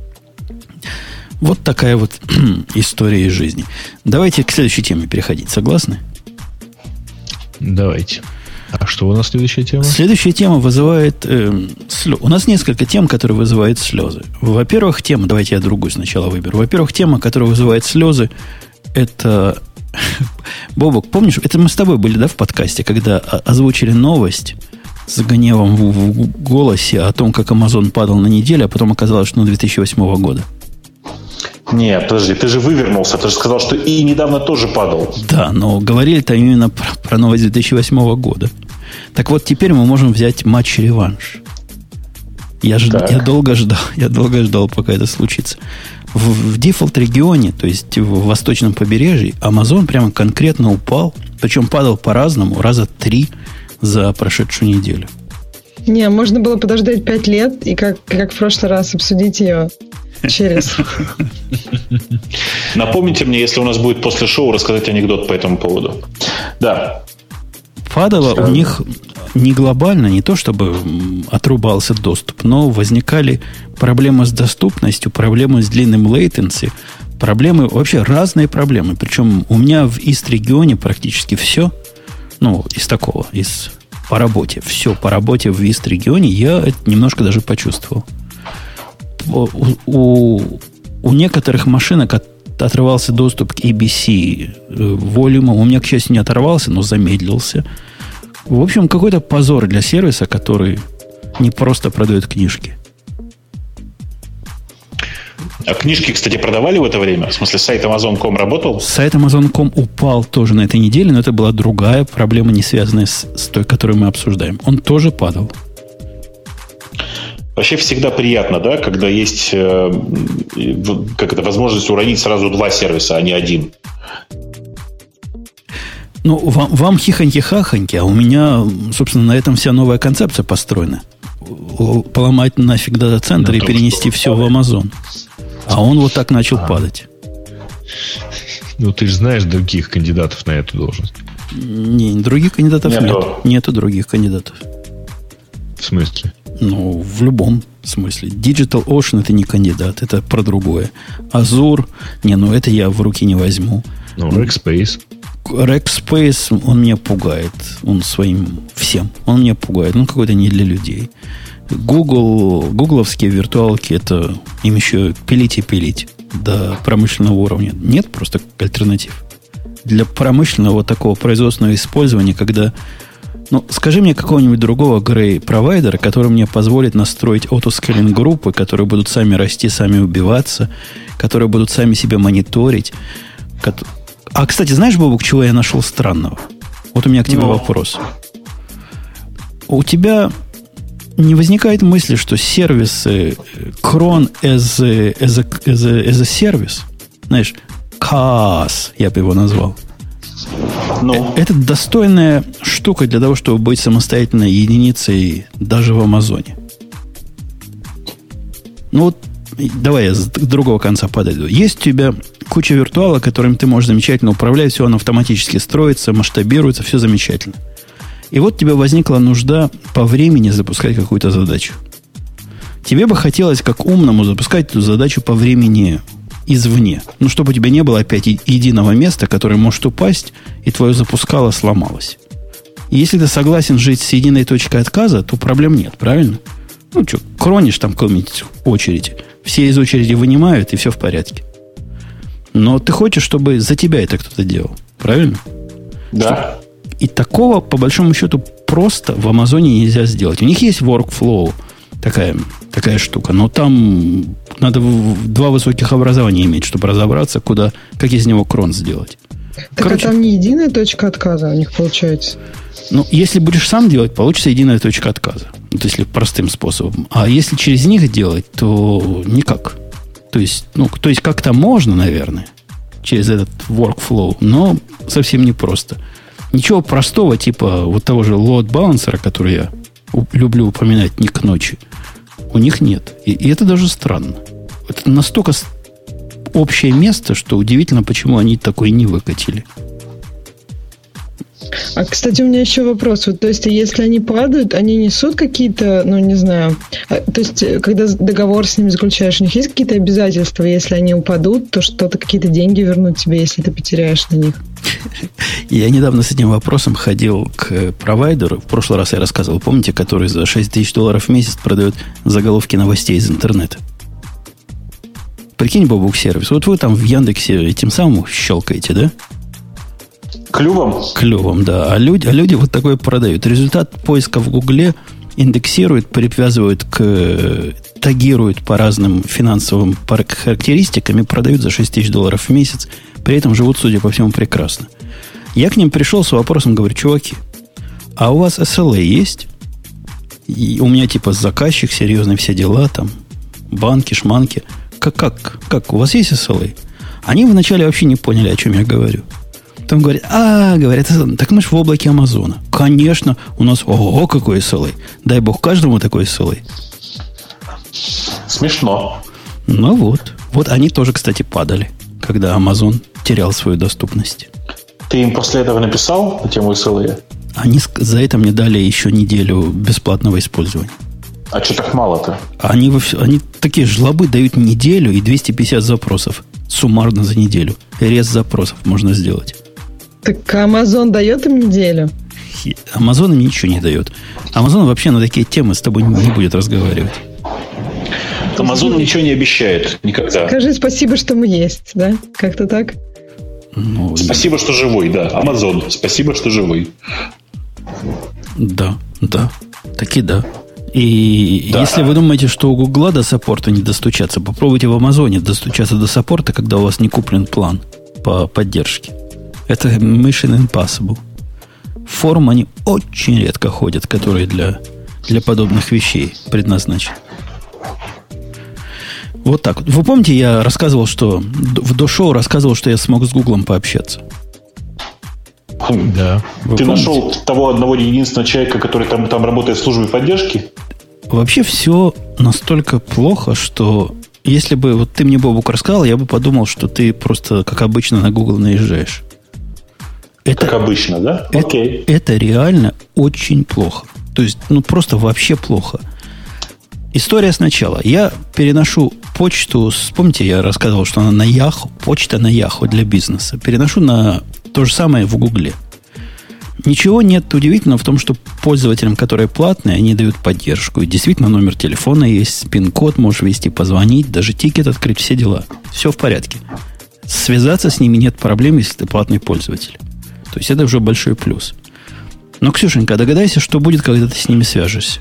Вот такая вот история из жизни. Давайте к следующей теме переходить. Согласны? Давайте. А что у нас следующая тема? Следующая тема вызывает слезы. У нас несколько тем, которые вызывают слезы. Во-первых, тема, давайте я другую сначала выберу. Во-первых, тема, которая вызывает слезы, это... Бобок, помнишь, это мы с тобой были, да, в подкасте, когда озвучили новость с гневом в голосе о том, как Amazon падал на неделю, а потом оказалось, что 2008 года. Нет, подожди, ты же вывернулся. Ты же сказал, что и недавно тоже падал. Да, но говорили-то именно про новость 2008 года. Так вот, теперь мы можем взять матч-реванш. Я долго ждал, пока это случится. В дефолт-регионе, то есть в восточном побережье, Amazon прямо конкретно упал. Причем падал по-разному, раза 3 за прошедшую неделю. Не, можно было подождать 5 лет и как в прошлый раз обсудить ее через. Напомните мне, если у нас будет после шоу, рассказать анекдот по этому поводу. Да. Падало у них не глобально, не то чтобы отрубался доступ, но возникали проблемы с доступностью, проблемы с длинным latency, проблемы, вообще разные проблемы. Причем у меня в East-регионе практически все, по работе, все по работе в East-регионе я это немножко даже почувствовал. У некоторых машинок отрывался доступ к ABC волюма. У меня, к счастью, не оторвался, но замедлился. В общем, какой-то позор для сервиса, который не просто продает книжки. А книжки, кстати, продавали в это время? В смысле, сайт Amazon.com работал? Сайт Amazon.com упал тоже на этой неделе, но это была другая проблема, не связанная с той, которую мы обсуждаем. Он тоже падал. Вообще всегда приятно, да, когда есть возможность уронить сразу 2 сервиса, а не один. Ну, вам хихоньки-хахоньки, а у меня, собственно, на этом вся новая концепция построена. Поломать нафиг дата-центр и перенести все в Amazon. А он вот так начал падать. Ну, ты же знаешь других кандидатов на эту должность. Не, других кандидатов нет. Нету других кандидатов. В смысле? Ну, в любом смысле. DigitalOcean это не кандидат, это про другое. Azure, это я в руки не возьму. Ну, Rackspace. Rackspace, он меня пугает. Он своим всем. Он меня пугает. Он какой-то не для людей. Гугловские виртуалки, это им еще пилить и пилить до промышленного уровня. Нет просто альтернатив. Для промышленного такого производственного использования, когда... Ну, скажи мне какого-нибудь другого Грей-провайдера, который мне позволит настроить autoscaling группы, которые будут сами расти, сами убиваться, которые будут сами себя мониторить. А, кстати, знаешь, Бобук, чего я нашел странного? Вот у меня к тебе вопрос. У тебя не возникает мысли, что сервисы cron as a service, знаешь, CAS, я бы его назвал, это достойная штука для того, чтобы быть самостоятельной единицей даже в Амазоне. Ну вот, давай я с другого конца подойду. Есть у тебя куча виртуала, которым ты можешь замечательно управлять, все оно автоматически строится, масштабируется, все замечательно. И вот у тебя возникла нужда по времени запускать какую-то задачу. Тебе бы хотелось, как умному, запускать эту задачу по времени извне. Ну, чтобы у тебя не было опять единого места, которое может упасть, и твое запускало сломалось. И если ты согласен жить с единой точкой отказа, то проблем нет, правильно? Ну, что, кронишь там какую-нибудь очередь, все из очереди вынимают, и все в порядке. Но ты хочешь, чтобы за тебя это кто-то делал, правильно? Да. И такого, по большому счету, просто в Амазоне нельзя сделать. У них есть workflow, такая штука, но там надо два высоких образования иметь, чтобы разобраться, как из него крон сделать. Так а там не единая точка отказа у них получается? Ну, если будешь сам делать, получится единая точка отказа. Вот если простым способом. А если через них делать, то никак. То есть как-то можно, наверное, через этот workflow, но совсем непросто. Ничего простого, типа вот того же load balancer, который я люблю упоминать не к ночи, у них нет. И это даже странно. Это настолько общее место, что удивительно, почему они такое не выкатили. А, кстати, у меня еще вопрос. Вот, то есть, если они падают, они несут какие-то, ну, не знаю, то есть, когда договор с ними заключаешь, у них есть какие-то обязательства? Если они упадут, то что-то, какие-то деньги вернут тебе, если ты потеряешь на них? Я недавно с этим вопросом ходил к провайдеру. В прошлый раз я рассказывал, помните, который за $6000 в месяц продает заголовки новостей из интернета. Прикинь, Бобук сервис. Вот вы там в Яндексе этим самым щелкаете, да? Клювом, да. А люди вот такое продают. Результат поиска в Гугле индексируют, привязывают тагируют по разным финансовым характеристикам и продают за $6000 в месяц. При этом живут, судя по всему, прекрасно. Я к ним пришел с вопросом, говорю, чуваки, а у вас SLA есть? И у меня типа заказчик, серьезные все дела, там, банки, шманки. Как? У вас есть SLA? Они вначале вообще не поняли, о чем я говорю. Потом говорят, так мы же в облаке Амазона. Конечно, у нас, какой SLA. Дай бог каждому такой SLA. Смешно. Ну вот. Вот они тоже, кстати, падали, когда Амазон терял свою доступность. Ты им после этого написал на тему SLA? Они за это мне дали еще неделю бесплатного использования. А что так мало-то? Они такие жлобы дают неделю и 250 запросов. Суммарно за неделю. Рез запросов можно сделать. Так Амазон дает им неделю? Амазон им ничего не дает. Амазон вообще на такие темы с тобой не будет разговаривать. Амазон ничего не обещает никогда. Скажи спасибо, что мы есть, да? Как-то так? Ну, спасибо, что живой, да. Амазон, спасибо, что живой. Да. Таки да. И да. Если вы думаете, что у Гугла до саппорта не достучаться, попробуйте в Амазоне достучаться до саппорта, когда у вас не куплен план по поддержке. Это mission impossible. В форум они очень редко ходят, которые для подобных вещей предназначены. Вот так. Вы помните, я рассказывал, что в до-шоу рассказывал, что я смог с Гуглом пообщаться? Да. Ты нашел того одного единственного человека, который там работает в службе поддержки? Вообще все настолько плохо, что если бы вот ты мне, Бобук, рассказал, я бы подумал, что ты просто, как обычно, на Google наезжаешь. Как обычно, да? Окей. Это реально очень плохо. То есть, просто вообще плохо. История сначала. Я переношу почту, помните, я рассказывал, что она на Yahoo, почта на Yahoo для бизнеса. Переношу на То же самое в Гугле. Ничего нет удивительного в том, что пользователям, которые платные, они дают поддержку. И действительно номер телефона есть, пин-код, можешь ввести, позвонить, даже тикет открыть, все дела. Все в порядке. Связаться с ними нет проблем, если ты платный пользователь. То есть это уже большой плюс. Но, Ксюшенька, догадайся, что будет, когда ты с ними свяжешься.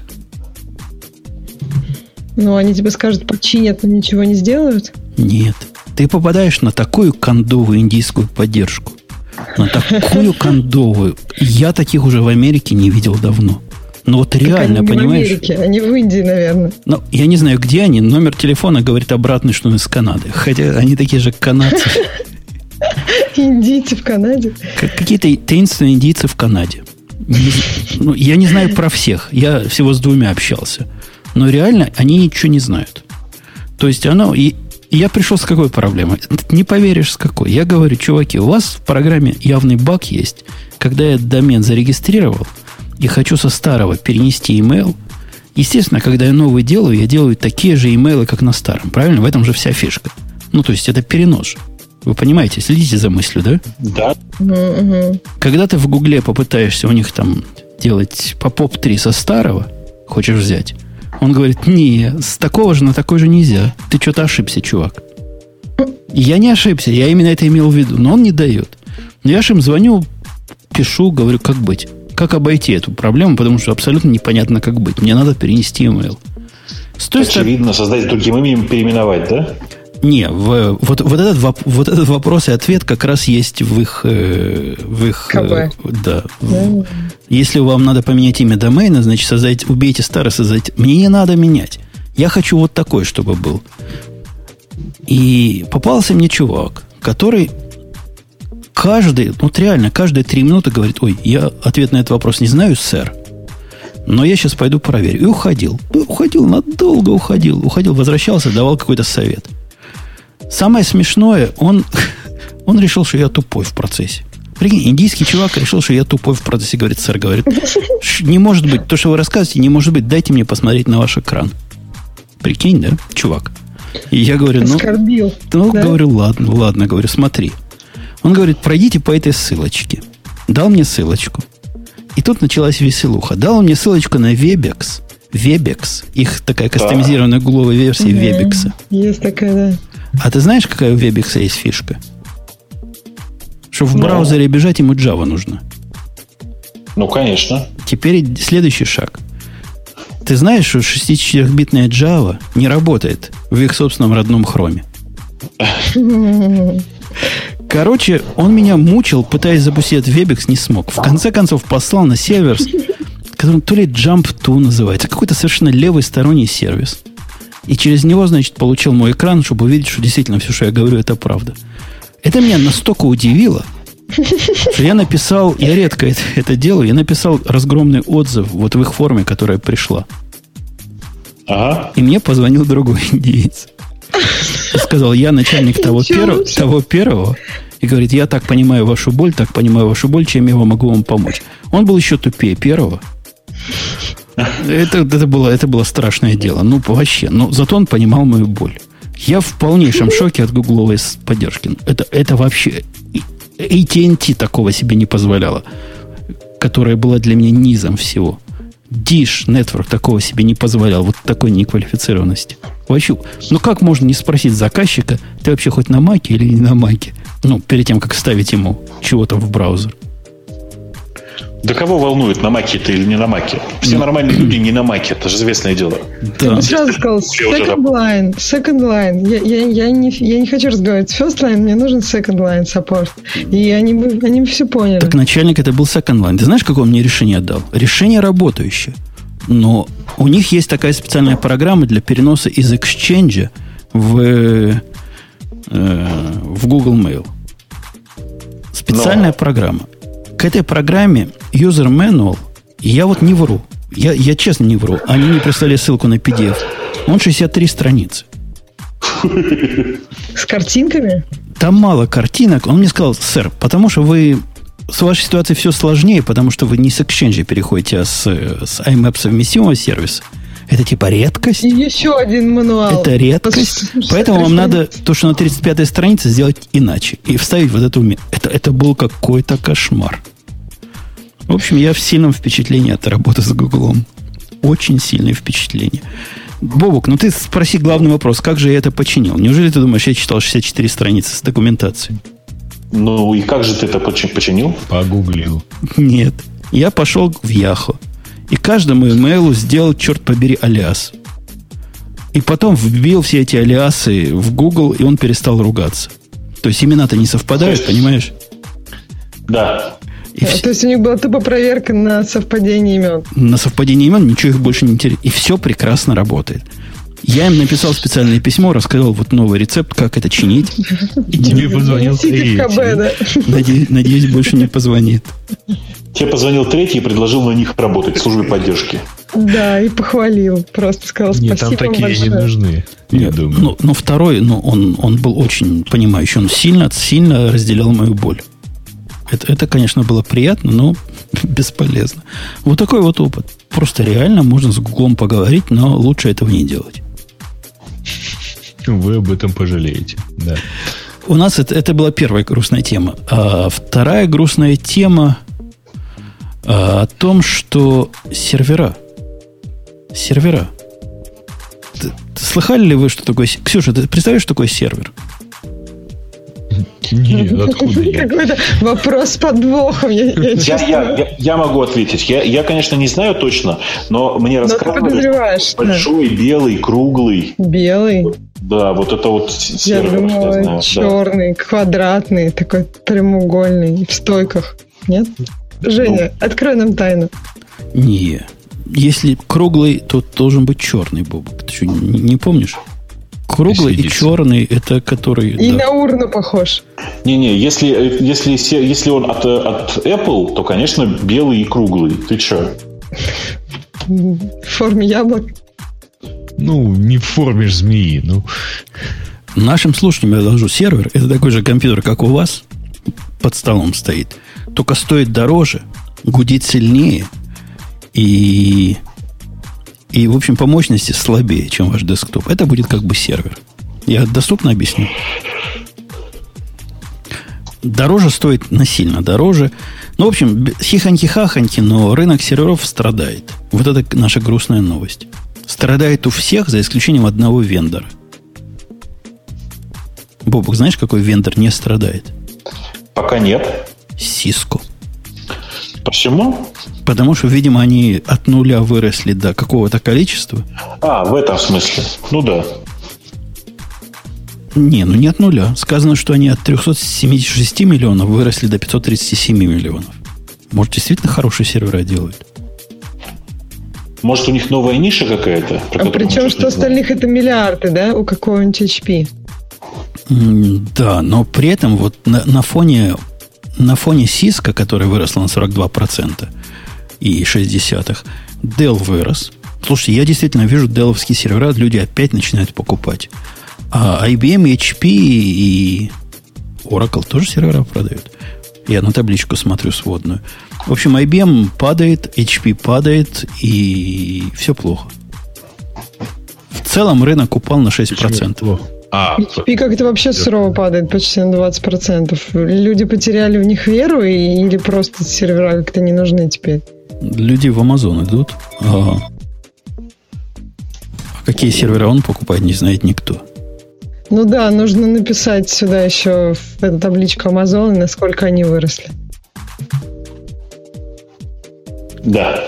Ну, они тебе скажут, починят, но ничего не сделают? Нет. Ты попадаешь на такую кондовую индийскую поддержку. На такую кондовую. Я таких уже в Америке не видел давно. Но вот реально, они понимаешь? В Америке, они в Индии, наверное. Ну, я не знаю, где они. Номер телефона говорит обратно, что он из Канады. Хотя они такие же канадцы. Индийцы в Канаде? Какие-то таинственные индийцы в Канаде. Ну, я не знаю про всех. Я всего с 2 общался. Но реально они ничего не знают. То есть оно... И я пришел с какой проблемой? Не поверишь, с какой. Я говорю, чуваки, у вас в программе явный баг есть. Когда я домен зарегистрировал и хочу со старого перенести email, естественно, когда я новый делаю, я делаю такие же имейлы, как на старом. Правильно? В этом же вся фишка. Ну, то есть это перенос. Вы понимаете, следите за мыслью, да? Да. Когда ты в Гугле попытаешься у них там делать по POP3 со старого, хочешь взять, он говорит, не, с такого же на такой же нельзя. Ты что-то ошибся, чувак. Я не ошибся, я именно это имел в виду, но он не дает. Я же им звоню, пишу, говорю, как быть. Как обойти эту проблему, потому что абсолютно непонятно, как быть. Мне надо перенести email. Очевидно, создать другим именем, переименовать, да? Не, вот этот вопрос и ответ как раз есть в их КБ. Да. Если вам надо поменять имя домена, значит, убейте старое, создайте. Мне не надо менять. Я хочу вот такой, чтобы был. И попался мне чувак, который каждые 3 минуты говорит, ой, я ответ на этот вопрос не знаю, сэр. Но я сейчас пойду проверю. И уходил. Надолго уходил. Возвращался, давал какой-то совет. Самое смешное, он решил, что я тупой в процессе. Прикинь, индийский чувак решил, что я тупой в процессе. Говорит, сэр, не может быть, то, что вы рассказываете, не может быть, дайте мне посмотреть на ваш экран. Прикинь, да, чувак? И я говорю, оскорбил, да? Говорю, ладно, говорю, смотри. Он говорит, пройдите по этой ссылочке. Дал мне ссылочку. И тут началась веселуха. Дал мне ссылочку на Webex. Их такая кастомизированная гугловая версия Webex. Есть такая, да. А ты знаешь, какая у Webex есть фишка? Что в браузере бежать ему Java нужно. Ну, конечно. Теперь следующий шаг. Ты знаешь, что 64-битная Java не работает в их собственном родном хроме? Короче, он меня мучил, пытаясь запустить этот Webex, не смог. В конце концов, послал на сервис, который то ли Jump2 называется, какой-то совершенно левый сторонний сервис. И через него, значит, получил мой экран, чтобы увидеть, что действительно все, что я говорю, это правда. Это меня настолько удивило, что я написал, я редко это делаю, я написал разгромный отзыв вот в их форме, которая пришла. Ага. И мне позвонил другой индиец. И сказал, я начальник того первого. И говорит, я так понимаю вашу боль, чем я могу вам помочь. Он был еще тупее первого. Это было страшное дело. Ну, вообще. Но зато он понимал мою боль. Я в полнейшем шоке от гугловой поддержки. Это вообще... AT&T такого себе не позволяла, которая была для меня низом всего. Dish Network такого себе не позволял. Вот такой неквалифицированности. Вообще, ну как можно не спросить заказчика, ты вообще хоть на Маке или не на Маке? Ну, перед тем, как ставить ему чего-то в браузер. Да кого волнует, на Маке ты или не на Маке? Все нормальные люди не на Маке, это же известное дело. Да. Ты сразу сказал, second line. Я не хочу разговаривать с first line, мне нужен second line support. И они все поняли. Так начальник это был second line. Ты знаешь, какое он мне решение отдал? Решение работающее. Но у них есть такая специальная программа для переноса из Exchange в Google Mail. Специальная программа. К этой программе user manual, я вот не вру. Я честно не вру. Они не прислали ссылку на PDF. Он 63 страницы. С картинками? Там мало картинок. Он мне сказал, сэр, потому что вы с вашей ситуацией все сложнее, потому что вы не с Exchange переходите, а с IMAP совместимого сервиса. Это типа редкость. И еще один мануал. Это редкость. Поэтому вам надо то, что на 35-й странице, сделать иначе. И вставить вот эту... Это был какой-то кошмар. В общем, я в сильном впечатлении от работы с Гуглом. Очень сильное впечатление. Бобук, ну ты спроси главный вопрос. Как же я это починил? Неужели ты думаешь, я читал 64 страницы с документацией? Ну и как же ты это починил? Погуглил. Нет. Я пошел в Yahoo. И каждому имейлу сделал, черт побери, алиас. И потом вбил все эти алиасы в Google, и он перестал ругаться. То есть имена-то не совпадают, понимаешь? Да. То есть у них была тупо проверка на совпадение имен. На совпадение имен ничего их больше не интересует. И все прекрасно работает. Я им написал специальное письмо, рассказал вот новый рецепт, как это чинить. И тебе позвонил третий. Надеюсь, больше не позвонит. Тебе позвонил третий и предложил на них работать в службе поддержки. Да, и похвалил. Просто сказал спасибо. Нет, там такие большое. Не нужны. Я думаю. Но второй, он был очень понимающий. Он сильно разделял мою боль. Это, конечно, было приятно, но бесполезно. Вот такой вот опыт. Просто реально можно с Гуглом поговорить, но лучше этого не делать. Вы об этом пожалеете. Да. У нас это была первая грустная тема. А вторая грустная тема о том, что сервера. Слыхали ли вы, что такое... Ксюша, ты представляешь, что такое сервер? Нет, откуда я? Какой-то вопрос с подвохом. Я могу ответить. Я, конечно, не знаю точно, но мне рассказывали, большой, белый, круглый. Белый? Да, вот это вот сервер. Я думала, черный, квадратный, такой прямоугольный, в стойках. Нет? Женя, открой нам тайну. Не. Если круглый, то должен быть черный, Бобок. Ты что, не помнишь? Круглый и черный, это который... И да. На урну похож. Не-не, если он от Apple, то, конечно, белый и круглый. Ты что? В форме яблок? Ну, не в форме змеи. Ну. Нашим слушателям я доложу, сервер, это такой же компьютер, как у вас, под столом стоит. Только стоит дороже, гудит сильнее и в общем, по мощности слабее, чем ваш десктоп. Это будет как бы сервер. Я доступно объясню. Дороже стоит, насильно дороже. Ну, в общем, хихоньки-хахоньки, но рынок серверов страдает. Вот это наша грустная новость. Страдает у всех, за исключением одного вендора. Бобок, знаешь, какой вендор не страдает? Пока нет. Cisco. Почему? Потому что, видимо, они от нуля выросли до какого-то количества. В этом смысле. Ну да. Не от нуля. Сказано, что они от 376 миллионов выросли до 537 миллионов. Может, действительно хорошие сервера делают? Может, у них новая ниша какая-то? Причем, что остальных это миллиарды, да? У какого-нибудь HP. Да, но при этом вот на фоне Cisco, которая выросла на 42%, и 0,6, Dell вырос. Слушайте, я действительно вижу деловские сервера, люди опять начинают покупать. А IBM, HP и Oracle тоже сервера продают. Я на табличку смотрю сводную. В общем, IBM падает, HP падает, и все плохо. В целом рынок упал на 6%. HP как-то вообще сурово падает почти на 20%. Люди потеряли в них веру или просто сервера как-то не нужны теперь? Люди в Amazon идут. А какие сервера он покупает, не знает никто. Ну да, нужно написать сюда еще в эту табличку Amazon, насколько они выросли. Да.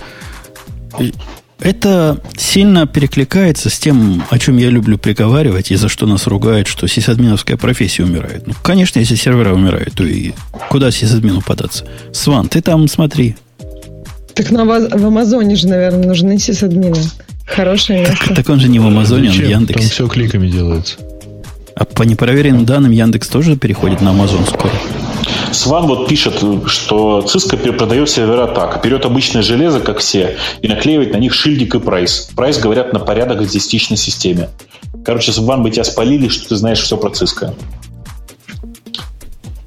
Это сильно перекликается с тем, о чем я люблю приговаривать, и за что нас ругают, что сисадминовская профессия умирает. Ну, конечно, если сервера умирают, то и куда сисадмину податься? Сван, ты там смотри. Так в Амазоне же, наверное, нужны сисадмины. Хорошее место. Так он же не в Амазоне, он в Яндексе. Там все кликами делается. А по непроверенным данным Яндекс тоже переходит на Амазон скоро. Сван вот пишет, что Cisco продает сервера так. Берет обычное железо, как все, и наклеивает на них шильдик и прайс. Прайс, говорят, на порядок в десятичной системе. Короче, Сван, бы тебя спалили, что ты знаешь все про Cisco.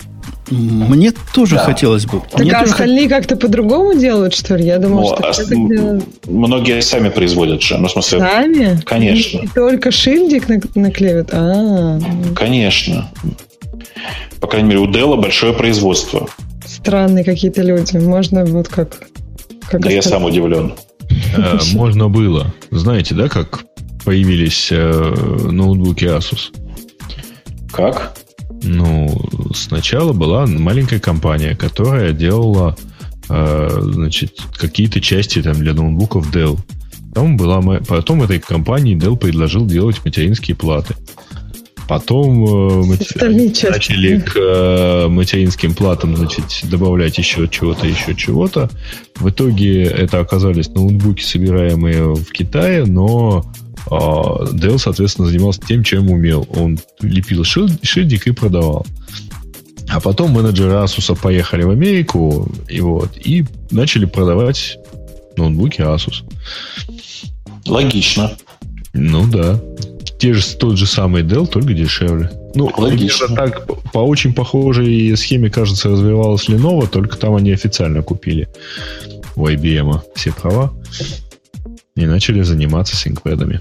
Мне тоже хотелось бы. Так а остальные как-то по-другому делают, что ли? Я думал, что все так делают. Многие сами производят же. Ну, в смысле, сами? Конечно. И только шильдик наклеивают? Конечно. По крайней мере, у Dell большое производство. Странные какие-то люди. Можно вот как да я сам удивлен. Можно было. Знаете, да, как появились ноутбуки Asus? Как? Ну, сначала была маленькая компания, которая делала, значит, какие-то части там для ноутбуков Dell. Потом этой компании Dell предложил делать материнские платы. Потом начали к материнским платам, значит, добавлять еще чего-то. В итоге это оказались ноутбуки, собираемые в Китае, но Dell, соответственно, занимался тем, чем умел. Он лепил шильдик и продавал. А потом менеджеры Asus поехали в Америку и начали продавать ноутбуки Asus. Логично. Ну да. Тот же самый Dell, только дешевле. Ну, логично. Так, по очень похожей схеме, кажется, развивалась Lenovo, только там они официально купили у IBM все права и начали заниматься ThinkPad'ами.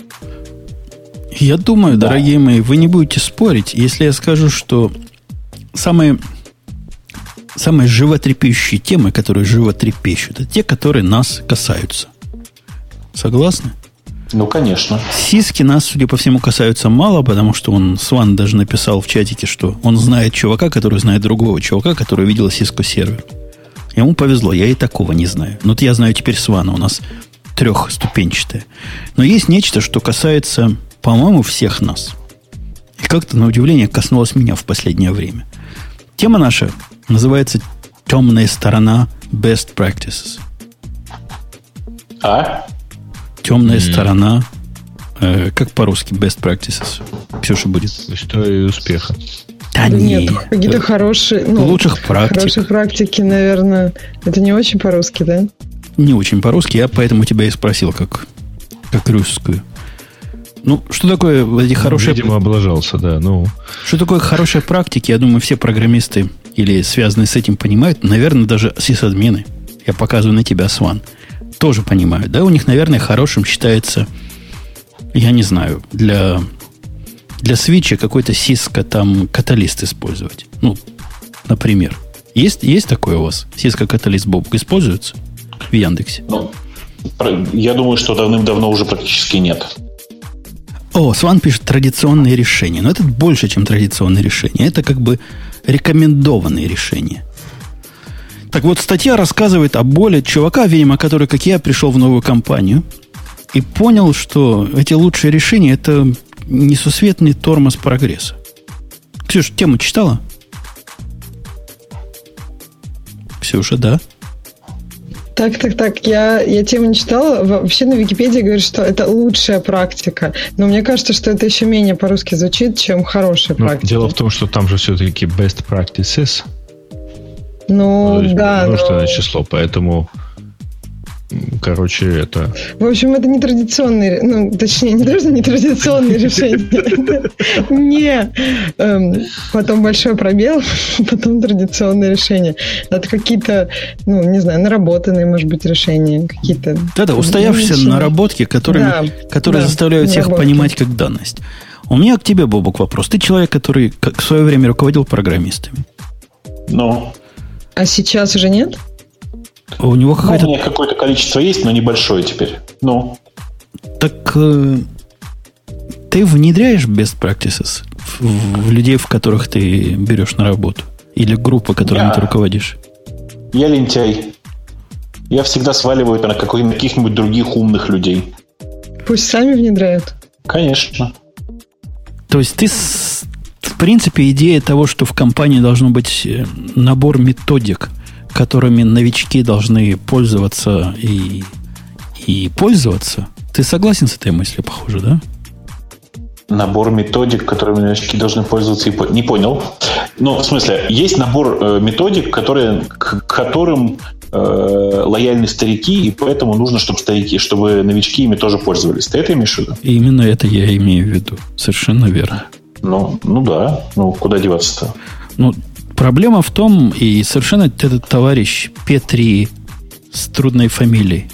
Я думаю, дорогие мои, вы не будете спорить, если я скажу, что самые животрепещущие темы, которые животрепещут, это те, которые нас касаются. Согласны? Ну, конечно. Сиски нас, судя по всему, касаются мало, потому что Сван даже написал в чатике, что он знает чувака, который знает другого чувака, который видел Cisco сервер. Ему повезло, я и такого не знаю. Но я знаю теперь Свана, у нас трехступенчатая. Но есть нечто, что касается, по-моему, всех нас. И как-то, на удивление, коснулось меня в последнее время. Тема наша называется «Темная сторона Best Practices». Темная сторона, как по-русски Best Practices? Ксюша будет. История успеха. Да нет, какие-то хорошие... лучших практик. Хорошие практики, наверное. Это не очень по-русски, да? Не очень по-русски, я поэтому тебя и спросил, как русскую. Ну, что такое эти хорошие... Видимо, облажался, да. Что такое хорошие практики, я думаю, все программисты или связанные с этим понимают. Наверное, даже сисадмины. Я показываю на тебя, Сван. Тоже понимают, да? У них, наверное, хорошим считается, я не знаю, для свитча какой-то Cisco там каталист использовать. Например. Есть такое у вас? Cisco каталист Бобук используется в Яндексе? Я думаю, что давным-давно уже практически нет. Сван пишет традиционные решения. Но это больше, чем традиционные решения. Это как бы рекомендованные решения. Так вот, статья рассказывает о боли чувака, видимо, который, как я, пришел в новую компанию и понял, что эти лучшие решения – это несусветный тормоз прогресса. Ксюша, тему читала? Ксюша, да? Так. Я тему не читала. Вообще на Википедии говорят, что это лучшая практика. Но мне кажется, что это еще менее по-русски звучит, чем хорошая практика. Дело в том, что там же все-таки best practices. Да. Множественное число, поэтому, это... В общем, это не традиционные, точнее, не даже не традиционные решения. Не. Потом большой пробел, потом традиционные решения. Это какие-то, не знаю, наработанные, может быть, решения. Какие-то... Да, устоявшиеся наработки, которые заставляют всех понимать как данность. У меня к тебе, Бобук, вопрос. Ты человек, который в свое время руководил программистами. А сейчас уже нет? У него какое-то количество есть, но небольшое теперь. Так ты внедряешь best practices в людей, в которых ты берешь на работу? Или группы, которыми ты руководишь? Я лентяй. Я всегда сваливаю это на каких-нибудь других умных людей. Пусть сами внедряют. Конечно. То есть ты... В принципе, идея того, что в компании должен быть набор методик, которыми новички должны пользоваться и пользоваться, ты согласен с этой мыслью, похоже, да? Набор методик, которыми новички должны пользоваться не понял. В смысле, есть набор методик, к которым лояльны старики, и поэтому нужно, чтобы новички ими тоже пользовались. Ты это имеешь в виду? Именно это я имею в виду. Совершенно верно. Да. Куда деваться-то? Проблема в том, и совершенно этот товарищ Петри с трудной фамилией,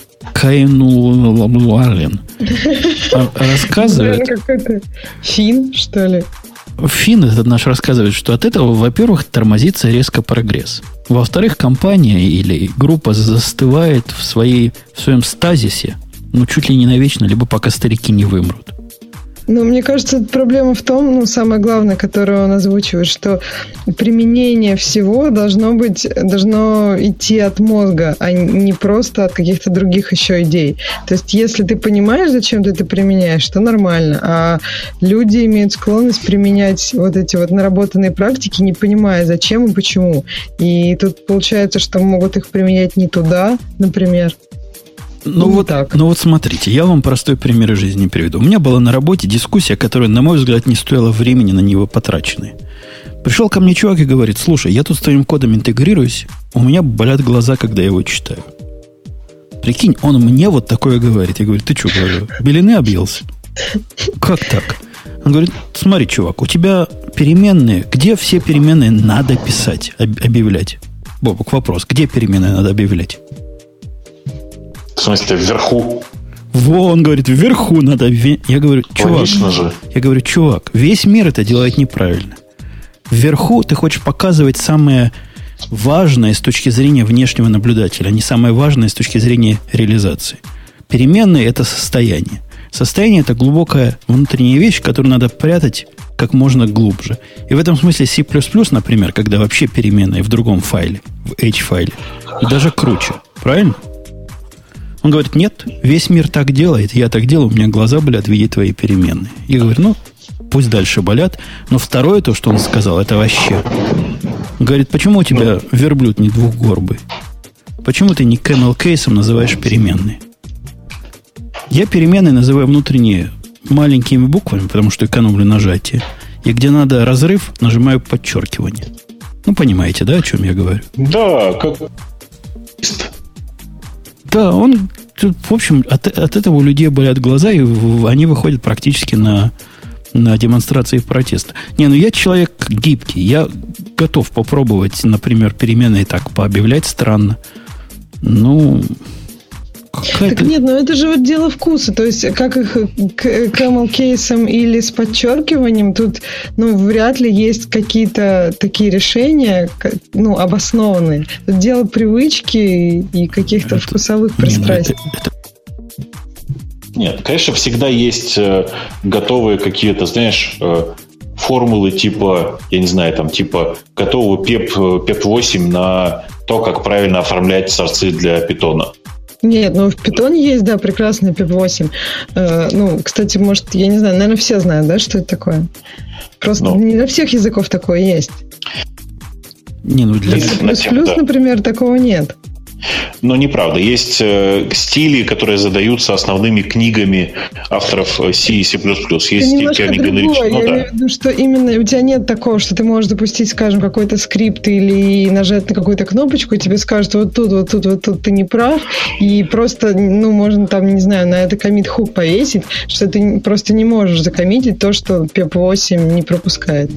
Кайнулуален, рассказывает... Какой-то фин, что ли? Фин этот наш рассказывает, что от этого, во-первых, тормозится резко прогресс. Во-вторых, компания или группа застывает в своем стазисе, чуть ли не навечно, либо пока старики не вымрут. Мне кажется, проблема в том, самое главное, которое он озвучивает, что применение всего должно идти от мозга, а не просто от каких-то других еще идей. То есть, если ты понимаешь, зачем ты это применяешь, то нормально. А люди имеют склонность применять вот эти вот наработанные практики, не понимая, зачем и почему. И тут получается, что могут их применять не туда, например. Вот смотрите, я вам простой пример из жизни приведу. У меня была на работе дискуссия, которая, на мой взгляд, не стоила времени на него потраченной. Пришел ко мне чувак и говорит: слушай, я тут с твоим кодом интегрируюсь, у меня болят глаза, когда я его читаю. Прикинь, он мне вот такое говорит. Я говорю: ты что, говорю, белины объелся? Как так? Он говорит: смотри, чувак, у тебя переменные, где все переменные надо писать, объявлять? Бобок, вопрос, где переменные надо объявлять? В смысле, вверху? Он говорит, вверху надо... Я говорю, чувак, весь мир это делает неправильно. Вверху ты хочешь показывать самое важное с точки зрения внешнего наблюдателя, а не самое важное с точки зрения реализации. Переменные – это состояние. Состояние – это глубокая внутренняя вещь, которую надо прятать как можно глубже. И в этом смысле C++, например, когда вообще переменные в другом файле, в H-файле, даже круче. Правильно? Он говорит: нет, весь мир так делает, я так делаю, у меня глаза болят видеть твои переменные. Я говорю: пусть дальше болят. Но второе, то, что он сказал, это вообще. Он говорит: почему у тебя верблюд не двухгорбый? Почему ты не camel case называешь переменные? Я переменные называю внутренние маленькими буквами, потому что экономлю нажатие. И где надо разрыв, нажимаю подчеркивание. Понимаете, да, о чем я говорю? Да, как... Да, в общем, от этого у людей болят глаза, и они выходят практически на демонстрации протеста. Я человек гибкий, я готов попробовать, например, переменные так пообъявлять странно. Так нет, это же вот дело вкуса. То есть, как их camel кейсом или с подчеркиванием, тут, вряд ли есть какие-то такие решения, обоснованные. Тут дело привычки и каких-то вкусовых пристрастий. Нет, конечно, всегда есть готовые какие-то, формулы типа, я не знаю, типа готовый PEP8 на то, как правильно оформлять сорцы для питона. Нет, в питоне есть, да, прекрасный PEP8. Кстати, может, я не знаю, наверное, все знают, да, что это такое? Просто не на всех языков такое есть. Для C++, например, такого нет. Неправда. Есть стили, которые задаются основными книгами авторов C и C++. Есть стиль, немножко другое. Я имею в виду, что именно у тебя нет такого, что ты можешь запустить, скажем, какой-то скрипт или нажать на какую-то кнопочку, и тебе скажут: вот тут ты не прав, и просто, можно не знаю, на это коммит-хук повесить, что ты просто не можешь закоммитить то, что PEP8 не пропускает.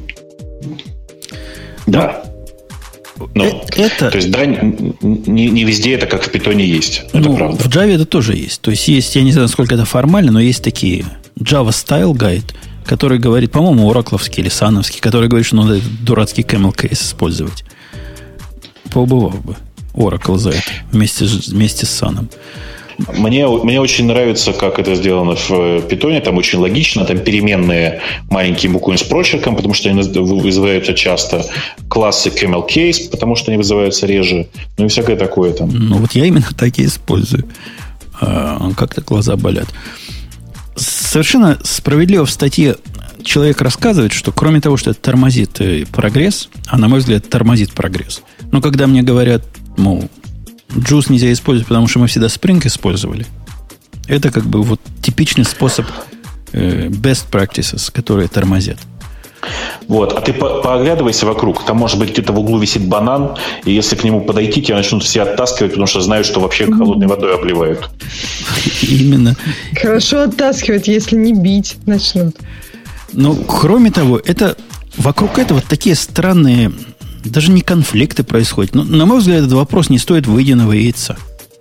Да. То есть, да, не везде это как в питоне есть. Это правда. В Java это тоже есть. То есть, я не знаю, насколько это формально, но есть такие Java Style Guide, который говорит, по-моему, оракловский или сановский, который говорит, что надо дурацкий camel case использовать. Поубывал бы Oracle за это вместе с Саном. Мне очень нравится, как это сделано в питоне. Там очень логично. Там переменные маленькие буквы с прочерком, потому что они вызываются часто. Классы camel case, потому что они вызываются реже. И всякое такое там. Я именно так и использую. Как-то глаза болят. Совершенно справедливо в статье человек рассказывает, что кроме того, что это тормозит прогресс, а на мой взгляд тормозит прогресс. Но когда мне говорят, Juice нельзя использовать, потому что мы всегда Spring использовали. Это типичный способ best practices, которые тормозят. А ты пооглядывайся вокруг. Там, может быть, где-то в углу висит банан, и если к нему подойти, тебя начнут все оттаскивать, потому что знают, что вообще холодной водой обливают. Именно. Хорошо оттаскивать, если не бить начнут. Кроме того, вокруг этого такие странные даже не конфликты происходят. Но, на мой взгляд, этот вопрос не стоит выеденного яйца.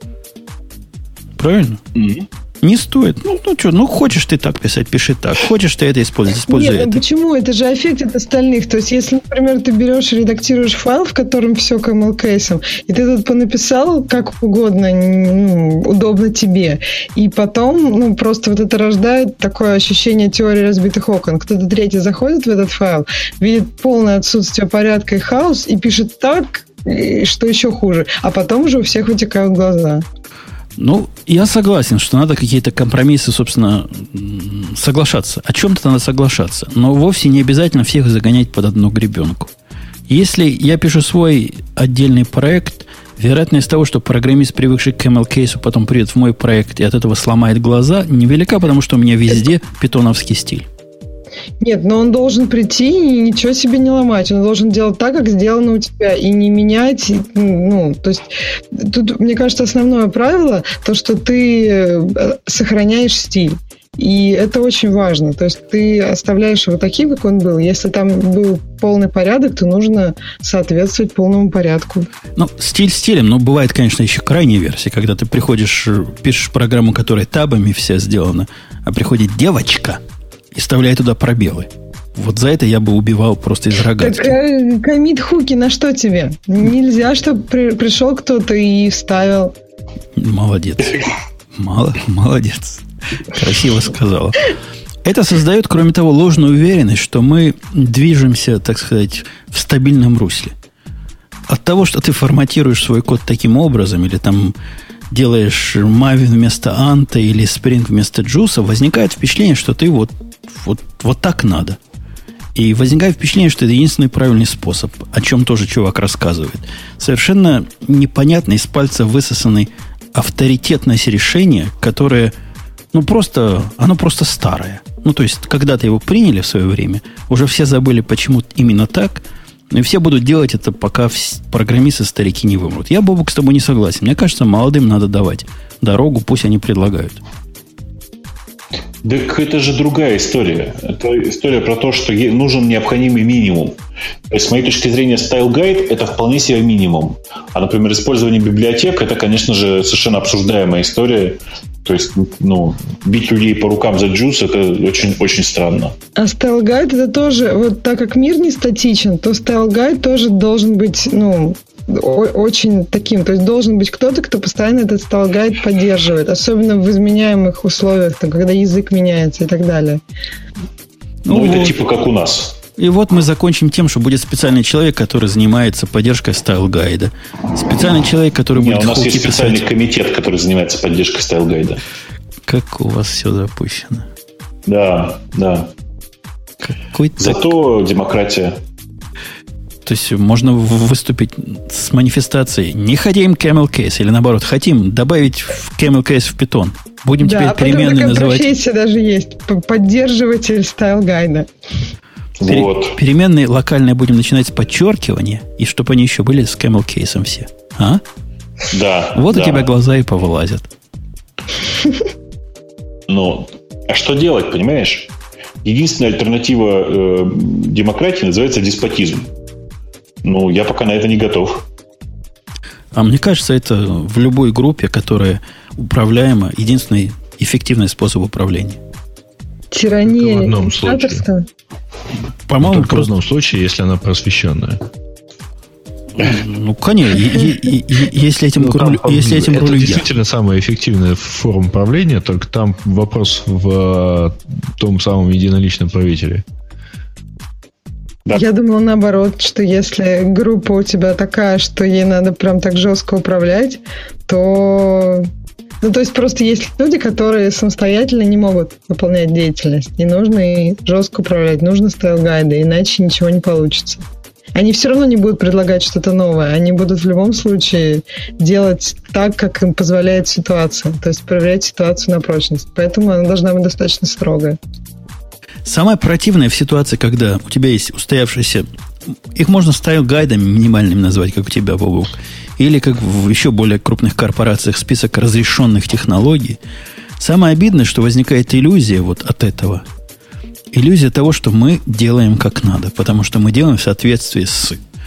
Правильно? Mm-hmm. Не стоит. Ну что, хочешь ты так писать, пиши так. Хочешь ты это использовать, используй это. Нет, почему? Это же аффектит остальных. То есть, если, например, ты берешь и редактируешь файл, в котором все camel-кейсом, и ты тут понаписал как угодно, удобно тебе, и потом, просто вот это рождает такое ощущение теории разбитых окон. Кто-то третий заходит в этот файл, видит полное отсутствие порядка и хаос, и пишет так, что еще хуже. А потом уже у всех вытекают глаза. Я согласен, что надо какие-то компромиссы, собственно, соглашаться. О чем-то надо соглашаться. Но вовсе не обязательно всех загонять под одну гребенку. Если я пишу свой отдельный проект, вероятность того, что программист, привыкший к camel-кейсу, потом придет в мой проект и от этого сломает глаза, невелика, потому что у меня везде питоновский стиль. Нет, но он должен прийти и ничего себе не ломать. Он должен делать так, как сделано у тебя, и не менять. То есть тут, мне кажется, основное правило то, что ты сохраняешь стиль. И это очень важно. То есть ты оставляешь его таким, как он был. Если там был полный порядок, то нужно соответствовать полному порядку. Стиль стилем, но бывает, конечно, еще крайняя версия, когда ты приходишь, пишешь программу, которая табами вся сделана, а приходит девочка и вставляет туда пробелы. Вот за это я бы убивал просто из рогатки. Так коммит-хуки на что тебе? Нельзя, чтобы пришел кто-то и вставил. Молодец. Молодец. Красиво сказала. Это создает, кроме того, ложную уверенность, что мы движемся, так сказать, в стабильном русле. От того, что ты форматируешь свой код таким образом, или там делаешь Maven вместо Anta или Spring вместо Juice, возникает впечатление, что ты вот так надо. И возникает впечатление, что это единственный правильный способ, о чем тоже чувак рассказывает. Совершенно непонятно, из пальца высосанное авторитетность решения, которое, оно просто старое. То есть, когда-то его приняли в свое время, уже все забыли, почему именно так, и все будут делать это, пока программисты-старики не вымрут. Я, Бобук, с тобой не согласен. Мне кажется, молодым надо давать дорогу, пусть они предлагают. Так это же другая история. Это история про то, что нужен необходимый минимум. То есть, с моей точки зрения, Style Guide – это вполне себе минимум. А, например, использование библиотек – это, конечно же, совершенно обсуждаемая история. То есть, бить людей по рукам за Juice – это очень-очень странно. А Style Guide – это тоже, вот так как мир не статичен, то Style Guide тоже должен быть, очень таким. То есть, должен быть кто-то, кто постоянно этот Style Guide поддерживает. Особенно в изменяемых условиях, когда язык меняется и так далее. Это типа как у нас. И вот мы закончим тем, что будет специальный человек, который занимается поддержкой стайл-гайда. Специальный человек, который будет... У нас есть специальный комитет, который занимается поддержкой стайл-гайда. Как у вас все запущено. Да. Зато демократия. То есть можно выступить с манифестацией «Не хотим camel case», или наоборот, хотим добавить camel case в Python. Будем теперь переменные называть... Да, профессия даже есть. Поддерживатель стайл-гайда. Переменные локальные будем начинать с подчеркивания, и чтобы они еще были с camel case все. А? Да. Вот у тебя глаза и повылазят. А что делать, понимаешь? Единственная альтернатива демократии называется деспотизм. Я пока на это не готов. А мне кажется, это в любой группе, которая управляема, единственный эффективный способ управления. Тирания. В одном случае. По-моему, только в одном случае, если она просвещенная. Конечно. Если этим рулю это действительно самая эффективная форма управления, только там вопрос в том самом единоличном правителе. Да. Я думала наоборот, что если группа у тебя такая, что ей надо прям так жестко управлять, то... то есть просто есть люди, которые самостоятельно не могут выполнять деятельность. Не нужно и жестко управлять, нужно стайл-гайды, иначе ничего не получится. Они все равно не будут предлагать что-то новое. Они будут в любом случае делать так, как им позволяет ситуация. То есть проверять ситуацию на прочность. Поэтому она должна быть достаточно строгая. Самое противное в ситуации, когда у тебя есть устоявшиеся... Их можно стайл-гайдами минимальными назвать, как у тебя, Бобок. Или как в еще более крупных корпорациях список разрешенных технологий. Самое обидное, что возникает иллюзия вот от этого. Иллюзия того, что мы делаем как надо. Потому что мы делаем в соответствии с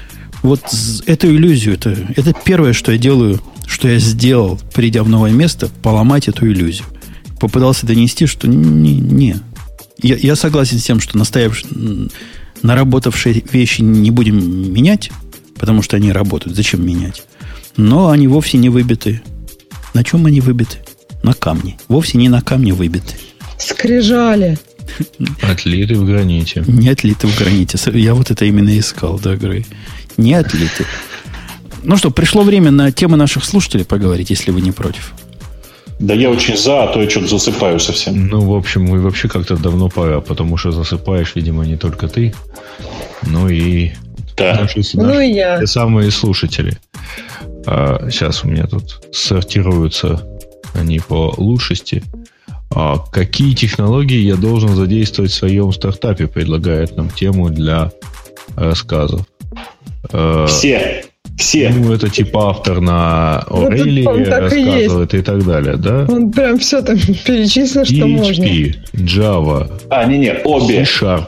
вот эту иллюзию, это первое, что я делаю, что я сделал, придя в новое место, поломать эту иллюзию. Попытался донести, что не. Я согласен с тем, что наработавшие вещи не будем менять, потому что они работают. Зачем менять? Но они вовсе не выбиты. На чем они выбиты? На камне. Вовсе не на камне выбиты. Скрижали. Отлиты в граните. Не отлиты в граните. Я вот это именно искал, да, Грей. Не отлиты. Ну что, пришло время на темы наших слушателей поговорить, если вы не против. Да я очень за, а то я что-то засыпаю совсем. Ну, в общем, и вообще как-то давно пора, потому что засыпаешь, видимо, не только ты, но и наши и я. Те самые слушатели. Сейчас у меня тут сортируются они по лучшести. Какие технологии я должен задействовать в своем стартапе, предлагает нам тему для рассказов. Все. Ну, это типа автор на Орели рассказывает и так далее, да? Он прям все там перечислил, что можно. PHP, Java, обе. C#,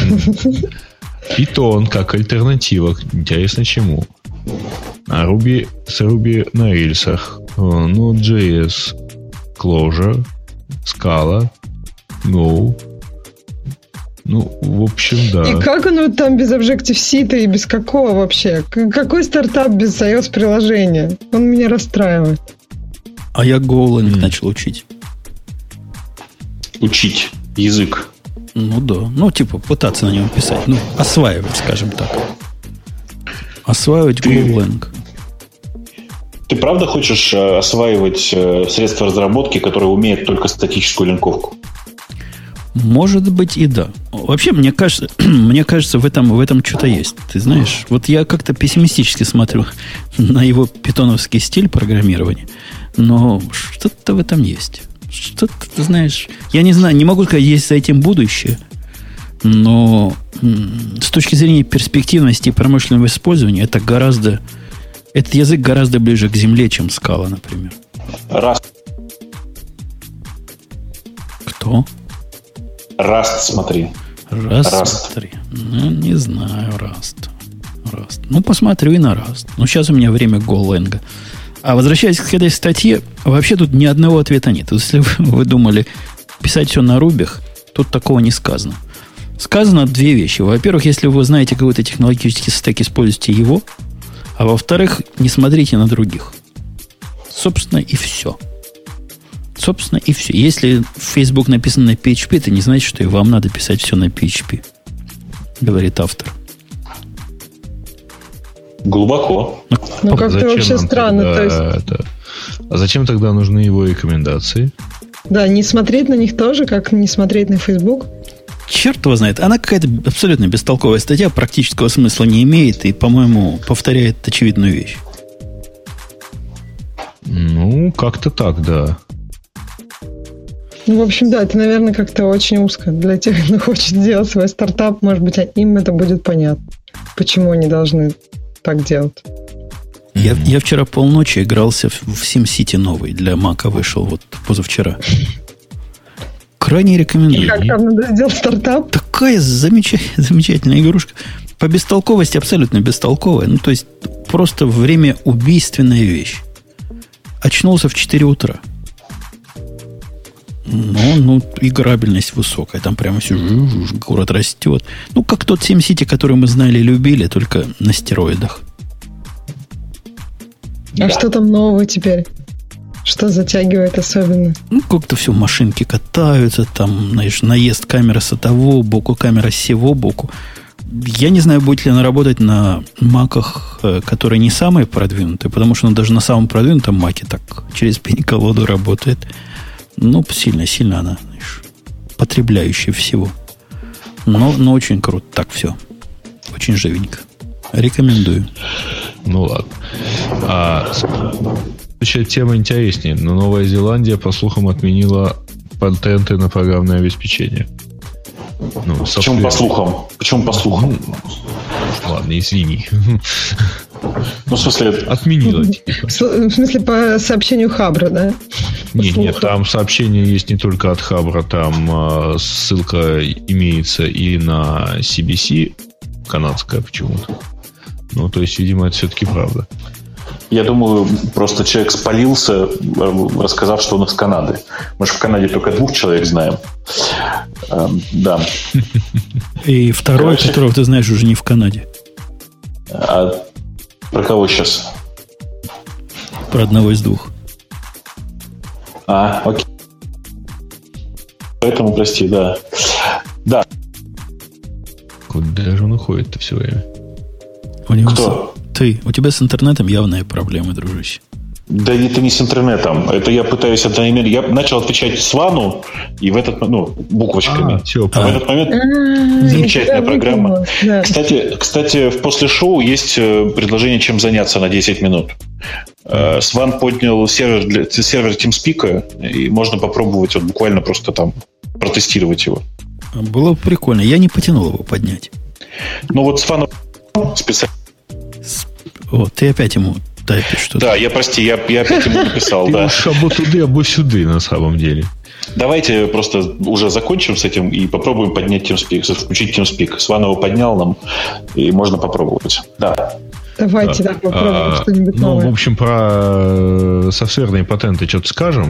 Python как альтернатива. Интересно, чему? Ruby с Ruby на рельсах, Node.js, Clojure, Scala, Go. Ну, в общем, да. И как оно там без Objective-C-то и без какого вообще? Какой стартап без iOS-приложения? Он меня расстраивает. А я Golang начал учить. Учить язык? Ну да. Ну, типа, пытаться на нем писать. Ну, осваивать, скажем так. Осваивать Golang. Ты правда хочешь осваивать средства разработки, которые умеют только статическую линковку? Может быть и да. Вообще, мне кажется, в этом что-то есть. Ты знаешь, вот я как-то пессимистически смотрю на его питоновский стиль программирования, но что-то в этом есть. Что-то, ты знаешь, я не знаю, не могу сказать, есть за этим будущее, но с точки зрения перспективности и промышленного использования этот язык гораздо ближе к земле, чем Scala, например. Кто? Rust, смотри. Rust. Смотри. Ну, не знаю, Rust. Ну, посмотрю и на Rust. Ну, сейчас у меня время Golang. А возвращаясь к этой статье, вообще тут ни одного ответа нет. Если вы думали писать все на рубях, тут такого не сказано. Сказано две вещи. Во-первых, если вы знаете какой-то технологический стек, используйте его. А во-вторых, не смотрите на других. Собственно, и все. Если в Facebook написано на PHP, это не значит, что и вам надо писать все на PHP, говорит автор. Глубоко. Ну, как-то вообще странно. А зачем тогда нужны его рекомендации? Да, не смотреть на них тоже, как не смотреть на Facebook. Черт его знает. Она какая-то абсолютно бестолковая статья, практического смысла не имеет и, по-моему, повторяет очевидную вещь. Ну, как-то так, да. Ну, в общем, да, это, наверное, как-то очень узко. Для тех, кто хочет сделать свой стартап, может быть, им это будет понятно. Почему они должны так делать. Я вчера полночи игрался в SimCity новый. Для Мака вышел вот позавчера. Крайне рекомендую. Как там надо сделать стартап? Такая замечательная игрушка. По бестолковости абсолютно бестолковая. Ну, то есть, просто время убийственная вещь. Очнулся в 4 утра. Ну, играбельность высокая. Там прямо все город растет. Ну, как тот SimCity, который мы знали и любили, только на стероидах. А что там нового теперь? Что затягивает особенно? Ну, как-то все, машинки катаются, там, знаешь, наезд камеры с того боку, камера с сего боку. Я не знаю, будет ли она работать на маках, которые не самые продвинутые, потому что она даже на самом продвинутом маке так через пень-колоду работает. Ну, сильно она, знаешь, потребляющая всего. Но очень круто. Так, все. Очень живенько. Рекомендую. Ну, ладно. Тема интереснее. Но Новая Зеландия, по слухам, отменила патенты на программное обеспечение. Ну, Почему по слухам? Ладно, извини. Ну, в смысле... Отменила. В смысле, по сообщению Хабра, да? Нет, там сообщение есть не только от Хабра, там ссылка имеется и на CBC, канадская почему-то. Ну, то есть, видимо, это все-таки правда. Я думаю, просто человек спалился, рассказав, что он из Канады. Мы же в Канаде только 2 человек знаем. Да. И второй, которого ты знаешь, уже не в Канаде. А про кого сейчас? Про одного из 2. Окей. Поэтому, прости, да. Да. Куда же он уходит-то все время? Кто? Ты. У тебя с интернетом явные проблемы, дружище. Да это не с интернетом. Это я пытаюсь одновременно... Я начал отвечать Свану, и в этот... буквочками. Все, в этот момент замечательная программа. Да. Кстати, после шоу есть предложение, чем заняться на 10 минут. Сван поднял сервер TeamSpeak, и можно попробовать буквально просто там протестировать его. Было бы прикольно. Я не потянул его поднять. Сван специально... О, ты опять ему тайпишь что-то. Да, я опять ему написал. Ты уж або туды, або сюды на самом деле. Давайте просто уже закончим с этим и попробуем поднять TeamSpeak, включить TeamSpeak. Сван его поднял нам, и можно попробовать. Да. Давайте, попробуем что-нибудь новое. В общем, про софтверные патенты что-то скажем?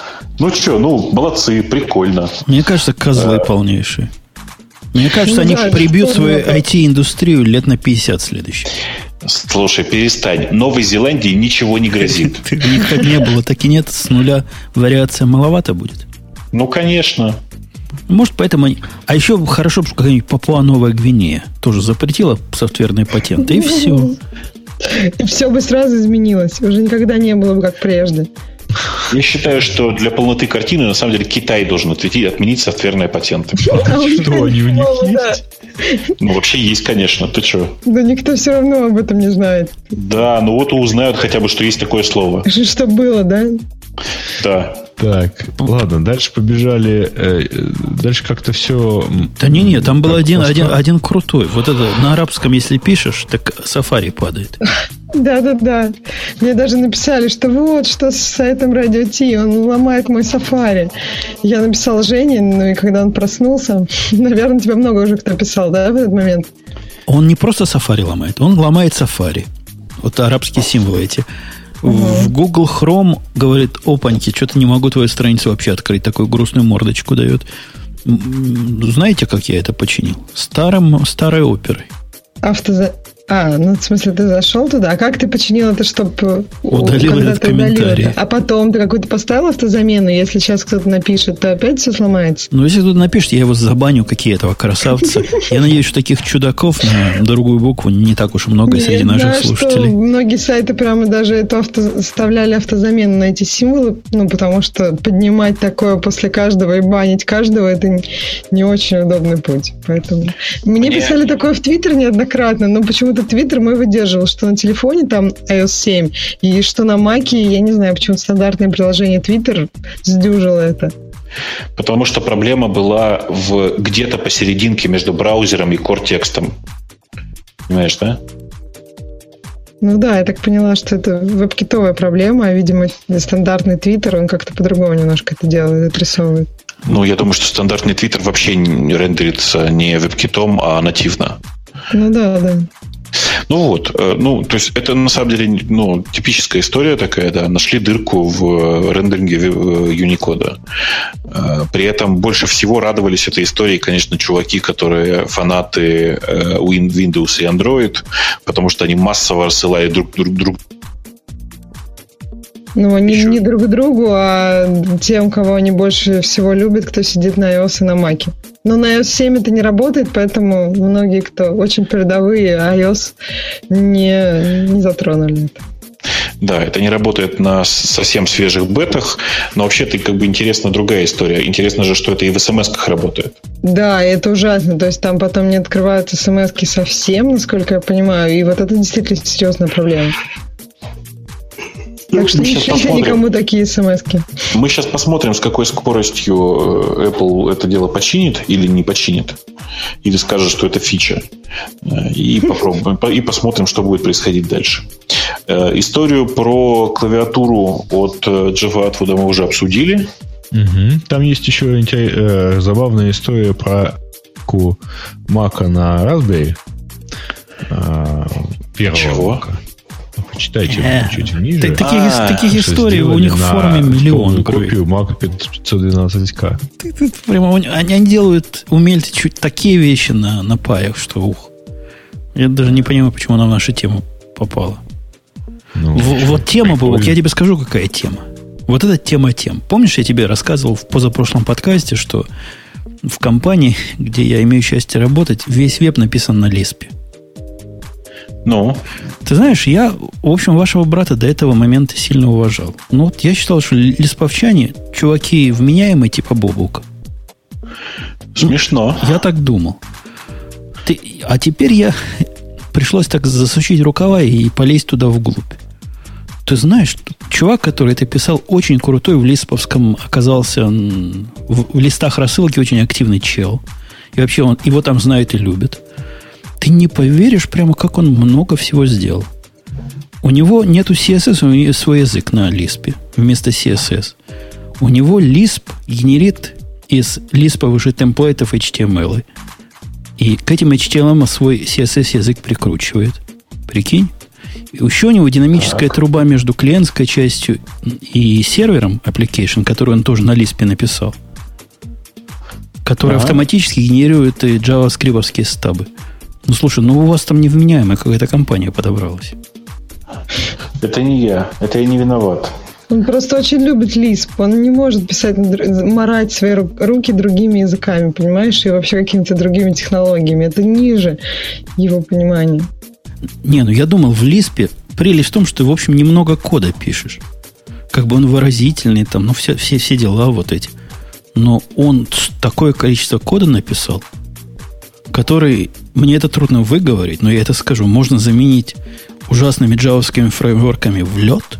Молодцы, прикольно. Мне кажется, козлы полнейшие. Мне кажется, они прибьют свою IT-индустрию лет на 50 следующих. Слушай, перестань. Новой Зеландии ничего не грозит. У них как не было, так и нет. С нуля вариация маловато будет. Конечно. Может, поэтому они... А еще хорошо, что какая-нибудь Папуа-Новая Гвинея тоже запретила софтверные патенты, и все. И все бы сразу изменилось. Уже никогда не было бы как прежде. Я считаю, что для полноты картины, на самом деле, Китай должен отменить софтверные патенты. Что они у них есть? Вообще есть, конечно. Ты что? Да никто все равно об этом не знает. Да, узнают хотя бы, что есть такое слово. Что было, да? Да. Так, ладно, дальше побежали. Дальше как-то все... Да не, там был один крутой. Вот это на арабском, если пишешь, так Safari падает. Да. Мне даже написали, что вот, что с сайтом Radio T, он ломает мой Safari. Я написала Жене, и когда он проснулся, наверное, тебе много уже кто писал, да, в этот момент? Он не просто Safari ломает, он ломает Safari. Вот арабские символы эти. В Google Chrome говорит: опаньки, что-то не могу твою страницу вообще открыть. Такую грустную мордочку дает. Знаете, как я это починил? Старой оперой. В смысле, ты зашел туда? А как ты починил это, чтобы... Удалил этот комментарий. А потом ты какую-то поставил автозамену? Если сейчас кто-то напишет, то опять все сломается? Если кто-то напишет, я его забаню, какие этого красавца. Я надеюсь, что таких чудаков на другую букву не так уж много среди наших слушателей. Многие сайты прямо даже вставляли автозамену на эти символы, потому что поднимать такое после каждого и банить каждого, это не очень удобный путь. Поэтому мне писали такое в Твиттер неоднократно, но почему-то Твиттер мой выдерживал, что на телефоне там iOS 7, и что на Маке, я не знаю, почему стандартное приложение Твиттер сдюжило это. Потому что проблема была где-то посерединке между браузером и core-текстом. Понимаешь, да? Я так поняла, что это веб-китовая проблема, а, видимо, стандартный Твиттер, он как-то по-другому немножко это делает, отрисовывает. Я думаю, что стандартный Твиттер вообще рендерится не веб-китом, а нативно. Да. То есть это на самом деле типическая история такая, да, нашли дырку в рендеринге Unicode. При этом больше всего радовались этой истории, конечно, чуваки, которые фанаты Windows и Android, потому что они массово рассылают друг не друг другу, а тем, кого они больше всего любят, кто сидит на iOS и на Mac. Но на iOS 7 это не работает, поэтому многие, кто очень передовые, iOS не затронули это. Да, это не работает на совсем свежих бетах, но вообще-то интересна другая история. Интересно же, что это и в смс-ках работает. Да, и это ужасно. То есть там потом не открываются смс-ки совсем, насколько я понимаю, и вот это действительно серьезная проблема. Так что не шлите никому такие смс-ки. Мы сейчас посмотрим, с какой скоростью Apple это дело починит или не починит. Или скажет, что это фича. И попробуем. И посмотрим, что будет происходить дальше. Историю про клавиатуру от Джеффа Атвуда мы уже обсудили. Там есть еще забавная история про Mac на Raspberry. Первого августа. Почитайте чуть ниже. Таких историй у них в форуме миллион. Копию Mac 512K. Они делают, умельцы, чуть такие вещи на паях, что ух. Я даже не понимаю, почему она в нашу тему попала. Вот тема, Бобок, я тебе скажу, какая тема. Вот эта тема тем. Помнишь, я тебе рассказывал в позапрошлом подкасте, что в компании, где я имею счастье работать, весь веб написан на Lisp. Ну? Ты знаешь, я, в общем, вашего брата до этого момента сильно уважал. Но вот я считал, что лисповчане, чуваки вменяемые типа Бобука. Смешно. Я так думал. А теперь пришлось так засучить рукава и полезть туда вглубь. Ты знаешь, чувак, который это писал, очень крутой в лисповском оказался, в листах рассылки очень активный чел. И вообще его там знают и любят. Ты не поверишь прямо, как он много всего сделал. У него нету CSS, у него свой язык на Lisp вместо CSS. У него Lisp генерит из лисповых же темплейтов HTML. И к этим HTML свой CSS язык прикручивает. Прикинь? И еще у него динамическая труба между клиентской частью и сервером application, которую он тоже на Lisp написал, который автоматически генерирует и JavaScript-овские стабы. Ну, слушай, у вас там невменяемая какая-то компания подобралась. Это не я. Это я не виноват. Он просто очень любит Lisp. Он не может писать, марать свои руки другими языками, понимаешь? И вообще какими-то другими технологиями. Это ниже его понимания. Не, я думал, в Lisp прелесть в том, что ты, в общем, немного кода пишешь. Как бы он выразительный, там, все дела вот эти. Но он такое количество кода написал, который, мне это трудно выговорить, но я это скажу, можно заменить ужасными джавовскими фреймворками в лед.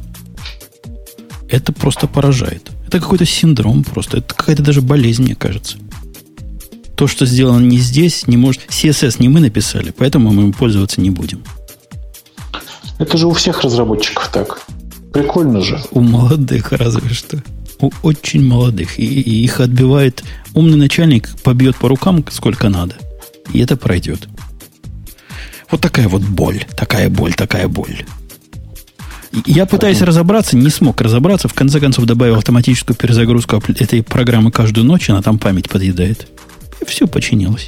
Это просто поражает. Это какой-то синдром просто. Это какая-то даже болезнь, мне кажется. То, что сделано не здесь, не может... CSS не мы написали, поэтому мы им пользоваться не будем. Это же у всех разработчиков так. Прикольно же. У молодых разве что. У очень молодых. И их отбивает... Умный начальник побьет по рукам сколько надо. И это пройдет. Вот такая вот боль. Такая боль. Я пытаюсь разобраться, не смог разобраться. В конце концов добавил автоматическую перезагрузку этой программы каждую ночь. Она там память подъедает. И все починилось.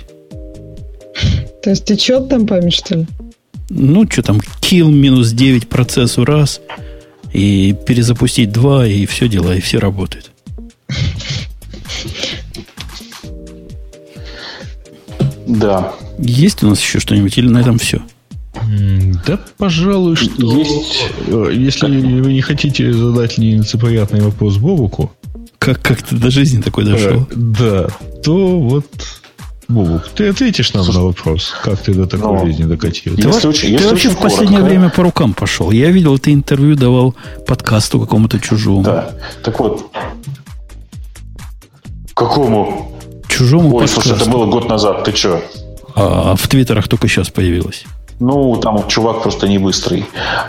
То есть течет там память, что ли? Что там, kill -9 процессу раз, и перезапустить 2, и все дела, и все работает. Да. Есть у нас еще что-нибудь, или на этом все? Да, пожалуй, что есть. Если вы не хотите задать нелицеприятный вопрос Бобуку, как ты до жизни такой дошел? Да, то вот, Бобук, ты ответишь нам на вопрос, как ты до такой жизни докатился. Ты вообще в последнее время по рукам пошел. Я видел, ты интервью давал подкасту какому-то чужому. Да, так вот. Какому? Чужому подкасту. Слушай, это было год назад, ты что? А в твиттерах только сейчас появилось. Там чувак просто не быстрый.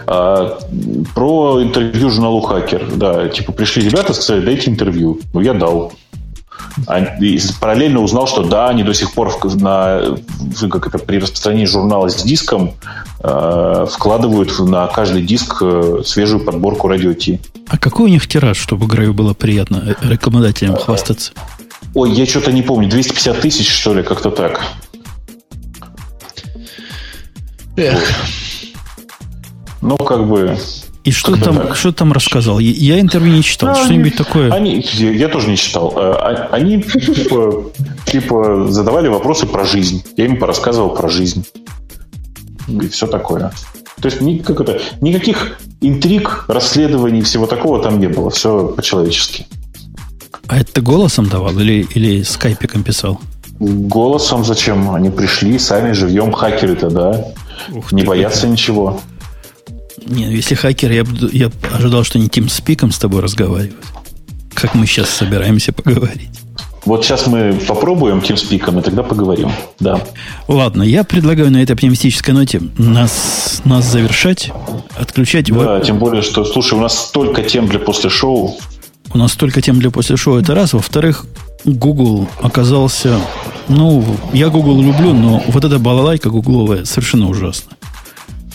Про интервью журналу «Хакер». Да, пришли ребята, сказали, дайте интервью. Я дал. И параллельно узнал, что да, они до сих пор при распространении журнала с диском вкладывают на каждый диск свежую подборку Радио Ти. А какой у них тираж, чтобы Граю было приятно рекламодателям хвастаться? Ой, я что-то не помню. 250 тысяч, что ли, как-то так. Эх. И что там рассказал? Я интервью не читал. Что-нибудь такое? Я тоже не читал. Они задавали вопросы про жизнь. Я им порассказывал про жизнь. И все такое. То есть никаких интриг, расследований, всего такого там не было. Все по-человечески. А это ты голосом давал или скайпиком писал? Голосом зачем? Они пришли, сами живьем хакеры-то, да? Не боятся ничего. Не, если хакер, я ожидал, что они TeamSpeak'ом с тобой разговаривают. Как мы сейчас собираемся поговорить. Вот сейчас мы попробуем TeamSpeak'ом, и тогда поговорим. Да. Ладно, я предлагаю на этой оптимистической ноте нас завершать, отключать. Да, тем более, что, слушай, у нас столько тем для после шоу. У нас столько тем для после шоу, это раз. Во-вторых, Google оказался... я Google люблю, но вот эта балалайка гугловая совершенно ужасна.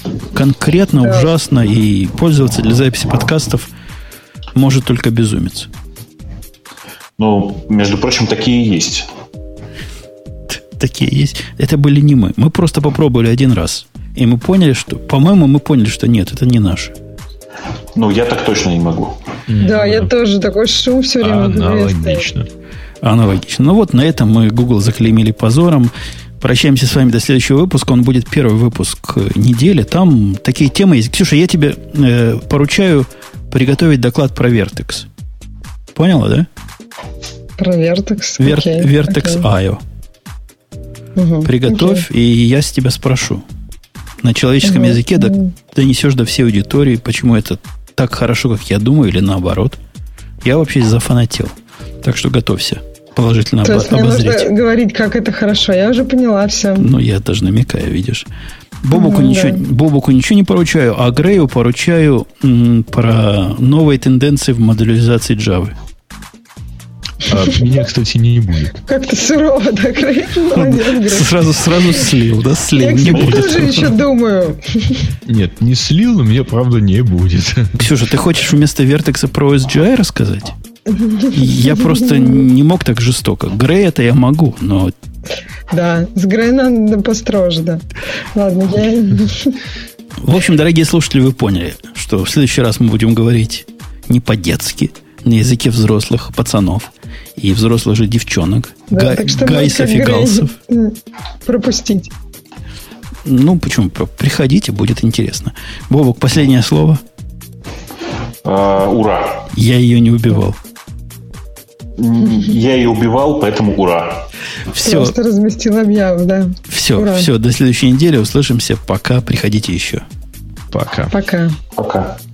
конкретно ужасно, и пользоваться для записи подкастов может только безумец. Ну, между прочим, такие есть. Такие есть. Это были не мы. Мы просто попробовали один раз. И мы поняли, что... По-моему, мы поняли, что нет, это не наше. Ну, я так точно не могу. Да, я тоже такой шум все время. Аналогично. Аналогично. Ну вот на этом мы Google заклеймили позором. Прощаемся с вами до следующего выпуска. Он будет первый выпуск недели. Там такие темы есть. Ксюша, я тебе поручаю приготовить доклад про Vertex. Поняла, да? Про Vertex? Vertex.io. Приготовь, и я с тебя спрошу. На человеческом языке донесешь до всей аудитории, почему это так хорошо, как я думаю, или наоборот. Я вообще зафанател. Так что готовься. Положительно обозреть. То есть мне нужно говорить, как это хорошо. Я уже поняла все. Ну, я даже намекаю, видишь. Бобуку ничего не поручаю, а Грею поручаю про новые тенденции в модуляризации Java. Меня, кстати, не будет. Как-то сурово, да, Грей? Сразу слил, да? Слил, не будет. Я тоже еще думаю. Нет, не слил, но меня, правда, не будет. Ксюша, ты хочешь вместо Vertex про OSGI рассказать? Я просто не мог так жестоко. Грей это я могу, но... Да, с Грей надо построже, да. Ладно, я... В общем, дорогие слушатели, вы поняли, что в следующий раз мы будем говорить не по-детски, на языке взрослых пацанов и взрослых же девчонок, да, гайсов и галсов. Пропустить. Ну, почему? Приходите, будет интересно. Бобок, последнее слово. Ура. Я ее не убивал. Я ее убивал, поэтому ура. Все. Просто разместил объяву, да. Все, до следующей недели. Услышимся. Пока. Приходите еще. Пока. Пока. Пока.